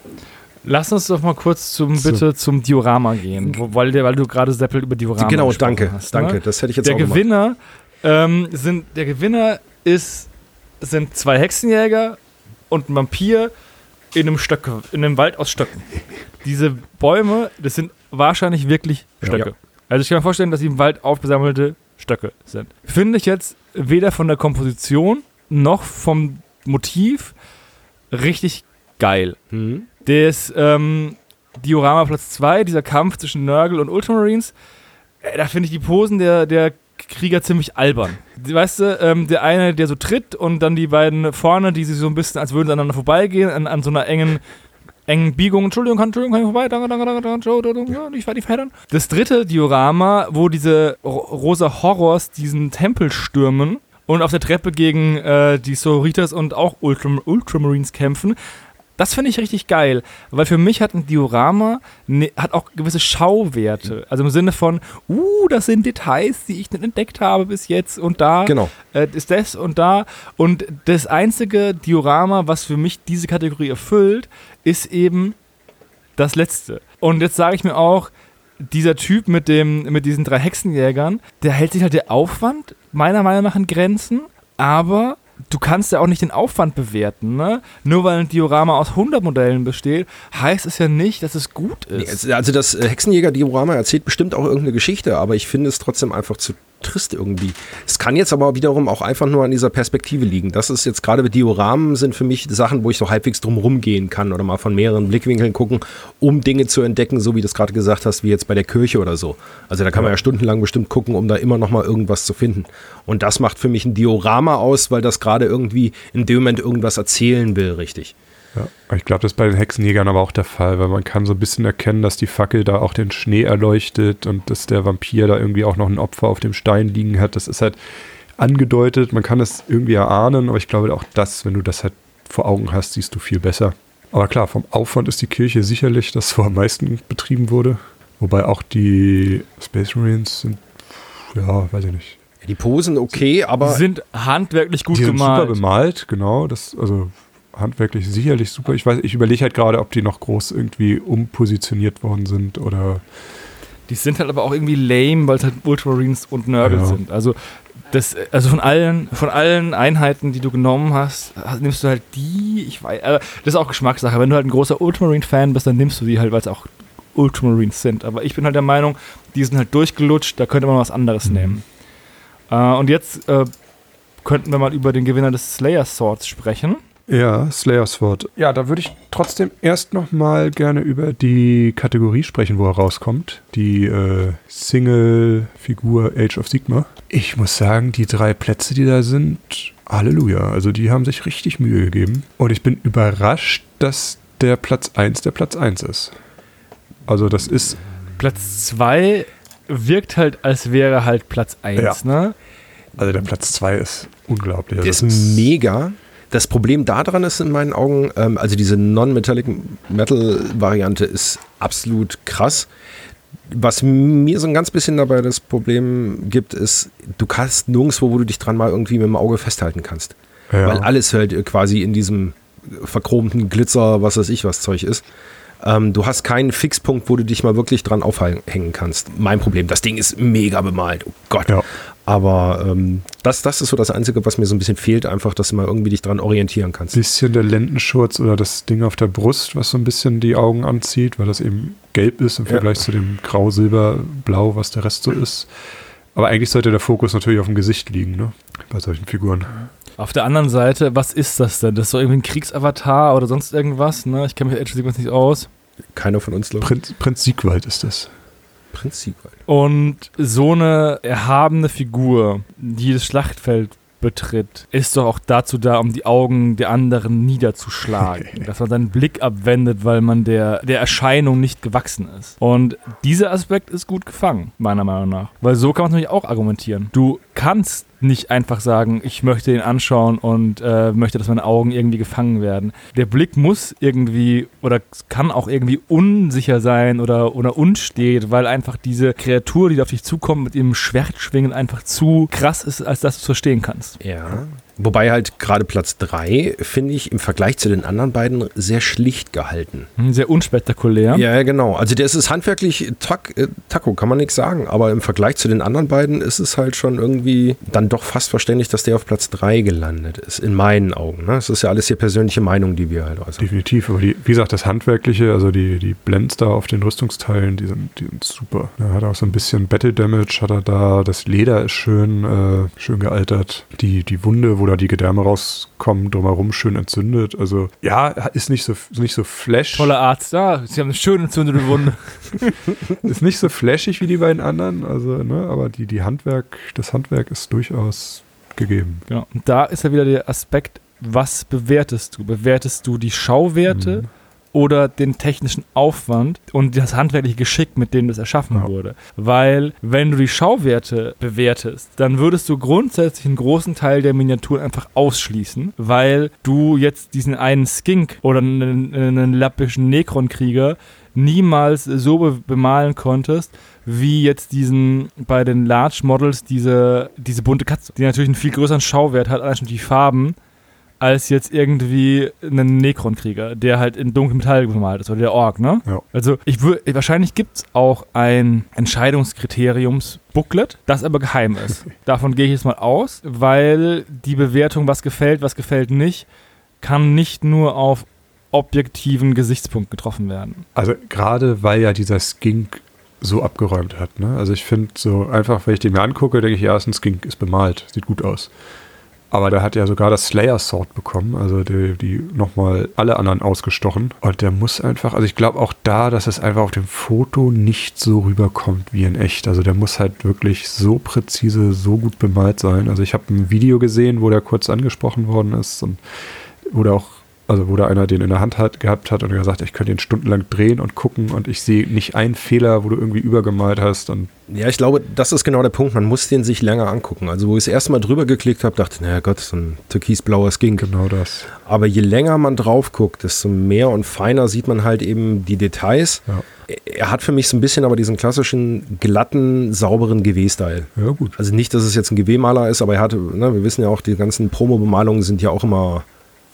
Lass uns doch mal kurz zum, so. bitte zum Diorama gehen, wo, weil, der, weil du gerade Seppel über Diorama Genau, danke, hast, danke, ne? das hätte ich jetzt der auch Gewinner, ähm, sind, der Gewinner ist, sind zwei Hexenjäger und ein Vampir in einem, Stöcke, in einem Wald aus Stöcken. Diese Bäume, das sind wahrscheinlich wirklich Stöcke. Ja. Also ich kann mir vorstellen, dass sie im Wald aufgesammelte Stöcke sind. Finde ich jetzt weder von der Komposition noch vom Motiv richtig geil. Mhm. Das ähm, Diorama Platz zwei, dieser Kampf zwischen Nurgle und Ultramarines, äh, da finde ich die Posen der, der Krieger ziemlich albern. Weißt du, ähm, der eine, der so tritt und dann die beiden vorne, die sich so ein bisschen, als würden sie aneinander vorbeigehen, an, an so einer engen, engen Biegung. Entschuldigung, kann, Entschuldigung, kann ich vorbei? Danke, danke, danke, danke, Entschuldigung, ja, nicht weiter verheddern. Das dritte Diorama, wo diese rosa Horrors diesen Tempel stürmen und auf der Treppe gegen äh, die Sororitas und auch Ultram- Ultramarines kämpfen. Das finde ich richtig geil, weil für mich hat ein Diorama ne, hat auch gewisse Schauwerte. Also im Sinne von, uh, das sind Details, die ich nicht entdeckt habe bis jetzt und da genau. äh, ist das und da. Und das einzige Diorama, was für mich diese Kategorie erfüllt, ist eben das letzte. Und jetzt sage ich mir auch, dieser Typ mit, dem, mit diesen drei Hexenjägern, der hält sich halt der Aufwand meiner Meinung nach in Grenzen, aber du kannst ja auch nicht den Aufwand bewerten, ne? Nur weil ein Diorama aus hundert Modellen besteht, heißt es ja nicht, dass es gut ist. Nee, also das Hexenjäger-Diorama erzählt bestimmt auch irgendeine Geschichte, aber ich finde es trotzdem einfach zu trist irgendwie. Es kann jetzt aber wiederum auch einfach nur an dieser Perspektive liegen. Das ist jetzt gerade bei Dioramen sind für mich Sachen, wo ich so halbwegs drum rumgehen kann oder mal von mehreren Blickwinkeln gucken, um Dinge zu entdecken, so wie du es gerade gesagt hast, wie jetzt bei der Kirche oder so. Also da kann man ja stundenlang bestimmt gucken, um da immer noch mal irgendwas zu finden. Und das macht für mich ein Diorama aus, weil das gerade irgendwie in dem Moment irgendwas erzählen will, richtig. Ja, ich glaube, das ist bei den Hexenjägern aber auch der Fall, weil man kann so ein bisschen erkennen, dass die Fackel da auch den Schnee erleuchtet und dass der Vampir da irgendwie auch noch ein Opfer auf dem Stein liegen hat. Das ist halt angedeutet, man kann es irgendwie erahnen, aber ich glaube auch das, wenn du das halt vor Augen hast, siehst du viel besser. Aber klar, vom Aufwand ist die Kirche sicherlich das, wo am meisten betrieben wurde. Wobei auch die Space Marines sind, ja, weiß ich nicht. Die Posen okay, aber... Die sind handwerklich gut die sind gemalt. super bemalt, genau. Das, also handwerklich sicherlich super. Ich weiß, ich überlege halt gerade, ob die noch groß irgendwie umpositioniert worden sind oder Die sind halt aber auch irgendwie lame, weil es halt Ultramarines und Nurgle Ja. sind. Also das, also von allen, von allen Einheiten, die du genommen hast, nimmst du halt die, ich weiß, also das ist auch Geschmackssache. Wenn du halt ein großer Ultramarine-Fan bist, dann nimmst du die halt, weil es auch Ultramarines sind. Aber ich bin halt der Meinung, die sind halt durchgelutscht, da könnte man was anderes Mhm. nehmen. Äh, und jetzt äh, könnten wir mal über den Gewinner des Slayer Swords sprechen. Ja, Slayer Sword. Ja, da würde ich trotzdem erst noch mal gerne über die Kategorie sprechen, wo er rauskommt. Die äh, Single-Figur Age of Sigmar. Ich muss sagen, die drei Plätze, die da sind, Halleluja. Also die haben sich richtig Mühe gegeben. Und ich bin überrascht, dass der Platz eins der Platz eins ist. Also das ist... Platz zwei wirkt halt, als wäre halt Platz eins, Ja. ne? Also der Platz zwei ist unglaublich. Der Also ist mega. Das Problem daran ist in meinen Augen, ähm, also diese Non-Metallic Metal-Variante ist absolut krass. Was mir so ein ganz bisschen dabei das Problem gibt, ist, du hast nirgendwo, wo du dich dran mal irgendwie mit dem Auge festhalten kannst. Ja. Weil alles halt quasi in diesem verchromten Glitzer, was weiß ich, was Zeug ist. Ähm, du hast keinen Fixpunkt, wo du dich mal wirklich dran aufhängen kannst. Mein Problem, das Ding ist mega bemalt. Oh Gott. Ja. Aber ähm, das, das ist so das Einzige, was mir so ein bisschen fehlt, einfach, dass du mal irgendwie dich dran orientieren kannst. Bisschen der Lendenschurz oder das Ding auf der Brust, was so ein bisschen die Augen anzieht, weil das eben gelb ist im Ja. Vergleich zu dem Grau, Silber, Blau, was der Rest so ist. Aber eigentlich sollte der Fokus natürlich auf dem Gesicht liegen, ne? Bei solchen Figuren. Auf der anderen Seite, was ist das denn? Das ist doch irgendwie ein Kriegsavatar oder sonst irgendwas, ne? Ich kenne mich mit Age of Sigmar nicht aus. Keiner von uns, glaube ich. Prinz, Prinz Siegwald ist das. Prinz Siegwald. Und so eine erhabene Figur, die das Schlachtfeld betritt, ist doch auch dazu da, um die Augen der anderen niederzuschlagen. Dass man seinen Blick abwendet, weil man der, der Erscheinung nicht gewachsen ist. Und dieser Aspekt ist gut gefangen, meiner Meinung nach. Weil so kann man es natürlich auch argumentieren. Du kannst nicht einfach sagen, ich möchte ihn anschauen und äh, möchte, dass meine Augen irgendwie gefangen werden. Der Blick muss irgendwie oder kann auch irgendwie unsicher sein oder, oder unstet, weil einfach diese Kreatur, die auf dich zukommt, mit ihrem Schwert schwingen, einfach zu krass ist, als dass du es verstehen kannst. Ja. Wobei halt gerade Platz drei, finde ich, im Vergleich zu den anderen beiden sehr schlicht gehalten. Sehr unspektakulär. Ja, ja, genau. Also der ist es handwerklich tack, äh, Taco, kann man nichts sagen. Aber im Vergleich zu den anderen beiden ist es halt schon irgendwie dann doch fast verständlich, dass der auf Platz drei gelandet ist. In meinen Augen. Ne? Das ist ja alles hier persönliche Meinung, die wir halt äußern. Definitiv. Aber die, wie gesagt, das Handwerkliche, also die, die Blends da auf den Rüstungsteilen, die sind, die sind super. Er hat auch so ein bisschen Battle Damage, hat er da. Das Leder ist schön, äh, schön gealtert. Die, die Wunde, wo da die Gedärme rauskommen, drumherum schön entzündet. Also ja, ist nicht so, nicht so flash. Toller Arzt, ja, sie haben eine schöne entzündete Wunde. Ist nicht so flashig wie die beiden anderen, also, ne, aber die, die Handwerk, das Handwerk ist durchaus gegeben. Genau. Und da ist ja wieder der Aspekt, was bewertest du? Bewertest du die Schauwerte Mhm. oder den technischen Aufwand und das handwerkliche Geschick, mit dem das erschaffen Ja. wurde? Weil, wenn du die Schauwerte bewertest, dann würdest du grundsätzlich einen großen Teil der Miniaturen einfach ausschließen, weil du jetzt diesen einen Skink oder einen, einen lappischen Necron-Krieger niemals so be- bemalen konntest, wie jetzt diesen bei den Large Models diese, diese bunte Katze, die natürlich einen viel größeren Schauwert hat, allein schon die Farben, als jetzt irgendwie einen Necron-Krieger, der halt in dunklem Metall bemalt ist, oder der Ork, ne? Ja. Also ich würde, wahrscheinlich gibt es auch ein Entscheidungskriteriums-Booklet, das aber geheim ist. Davon gehe ich jetzt mal aus, weil die Bewertung, was gefällt, was gefällt nicht, kann nicht nur auf objektiven Gesichtspunkt getroffen werden. Also gerade weil ja dieser Skink so abgeräumt hat, ne? Also ich finde so einfach, wenn ich den mir angucke, denke ich, ja, ist ein Skink, ist bemalt, sieht gut aus. Aber der hat ja sogar das Slayer Sword bekommen, also die, die nochmal alle anderen ausgestochen. Und der muss einfach, also ich glaube auch da, dass es einfach auf dem Foto nicht so rüberkommt wie in echt. Also der muss halt wirklich so präzise, so gut bemalt sein. Also ich habe ein Video gesehen, wo der kurz angesprochen worden ist und wo der auch, also wo da einer den in der Hand hat, gehabt hat und gesagt, ich könnte ihn stundenlang drehen und gucken und ich sehe nicht einen Fehler, wo du irgendwie übergemalt hast. Und Ja, ich glaube, das ist genau der Punkt. Man muss den sich länger angucken. Also, wo ich das erste Mal drüber geklickt habe, dachte ich, naja Gott, so ein türkisblauer Skink. genau das. Aber je länger man drauf guckt, desto mehr und feiner sieht man halt eben die Details. Ja, Er hat für mich so ein bisschen aber diesen klassischen, glatten, sauberen G W-Style. ja gut. Also nicht, dass es jetzt ein G W-Maler ist, aber er hatte, ne, wir wissen ja auch, die ganzen Promo-Bemalungen sind ja auch immer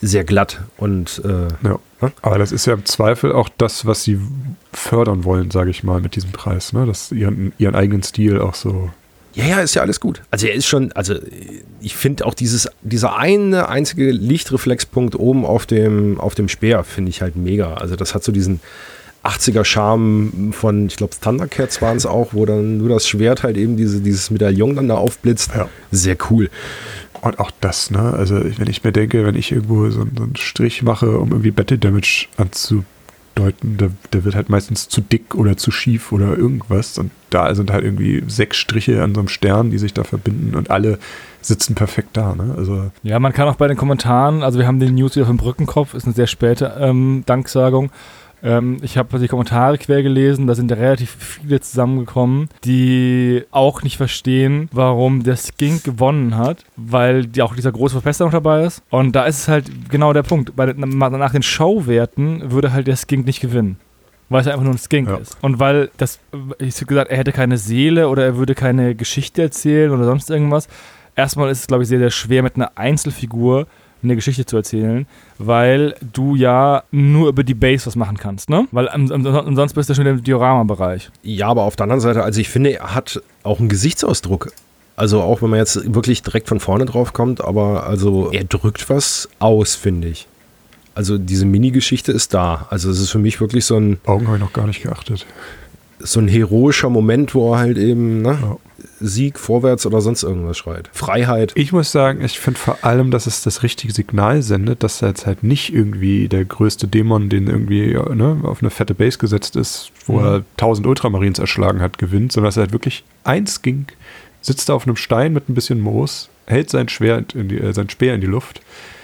sehr glatt und äh, ja. ne? Aber das ist ja im Zweifel auch das, was sie fördern wollen, sage ich mal, mit diesem Preis, ne? Dass ihren, ihren eigenen Stil auch so. Ja, ja, ist ja alles gut. Also er ist schon, also ich finde auch dieses, dieser eine einzige Lichtreflexpunkt oben auf dem, auf dem Speer finde ich halt mega. Also das hat so diesen achtziger-Charme von, ich glaube, Thundercats waren es auch, wo dann nur das Schwert halt eben diese, dieses Medaillon dann da aufblitzt. Ja. Sehr cool. Und auch das, ne? Also wenn ich mir denke, wenn ich irgendwo so, so einen Strich mache, um irgendwie Battle Damage anzudeuten, der, der wird halt meistens zu dick oder zu schief oder irgendwas. Und da sind halt irgendwie sechs Striche an so einem Stern, die sich da verbinden und alle sitzen perfekt da, ne? Also ja, man kann auch bei den Kommentaren, also wir haben den News wieder vom Brückenkopf, ist eine sehr späte ähm, Danksagung. Ähm, ich habe die Kommentare quer gelesen, da sind relativ viele zusammengekommen, die auch nicht verstehen, warum der Skink gewonnen hat, weil die auch dieser große Verfester noch dabei ist. Und da ist es halt genau der Punkt. Bei, nach den Showwerten würde halt der Skink nicht gewinnen. Weil es einfach nur ein Skink ja. ist. Und weil das, ich habe gesagt, er hätte keine Seele oder er würde keine Geschichte erzählen oder sonst irgendwas. Erstmal ist es, glaube ich, sehr, sehr schwer mit einer Einzelfigur eine Geschichte zu erzählen, weil du ja nur über die Base was machen kannst, ne? Weil ansonsten bist du schon im Diorama-Bereich. Ja, aber auf der anderen Seite, also ich finde, er hat auch einen Gesichtsausdruck. Also auch wenn man jetzt wirklich direkt von vorne drauf kommt, aber also er drückt was aus, finde ich. Also diese Mini-Geschichte ist da. Also es ist für mich wirklich so ein Augen habe ich noch gar nicht geachtet. So ein heroischer Moment, wo er halt eben, ne? Ja. Sieg, vorwärts oder sonst irgendwas schreit. Freiheit. Ich muss sagen, ich finde vor allem, dass es das richtige Signal sendet, dass er jetzt halt nicht irgendwie der größte Dämon, den irgendwie ne, auf eine fette Base gesetzt ist, wo mhm. er tausend Ultramarines erschlagen hat, gewinnt, sondern dass er halt wirklich ein Skink sitzt da auf einem Stein mit ein bisschen Moos, hält sein Schwert in die, äh, sein Speer in die Luft,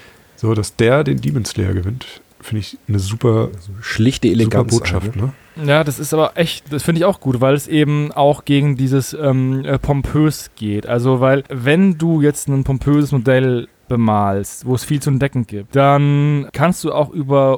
so dass der den Demon Slayer gewinnt. Finde ich eine super schlichte Eleganz. Super Botschaft, ne? Ja, das ist aber echt, das finde ich auch gut, weil es eben auch gegen dieses ähm, äh, pompös geht. Also, weil wenn du jetzt ein pompöses Modell bemalst, wo es viel zu entdecken gibt, dann kannst du auch über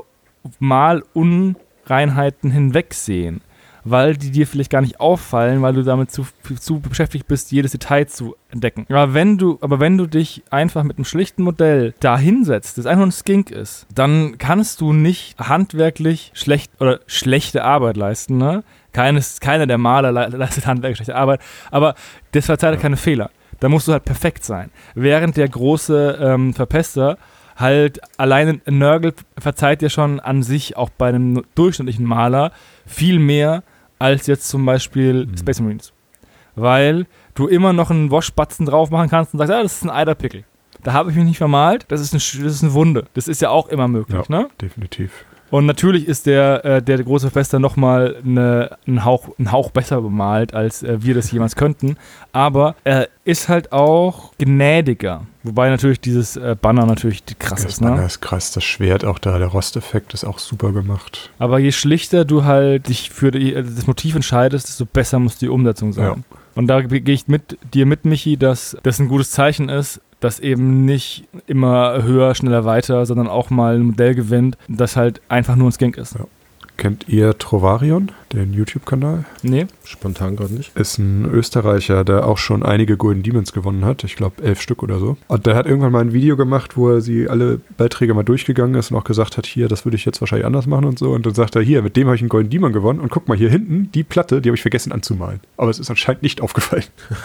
Malunreinheiten hinwegsehen, weil die dir vielleicht gar nicht auffallen, weil du damit zu, zu beschäftigt bist, jedes Detail zu entdecken. Aber wenn du, aber wenn du dich einfach mit einem schlichten Modell da hinsetzt, das einfach ein Skink ist, dann kannst du nicht handwerklich schlecht oder schlechte Arbeit leisten, ne? Keines, keiner der Maler le- leistet handwerklich schlechte Arbeit, aber das verzeiht keine Fehler. Da musst du halt perfekt sein. Während der große ähm, Verpester halt alleine Nörgel verzeiht ja schon an sich auch bei einem durchschnittlichen Maler viel mehr als jetzt zum Beispiel mhm. Space Marines. Weil du immer noch einen Waschbatzen drauf machen kannst und sagst, ja, das ist ein Eiderpickel. Da habe ich mich nicht vermalt, das ist, eine, das ist eine Wunde. Das ist ja auch immer möglich, ja, ne? Definitiv. Und natürlich ist der, äh, der große Verfester nochmal eine, ein, Hauch, ein Hauch besser bemalt, als äh, wir das jemals könnten. Aber er ist halt auch gnädiger. Wobei natürlich dieses äh, Banner natürlich krass das ist. Das Banner ne? ist krass, das Schwert auch da, der Rosteffekt ist auch super gemacht. Aber je schlichter du halt dich für die, das Motiv entscheidest, desto besser muss die Umsetzung sein. Ja. Und da gehe ich mit dir mit, Michi, dass das ein gutes Zeichen ist, dass eben nicht immer höher, schneller, weiter, sondern auch mal ein Modell gewinnt, das halt einfach nur ein Skink ist. Ja. Kennt ihr Trovarion, den YouTube-Kanal? Nee. Spontan gerade nicht. Ist ein Österreicher, der auch schon einige Golden Demons gewonnen hat. Ich glaube, elf Stück oder so. Und der hat irgendwann mal ein Video gemacht, wo er sie alle Beiträge mal durchgegangen ist und auch gesagt hat, hier, das würde ich jetzt wahrscheinlich anders machen und so. Und dann sagt er, hier, mit dem habe ich einen Golden Demon gewonnen. Und guck mal, hier hinten, die Platte, die habe ich vergessen anzumalen. Aber es ist anscheinend nicht aufgefallen.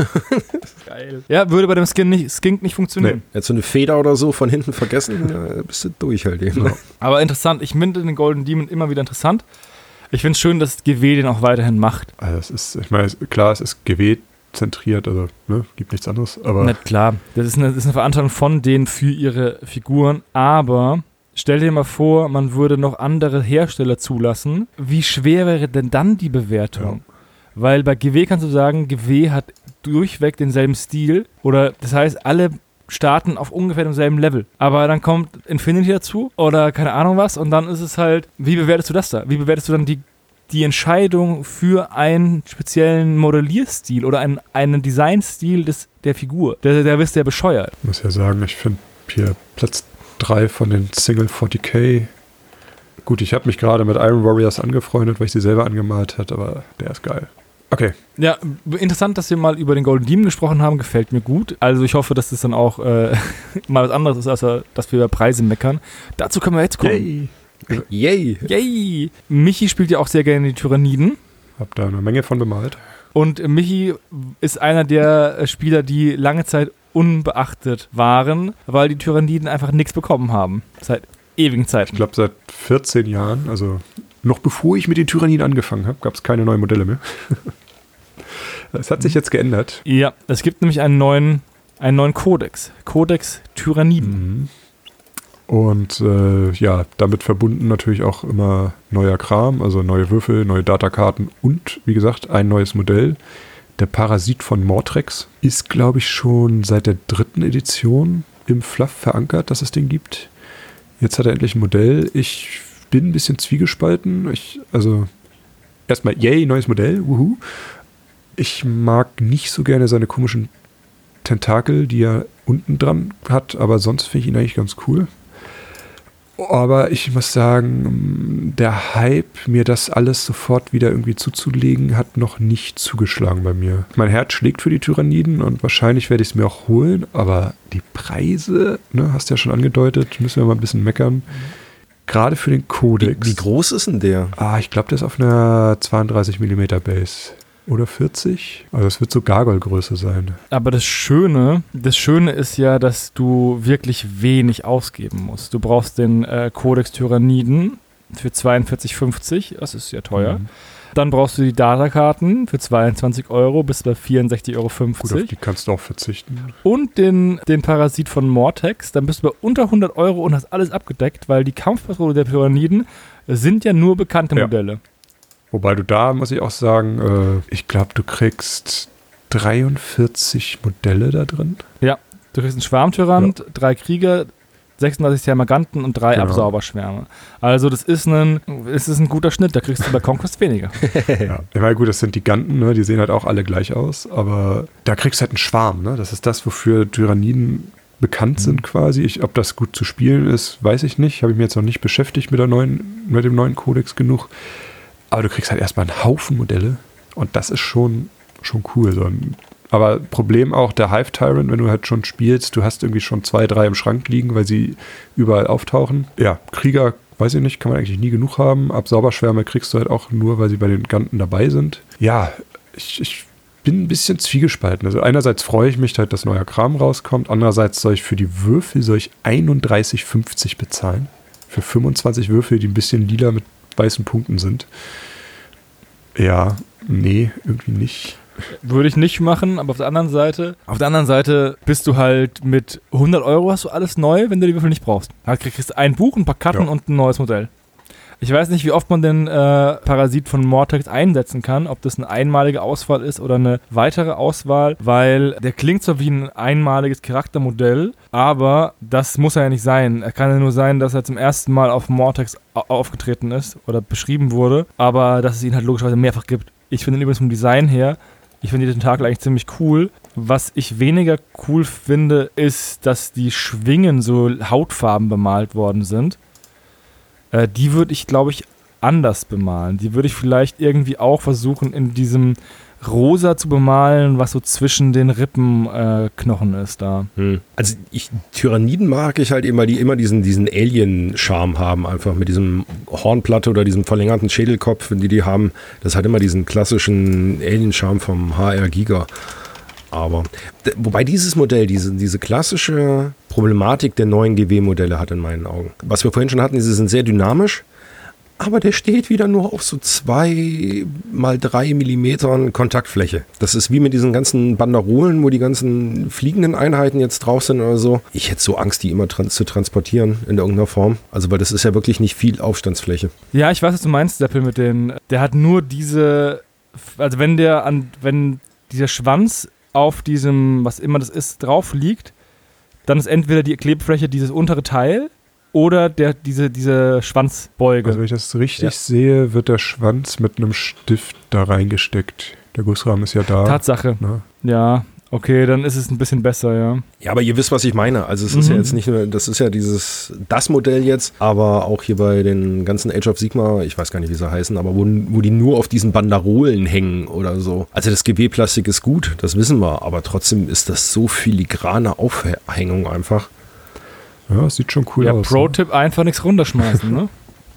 Geil. Ja, würde bei dem Skin nicht, Skink nicht funktionieren. Nee. Jetzt so eine Feder oder so von hinten vergessen, ja, bist du durch halt eben. Ja. Aber interessant, ich finde den Golden Demon immer wieder interessant. Ich finde es schön, dass G W den auch weiterhin macht. Also es ist, ich meine, klar, es ist G W-zentriert, also ne, gibt nichts anderes. Aber Nicht klar, das ist, eine, das ist eine Verantwortung von denen für ihre Figuren, aber stell dir mal vor, man würde noch andere Hersteller zulassen. Wie schwer wäre denn dann die Bewertung? Ja. Weil bei G W kannst du sagen, G W hat durchweg denselben Stil oder das heißt, alle starten auf ungefähr demselben Level. Aber dann kommt Infinity dazu oder keine Ahnung was und dann ist es halt, wie bewertest du das da? Wie bewertest du dann die, die Entscheidung für einen speziellen Modellierstil oder einen, einen Designstil des, der Figur? Der, der bist ja bescheuert. Ich muss ja sagen, ich finde hier Platz drei von den Single forty K. Gut, ich habe mich gerade mit Iron Warriors angefreundet, weil ich sie selber angemalt hat, aber der ist geil. Okay. Ja, interessant, dass wir mal über den Golden Demon gesprochen haben, gefällt mir gut. Also ich hoffe, dass das dann auch äh, mal was anderes ist, als dass wir über Preise meckern. Dazu können wir jetzt kommen. Yay! Yay! Yay! Michi spielt ja auch sehr gerne die Tyranniden. Hab da eine Menge von bemalt. Und Michi ist einer der Spieler, die lange Zeit unbeachtet waren, weil die Tyranniden einfach nichts bekommen haben. Seit ewigen Zeiten. Ich glaube seit vierzehn Jahren, also noch bevor ich mit den Tyranniden angefangen habe, gab es keine neuen Modelle mehr. Es hat sich jetzt geändert. Ja, es gibt nämlich einen neuen, einen neuen Kodex. Kodex Tyranniden. Mhm. Und äh, ja, damit verbunden natürlich auch immer neuer Kram, also neue Würfel, neue Datakarten und, wie gesagt, ein neues Modell. Der Parasit von Mortrex ist, glaube ich, schon seit der dritten Edition im Fluff verankert, dass es den gibt. Jetzt hat er endlich ein Modell. Ich bin ein bisschen zwiegespalten. Ich, also erstmal, yay, neues Modell, wuhu. Ich mag nicht so gerne seine komischen Tentakel, die er unten dran hat, aber sonst finde ich ihn eigentlich ganz cool. Aber ich muss sagen, der Hype, mir das alles sofort wieder irgendwie zuzulegen, hat noch nicht zugeschlagen bei mir. Mein Herz schlägt für die Tyranniden und wahrscheinlich werde ich es mir auch holen, aber die Preise, ne, hast du ja schon angedeutet, müssen wir mal ein bisschen meckern. Gerade für den Codex. Wie, wie groß ist denn der? Ah, ich glaube, der ist auf einer zweiunddreißig Millimeter Base. Oder vierzig? Also es wird so Gargoyle-Größe sein. Aber das Schöne, das Schöne ist ja, dass du wirklich wenig ausgeben musst. Du brauchst den äh, Codex Tyranniden für zweiundvierzig fünfzig, das ist ja teuer. Mhm. Dann brauchst du die Datakarten für zweiundzwanzig Euro bis bei vierundsechzig Euro fünfzig. Gut, auf die kannst du auch verzichten. Und den, den Parasit von Mortrex, dann bist du bei unter hundert Euro und hast alles abgedeckt, weil die Kampfpatrone der Tyranniden sind ja nur bekannte ja. Modelle. Wobei du da, muss ich auch sagen, äh, ich glaube, du kriegst dreiundvierzig Modelle da drin. Ja, du kriegst einen Schwarmtyrant, ja. drei Krieger, sechsunddreißig Termaganten und drei genau. Absauberschwärme. Also das ist ein, es ist ein guter Schnitt, da kriegst du bei Conquest weniger. Ja, ich meine, gut, das sind die Ganten, ne? Die sehen halt auch alle gleich aus, aber da kriegst du halt einen Schwarm, ne? Das ist das, wofür Tyranniden bekannt sind quasi. Ich, ob das gut zu spielen ist, weiß ich nicht. Habe ich mir jetzt noch nicht beschäftigt mit, der neuen, mit dem neuen Kodex genug. Aber du kriegst halt erstmal einen Haufen Modelle und das ist schon, schon cool. So ein, aber Problem auch der Hive Tyrant, wenn du halt schon spielst, du hast irgendwie schon zwei, drei im Schrank liegen, weil sie überall auftauchen. Ja, Krieger, weiß ich nicht, kann man eigentlich nie genug haben. Absauberschwärme kriegst du halt auch nur, weil sie bei den Ganten dabei sind. Ja, ich, ich bin ein bisschen zwiegespalten. Also einerseits freue ich mich halt, dass neuer Kram rauskommt. Andererseits soll ich für die Würfel soll ich einunddreißig fünfzig bezahlen. Für fünfundzwanzig Würfel, die ein bisschen lila mit weißen Punkten sind. Ja, nee, irgendwie nicht. Würde ich nicht machen, aber auf der anderen Seite, auf der anderen Seite bist du halt mit hundert Euro hast du alles neu, wenn du die Würfel nicht brauchst. Da kriegst du ein Buch, ein paar Karten ja. und ein neues Modell. Ich weiß nicht, wie oft man den äh, Parasit von Mortrex einsetzen kann, ob das eine einmalige Auswahl ist oder eine weitere Auswahl, weil der klingt zwar wie ein einmaliges Charaktermodell, aber das muss er ja nicht sein. Er kann ja nur sein, dass er zum ersten Mal auf Mortrex au- aufgetreten ist oder beschrieben wurde, aber dass es ihn halt logischerweise mehrfach gibt. Ich finde ihn übrigens vom Design her, ich finde die Tentakel eigentlich ziemlich cool. Was ich weniger cool finde, ist, dass die Schwingen so hautfarben bemalt worden sind. Äh, die würde ich, glaube ich, anders bemalen. Die würde ich vielleicht irgendwie auch versuchen, in diesem Rosa zu bemalen, was so zwischen den Rippenknochen äh, ist da. Hm. Also ich, Tyranniden mag ich halt immer, die immer diesen, diesen Alien-Charme haben, einfach mit diesem Hornplatte oder diesem verlängerten Schädelkopf, wenn die die haben. Das hat immer diesen klassischen Alien-Charme vom H R Giga. Aber, d- wobei dieses Modell, diese, diese klassische Problematik der neuen G W-Modelle hat in meinen Augen. Was wir vorhin schon hatten, sie sind sehr dynamisch, aber der steht wieder nur auf so zwei mal drei Millimetern Kontaktfläche. Das ist wie mit diesen ganzen Banderolen, wo die ganzen fliegenden Einheiten jetzt drauf sind oder so. Ich hätte so Angst, die immer trans- zu transportieren in irgendeiner Form. Also, weil das ist ja wirklich nicht viel Aufstandsfläche. Ja, ich weiß, was du meinst, Seppel, mit den. Der hat nur diese. Also, wenn der an. Wenn dieser Schwanz auf diesem, was immer das ist, drauf liegt, dann ist entweder die Klebefläche dieses untere Teil oder der, diese, diese Schwanzbeuge. Also wenn ich das richtig Ja. sehe, wird der Schwanz mit einem Stift da reingesteckt. Der Gussrahmen ist ja da. Tatsache. Ne? Ja, Okay, dann ist es ein bisschen besser, ja. Ja, aber ihr wisst, was ich meine. Also es Mhm. ist ja jetzt nicht nur, das ist ja dieses, das Modell jetzt, aber auch hier bei den ganzen Age of Sigmar, ich weiß gar nicht, wie sie heißen, aber wo, wo die nur auf diesen Banderolen hängen oder so. Also das G W-Plastik ist gut, das wissen wir, aber trotzdem ist das so filigrane Aufhängung einfach. Ja, es sieht schon cool Ja, aus. Pro-Tipp, einfach nichts runterschmeißen, ne?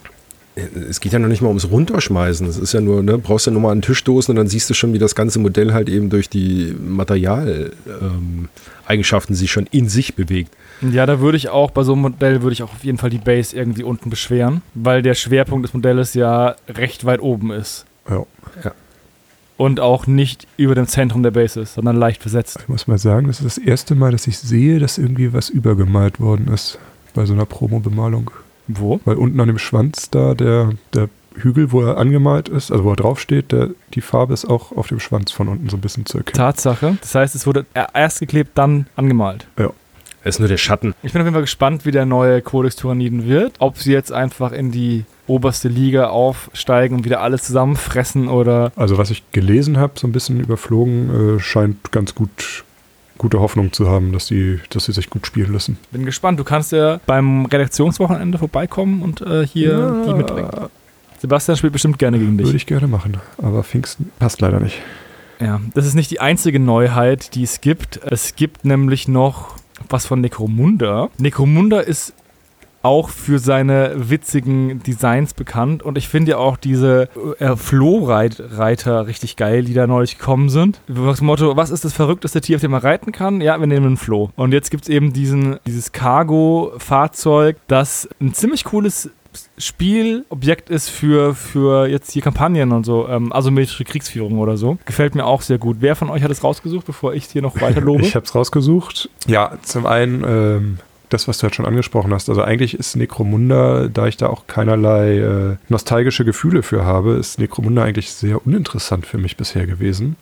Es geht ja noch nicht mal ums Runterschmeißen. Es ist ja nur, ne, brauchst ja nur mal an den Tisch stoßen und dann siehst du schon, wie das ganze Modell halt eben durch die Materialeigenschaften ähm, sich schon in sich bewegt. Ja, da würde ich auch, bei so einem Modell würde ich auch auf jeden Fall die Base irgendwie unten beschweren, weil der Schwerpunkt des Modells ja recht weit oben ist. Ja. Ja. Und auch nicht über dem Zentrum der Base ist, sondern leicht versetzt. Ich muss mal sagen, das ist das erste Mal, dass ich sehe, dass irgendwie was übergemalt worden ist bei so einer Promo-Bemalung. Wo? Weil unten an dem Schwanz da, der, der Hügel, wo er angemalt ist, also wo er draufsteht, der, die Farbe ist auch auf dem Schwanz von unten so ein bisschen zu erkennen. Tatsache. Das heißt, es wurde erst geklebt, dann angemalt. Ja. Es ist nur der Schatten. Ich bin auf jeden Fall gespannt, wie der neue Codex Tyranniden wird. Ob sie jetzt einfach in die oberste Liga aufsteigen und wieder alles zusammenfressen oder... Also was ich gelesen habe, so ein bisschen überflogen, äh, scheint ganz gut... gute Hoffnung zu haben, dass die, dass sie sich gut spielen lassen. Bin gespannt. Du kannst ja beim Redaktionswochenende vorbeikommen und äh, hier Ja. die mitbringen. Sebastian spielt bestimmt gerne gegen dich. Würde ich gerne machen, aber Pfingsten passt leider nicht. Ja, das ist nicht die einzige Neuheit, die es gibt. Es gibt nämlich noch was von Necromunda. Necromunda ist auch für seine witzigen Designs bekannt und ich finde ja auch diese äh, Flohreiter richtig geil, die da neulich gekommen sind. Das Motto, was ist das verrückteste Tier, auf dem man reiten kann? Ja, wir nehmen einen Floh. Und jetzt gibt es eben diesen, dieses Cargo-Fahrzeug, das ein ziemlich cooles Spielobjekt ist für, für jetzt hier Kampagnen und so, ähm, asymmetrische Kriegsführung oder so. Gefällt mir auch sehr gut. Wer von euch hat es rausgesucht, bevor ich es hier noch weiter lobe? Ich habe es rausgesucht. Ja, zum einen ähm, das, was du halt schon angesprochen hast. Also eigentlich ist Necromunda, da ich da auch keinerlei äh, nostalgische Gefühle für habe, ist Necromunda eigentlich sehr uninteressant für mich bisher gewesen.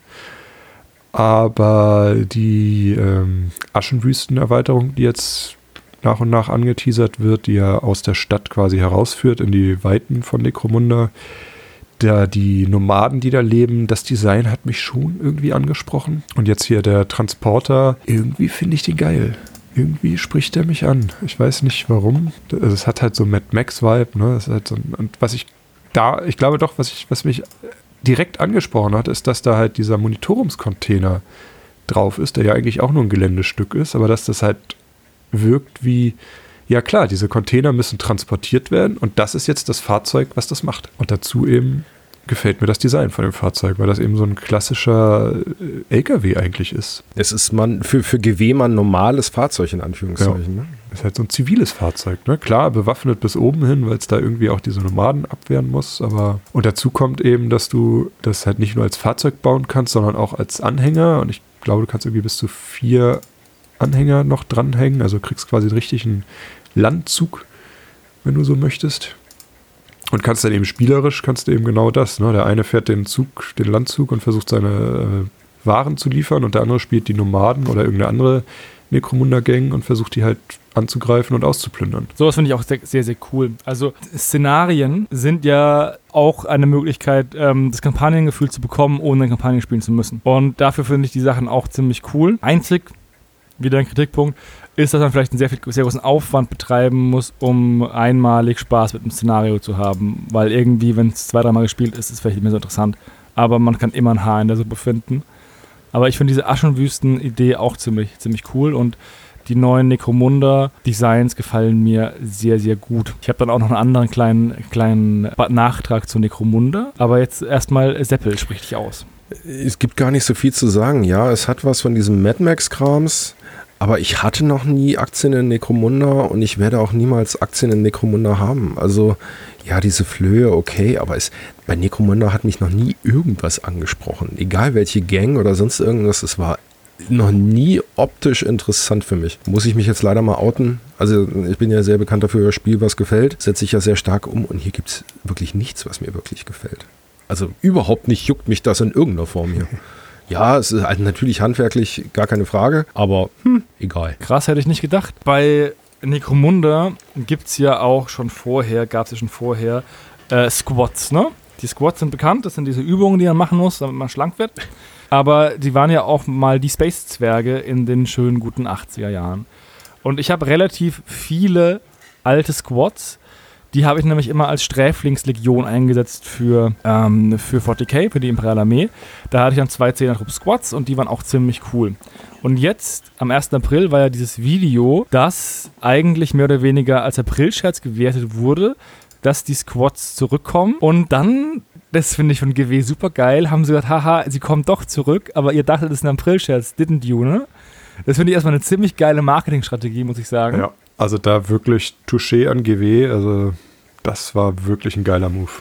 Aber die ähm, Aschenwüsten-Erweiterung, die jetzt nach und nach angeteasert wird, die ja aus der Stadt quasi herausführt in die Weiten von Necromunda, da die Nomaden, die da leben, das Design hat mich schon irgendwie angesprochen. Und jetzt hier der Transporter, irgendwie finde ich den geil. Irgendwie spricht er mich an. Ich weiß nicht warum. Also es hat halt so Mad Max-Vibe, ne? Das ist halt so ein, und was ich da, ich glaube doch, was ich, was mich direkt angesprochen hat, ist, dass da halt dieser Monitorumscontainer drauf ist, der ja eigentlich auch nur ein Geländestück ist, aber dass das halt wirkt wie, ja klar, diese Container müssen transportiert werden und das ist jetzt das Fahrzeug, was das macht. Und dazu eben gefällt mir das Design von dem Fahrzeug, weil das eben so ein klassischer L K W eigentlich ist. Es ist man für, für G W mal ein normales Fahrzeug in Anführungszeichen. Ja. Ne? Ist halt so ein ziviles Fahrzeug, ne? Klar, bewaffnet bis oben hin, weil es da irgendwie auch diese Nomaden abwehren muss, aber und dazu kommt eben, dass du das halt nicht nur als Fahrzeug bauen kannst, sondern auch als Anhänger und ich glaube, du kannst irgendwie bis zu vier Anhänger noch dranhängen, also kriegst quasi einen richtigen Landzug, wenn du so möchtest. Und kannst dann eben spielerisch, kannst du eben genau das, ne? Der eine fährt den Zug, den Landzug und versucht seine äh, Waren zu liefern und der andere spielt die Nomaden oder irgendeine andere Necromunda-Gang und versucht die halt anzugreifen und auszuplündern. Sowas finde ich auch sehr, sehr, sehr cool. Also Szenarien sind ja auch eine Möglichkeit, ähm, das Kampagnengefühl zu bekommen, ohne ein Kampagnen spielen zu müssen. Und dafür finde ich die Sachen auch ziemlich cool. Einzig, wieder ein Kritikpunkt, ist, dass man vielleicht einen sehr, viel, sehr großen Aufwand betreiben muss, um einmalig Spaß mit einem Szenario zu haben. Weil irgendwie, wenn es zwei, dreimal gespielt ist, ist es vielleicht nicht mehr so interessant. Aber man kann immer ein Haar in der Suppe finden. Aber ich finde diese Aschenwüsten-Idee auch ziemlich, ziemlich cool und die neuen Necromunda-Designs gefallen mir sehr, sehr gut. Ich habe dann auch noch einen anderen kleinen, kleinen Nachtrag zu Necromunda. Aber jetzt erstmal Seppel, sprich dich aus. Es gibt gar nicht so viel zu sagen. Ja, es hat was von diesem Mad Max-Krams, aber ich hatte noch nie Aktien in Necromunda und ich werde auch niemals Aktien in Necromunda haben. Also, ja, diese Flöhe, okay, aber es, bei Necromunda hat mich noch nie irgendwas angesprochen. Egal welche Gang oder sonst irgendwas, es war noch nie optisch interessant für mich. Muss ich mich jetzt leider mal outen. Also ich bin ja sehr bekannt dafür, das Spiel, was gefällt, setze ich ja sehr stark um und hier gibt es wirklich nichts, was mir wirklich gefällt. Also überhaupt nicht juckt mich das in irgendeiner Form hier. Ja, es ist halt natürlich handwerklich gar keine Frage, aber hm, egal. Krass, hätte ich nicht gedacht. Bei Necromunda gibt es ja auch schon vorher, gab es ja schon vorher äh, Squats, ne? Die Squats sind bekannt, das sind diese Übungen, die man machen muss, damit man schlank wird. Aber die waren ja auch mal die Space-Zwerge in den schönen, guten achtziger Jahren. Und ich habe relativ viele alte Squads. Die habe ich nämlich immer als Sträflingslegion eingesetzt für, ähm, für vierzig K, für die Imperiale Armee. Da hatte ich dann zwei Zehner-Trupp-Squads und die waren auch ziemlich cool. Und jetzt, am ersten April, war ja dieses Video, das eigentlich mehr oder weniger als Aprilscherz gewertet wurde, dass die Squads zurückkommen. Und dann, das finde ich von G W super geil, haben sie gesagt, haha, sie kommen doch zurück, aber ihr dachtet, das ist ein Aprilscherz, didn't you, ne? Das finde ich erstmal eine ziemlich geile Marketingstrategie, muss ich sagen. Ja. Also da wirklich Touché an G W, also das war wirklich ein geiler Move.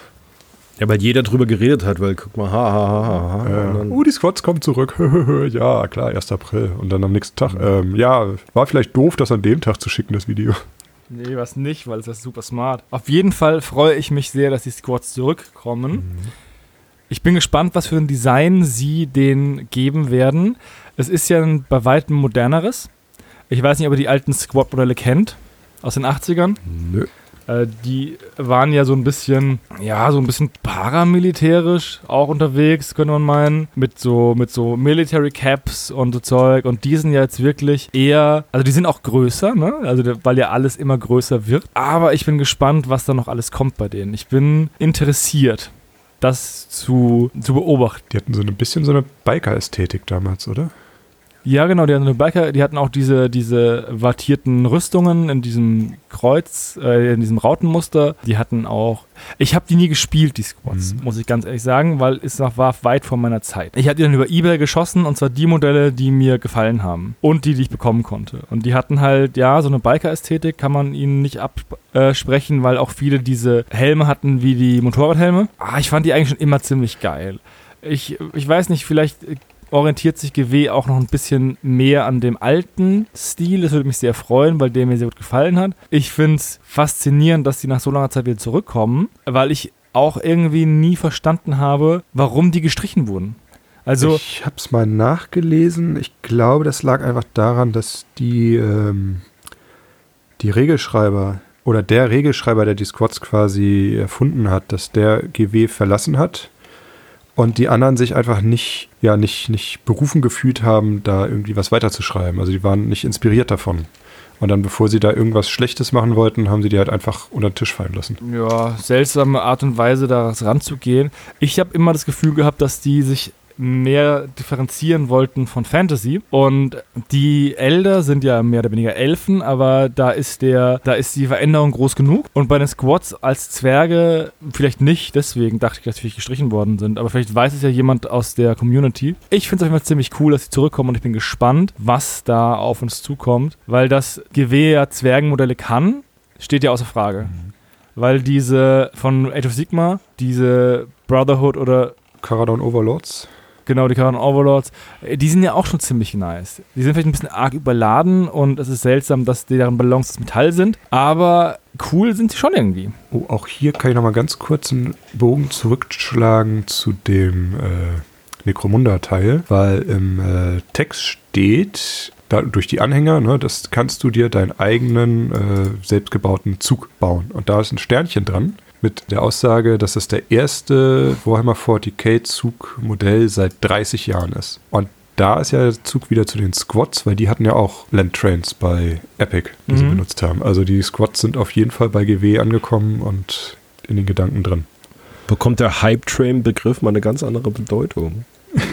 Ja, weil jeder drüber geredet hat, weil guck mal, ha, ha, ha, ha. Ja. Dann, Oh, die Squads kommen zurück. Ja, klar, erster April. Und dann am nächsten Tag, ähm, ja, war vielleicht doof, das an dem Tag zu schicken, das Video. Nee, was nicht, weil es ist super smart. Auf jeden Fall freue ich mich sehr, dass die Squads zurückkommen. Mhm. Ich bin gespannt, was für ein Design sie denen geben werden. Es ist ja ein bei weitem moderneres. Ich weiß nicht, ob ihr die alten Squad-Modelle kennt, aus den achtzigern. Nö. Äh, die waren ja so ein bisschen, ja, so ein bisschen paramilitärisch auch unterwegs, könnte man meinen. Mit so, mit so Military Caps und so Zeug. Und die sind ja jetzt wirklich eher, also die sind auch größer, ne? Also, weil ja alles immer größer wird. Aber ich bin gespannt, was da noch alles kommt bei denen. Ich bin interessiert, das zu, zu beobachten. Die hatten so ein bisschen so eine Biker-Ästhetik damals, oder? Ja, genau, die hatten eine Biker, die hatten auch diese, diese wattierten Rüstungen in diesem Kreuz, äh, in diesem Rautenmuster. Die hatten auch, ich habe die nie gespielt, die Squads, mhm. muss ich ganz ehrlich sagen, weil es noch war weit vor meiner Zeit. Ich habe die dann über eBay geschossen und zwar die Modelle, die mir gefallen haben und die, die ich bekommen konnte. Und die hatten halt, ja, so eine Biker-Ästhetik, kann man ihnen nicht absprechen, weil auch viele diese Helme hatten wie die Motorradhelme. Ah, ich fand die eigentlich schon immer ziemlich geil. Ich, ich weiß nicht, vielleicht orientiert sich G W auch noch ein bisschen mehr an dem alten Stil. Das würde mich sehr freuen, weil der mir sehr gut gefallen hat. Ich finde es faszinierend, dass die nach so langer Zeit wieder zurückkommen, weil ich auch irgendwie nie verstanden habe, warum die gestrichen wurden. Also, ich habe es mal nachgelesen. Ich glaube, das lag einfach daran, dass die, ähm, die Regelschreiber oder der Regelschreiber, der die Squads quasi erfunden hat, dass der G W verlassen hat. Und die anderen sich einfach nicht, ja, nicht, nicht berufen gefühlt haben, da irgendwie was weiterzuschreiben. Also die waren nicht inspiriert davon. Und dann, bevor sie da irgendwas Schlechtes machen wollten, haben sie die halt einfach unter den Tisch fallen lassen. Ja, seltsame Art und Weise, da ranzugehen. Ich habe immer das Gefühl gehabt, dass die sich mehr differenzieren wollten von Fantasy. Und die Elder sind ja mehr oder weniger Elfen, aber da ist der, da ist die Veränderung groß genug. Und bei den Squads als Zwerge vielleicht nicht, deswegen dachte ich, dass sie vielleicht gestrichen worden sind. Aber vielleicht weiß es ja jemand aus der Community. Ich finde es auf jeden Fall ziemlich cool, dass sie zurückkommen und ich bin gespannt, was da auf uns zukommt. Weil das G W ja Zwergenmodelle kann, steht ja außer Frage. Mhm. Weil diese von Age of Sigmar, diese Brotherhood oder Kharadron Overlords. Genau, die Kharadron Overlords, die sind ja auch schon ziemlich nice. Die sind vielleicht ein bisschen arg überladen und es ist seltsam, dass deren Ballons das Metall sind, aber cool sind sie schon irgendwie. Oh, auch hier kann ich nochmal ganz kurz einen Bogen zurückschlagen zu dem äh, Necromunda-Teil, weil im äh, Text steht, da, durch die Anhänger, ne, das kannst du dir deinen eigenen äh, selbstgebauten Zug bauen. Und da ist ein Sternchen dran. Mit der Aussage, dass das der erste Warhammer vierzig K-Zugmodell seit dreißig Jahren ist. Und da ist ja der Zug wieder zu den Squads, weil die hatten ja auch Landtrains bei Epic, die mhm. sie benutzt haben. Also die Squads sind auf jeden Fall bei G W angekommen und in den Gedanken drin. Bekommt der Hype-Train-Begriff mal eine ganz andere Bedeutung.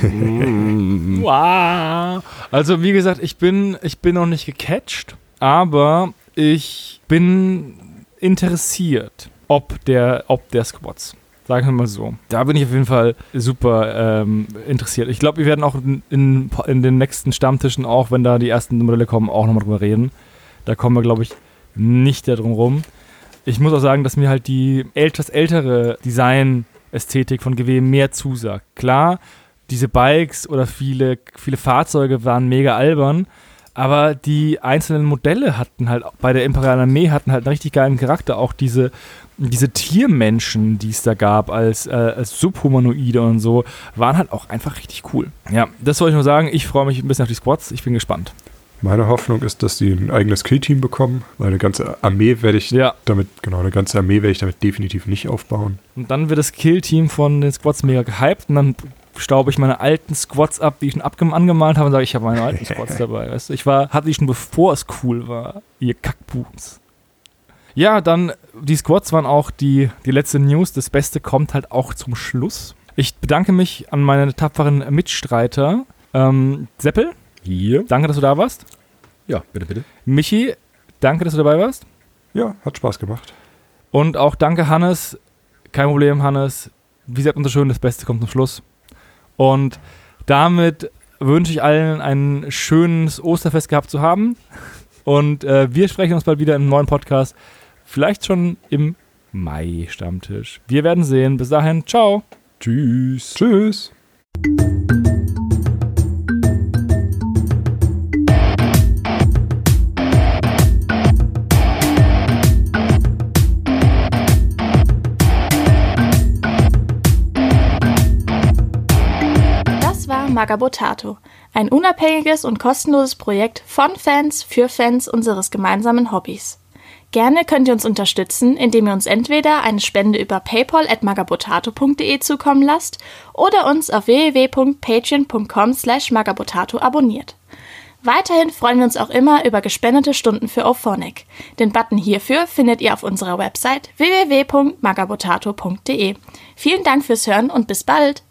Wow. Also wie gesagt, ich bin, ich bin noch nicht gecatcht, aber ich bin interessiert. Ob der, ob der Squads. Sagen wir mal so. Da bin ich auf jeden Fall super ähm, interessiert. Ich glaube, wir werden auch in, in, in den nächsten Stammtischen, auch wenn da die ersten Modelle kommen, auch nochmal drüber reden. Da kommen wir, glaube ich, nicht drum rum. Ich muss auch sagen, dass mir halt die etwas ältere Design-Ästhetik von G W mehr zusagt. Klar, diese Bikes oder viele, viele Fahrzeuge waren mega albern, aber die einzelnen Modelle hatten halt, bei der Imperialen Armee hatten halt einen richtig geilen Charakter. Auch diese, diese Tiermenschen, die es da gab, als, äh, als Subhumanoide und so, waren halt auch einfach richtig cool. Ja, das wollte ich nur sagen. Ich freue mich ein bisschen auf die Squads. Ich bin gespannt. Meine Hoffnung ist, dass sie ein eigenes Killteam bekommen, weil eine ganze Armee werde ich ja. damit, genau, eine ganze Armee werde ich damit definitiv nicht aufbauen. Und dann wird das Killteam von den Squads mega gehypt und dann staube ich meine alten Squats ab, die ich schon abgem- angemalt habe und sage, ich habe meine alten Squats dabei. Weißt du? Ich war, hatte die schon bevor es cool war, ihr Kackbooms. Ja, dann, die Squats waren auch die, die letzte News. Das Beste kommt halt auch zum Schluss. Ich bedanke mich an meine tapferen Mitstreiter. Ähm, Seppel, Hier. danke, dass du da warst. Ja, bitte, bitte. Michi, danke, dass du dabei warst. Ja, hat Spaß gemacht. Und auch danke, Hannes. Kein Problem, Hannes. Wie gesagt, unser schön, das Beste kommt zum Schluss. Und damit wünsche ich allen ein schönes Osterfest gehabt zu haben. Und äh, wir sprechen uns bald wieder im neuen Podcast. Vielleicht schon im Mai-Stammtisch. Wir werden sehen. Bis dahin, ciao. Tschüss. Tschüss. Das war Magabotato, ein unabhängiges und kostenloses Projekt von Fans für Fans unseres gemeinsamen Hobbys. Gerne könnt ihr uns unterstützen, indem ihr uns entweder eine Spende über paypal at magabotato punkt de zukommen lasst oder uns auf w w w punkt patreon punkt com slash magabotato abonniert. Weiterhin freuen wir uns auch immer über gespendete Stunden für Auphonic. Den Button hierfür findet ihr auf unserer Website w w w punkt magabotato punkt de. Vielen Dank fürs Hören und bis bald!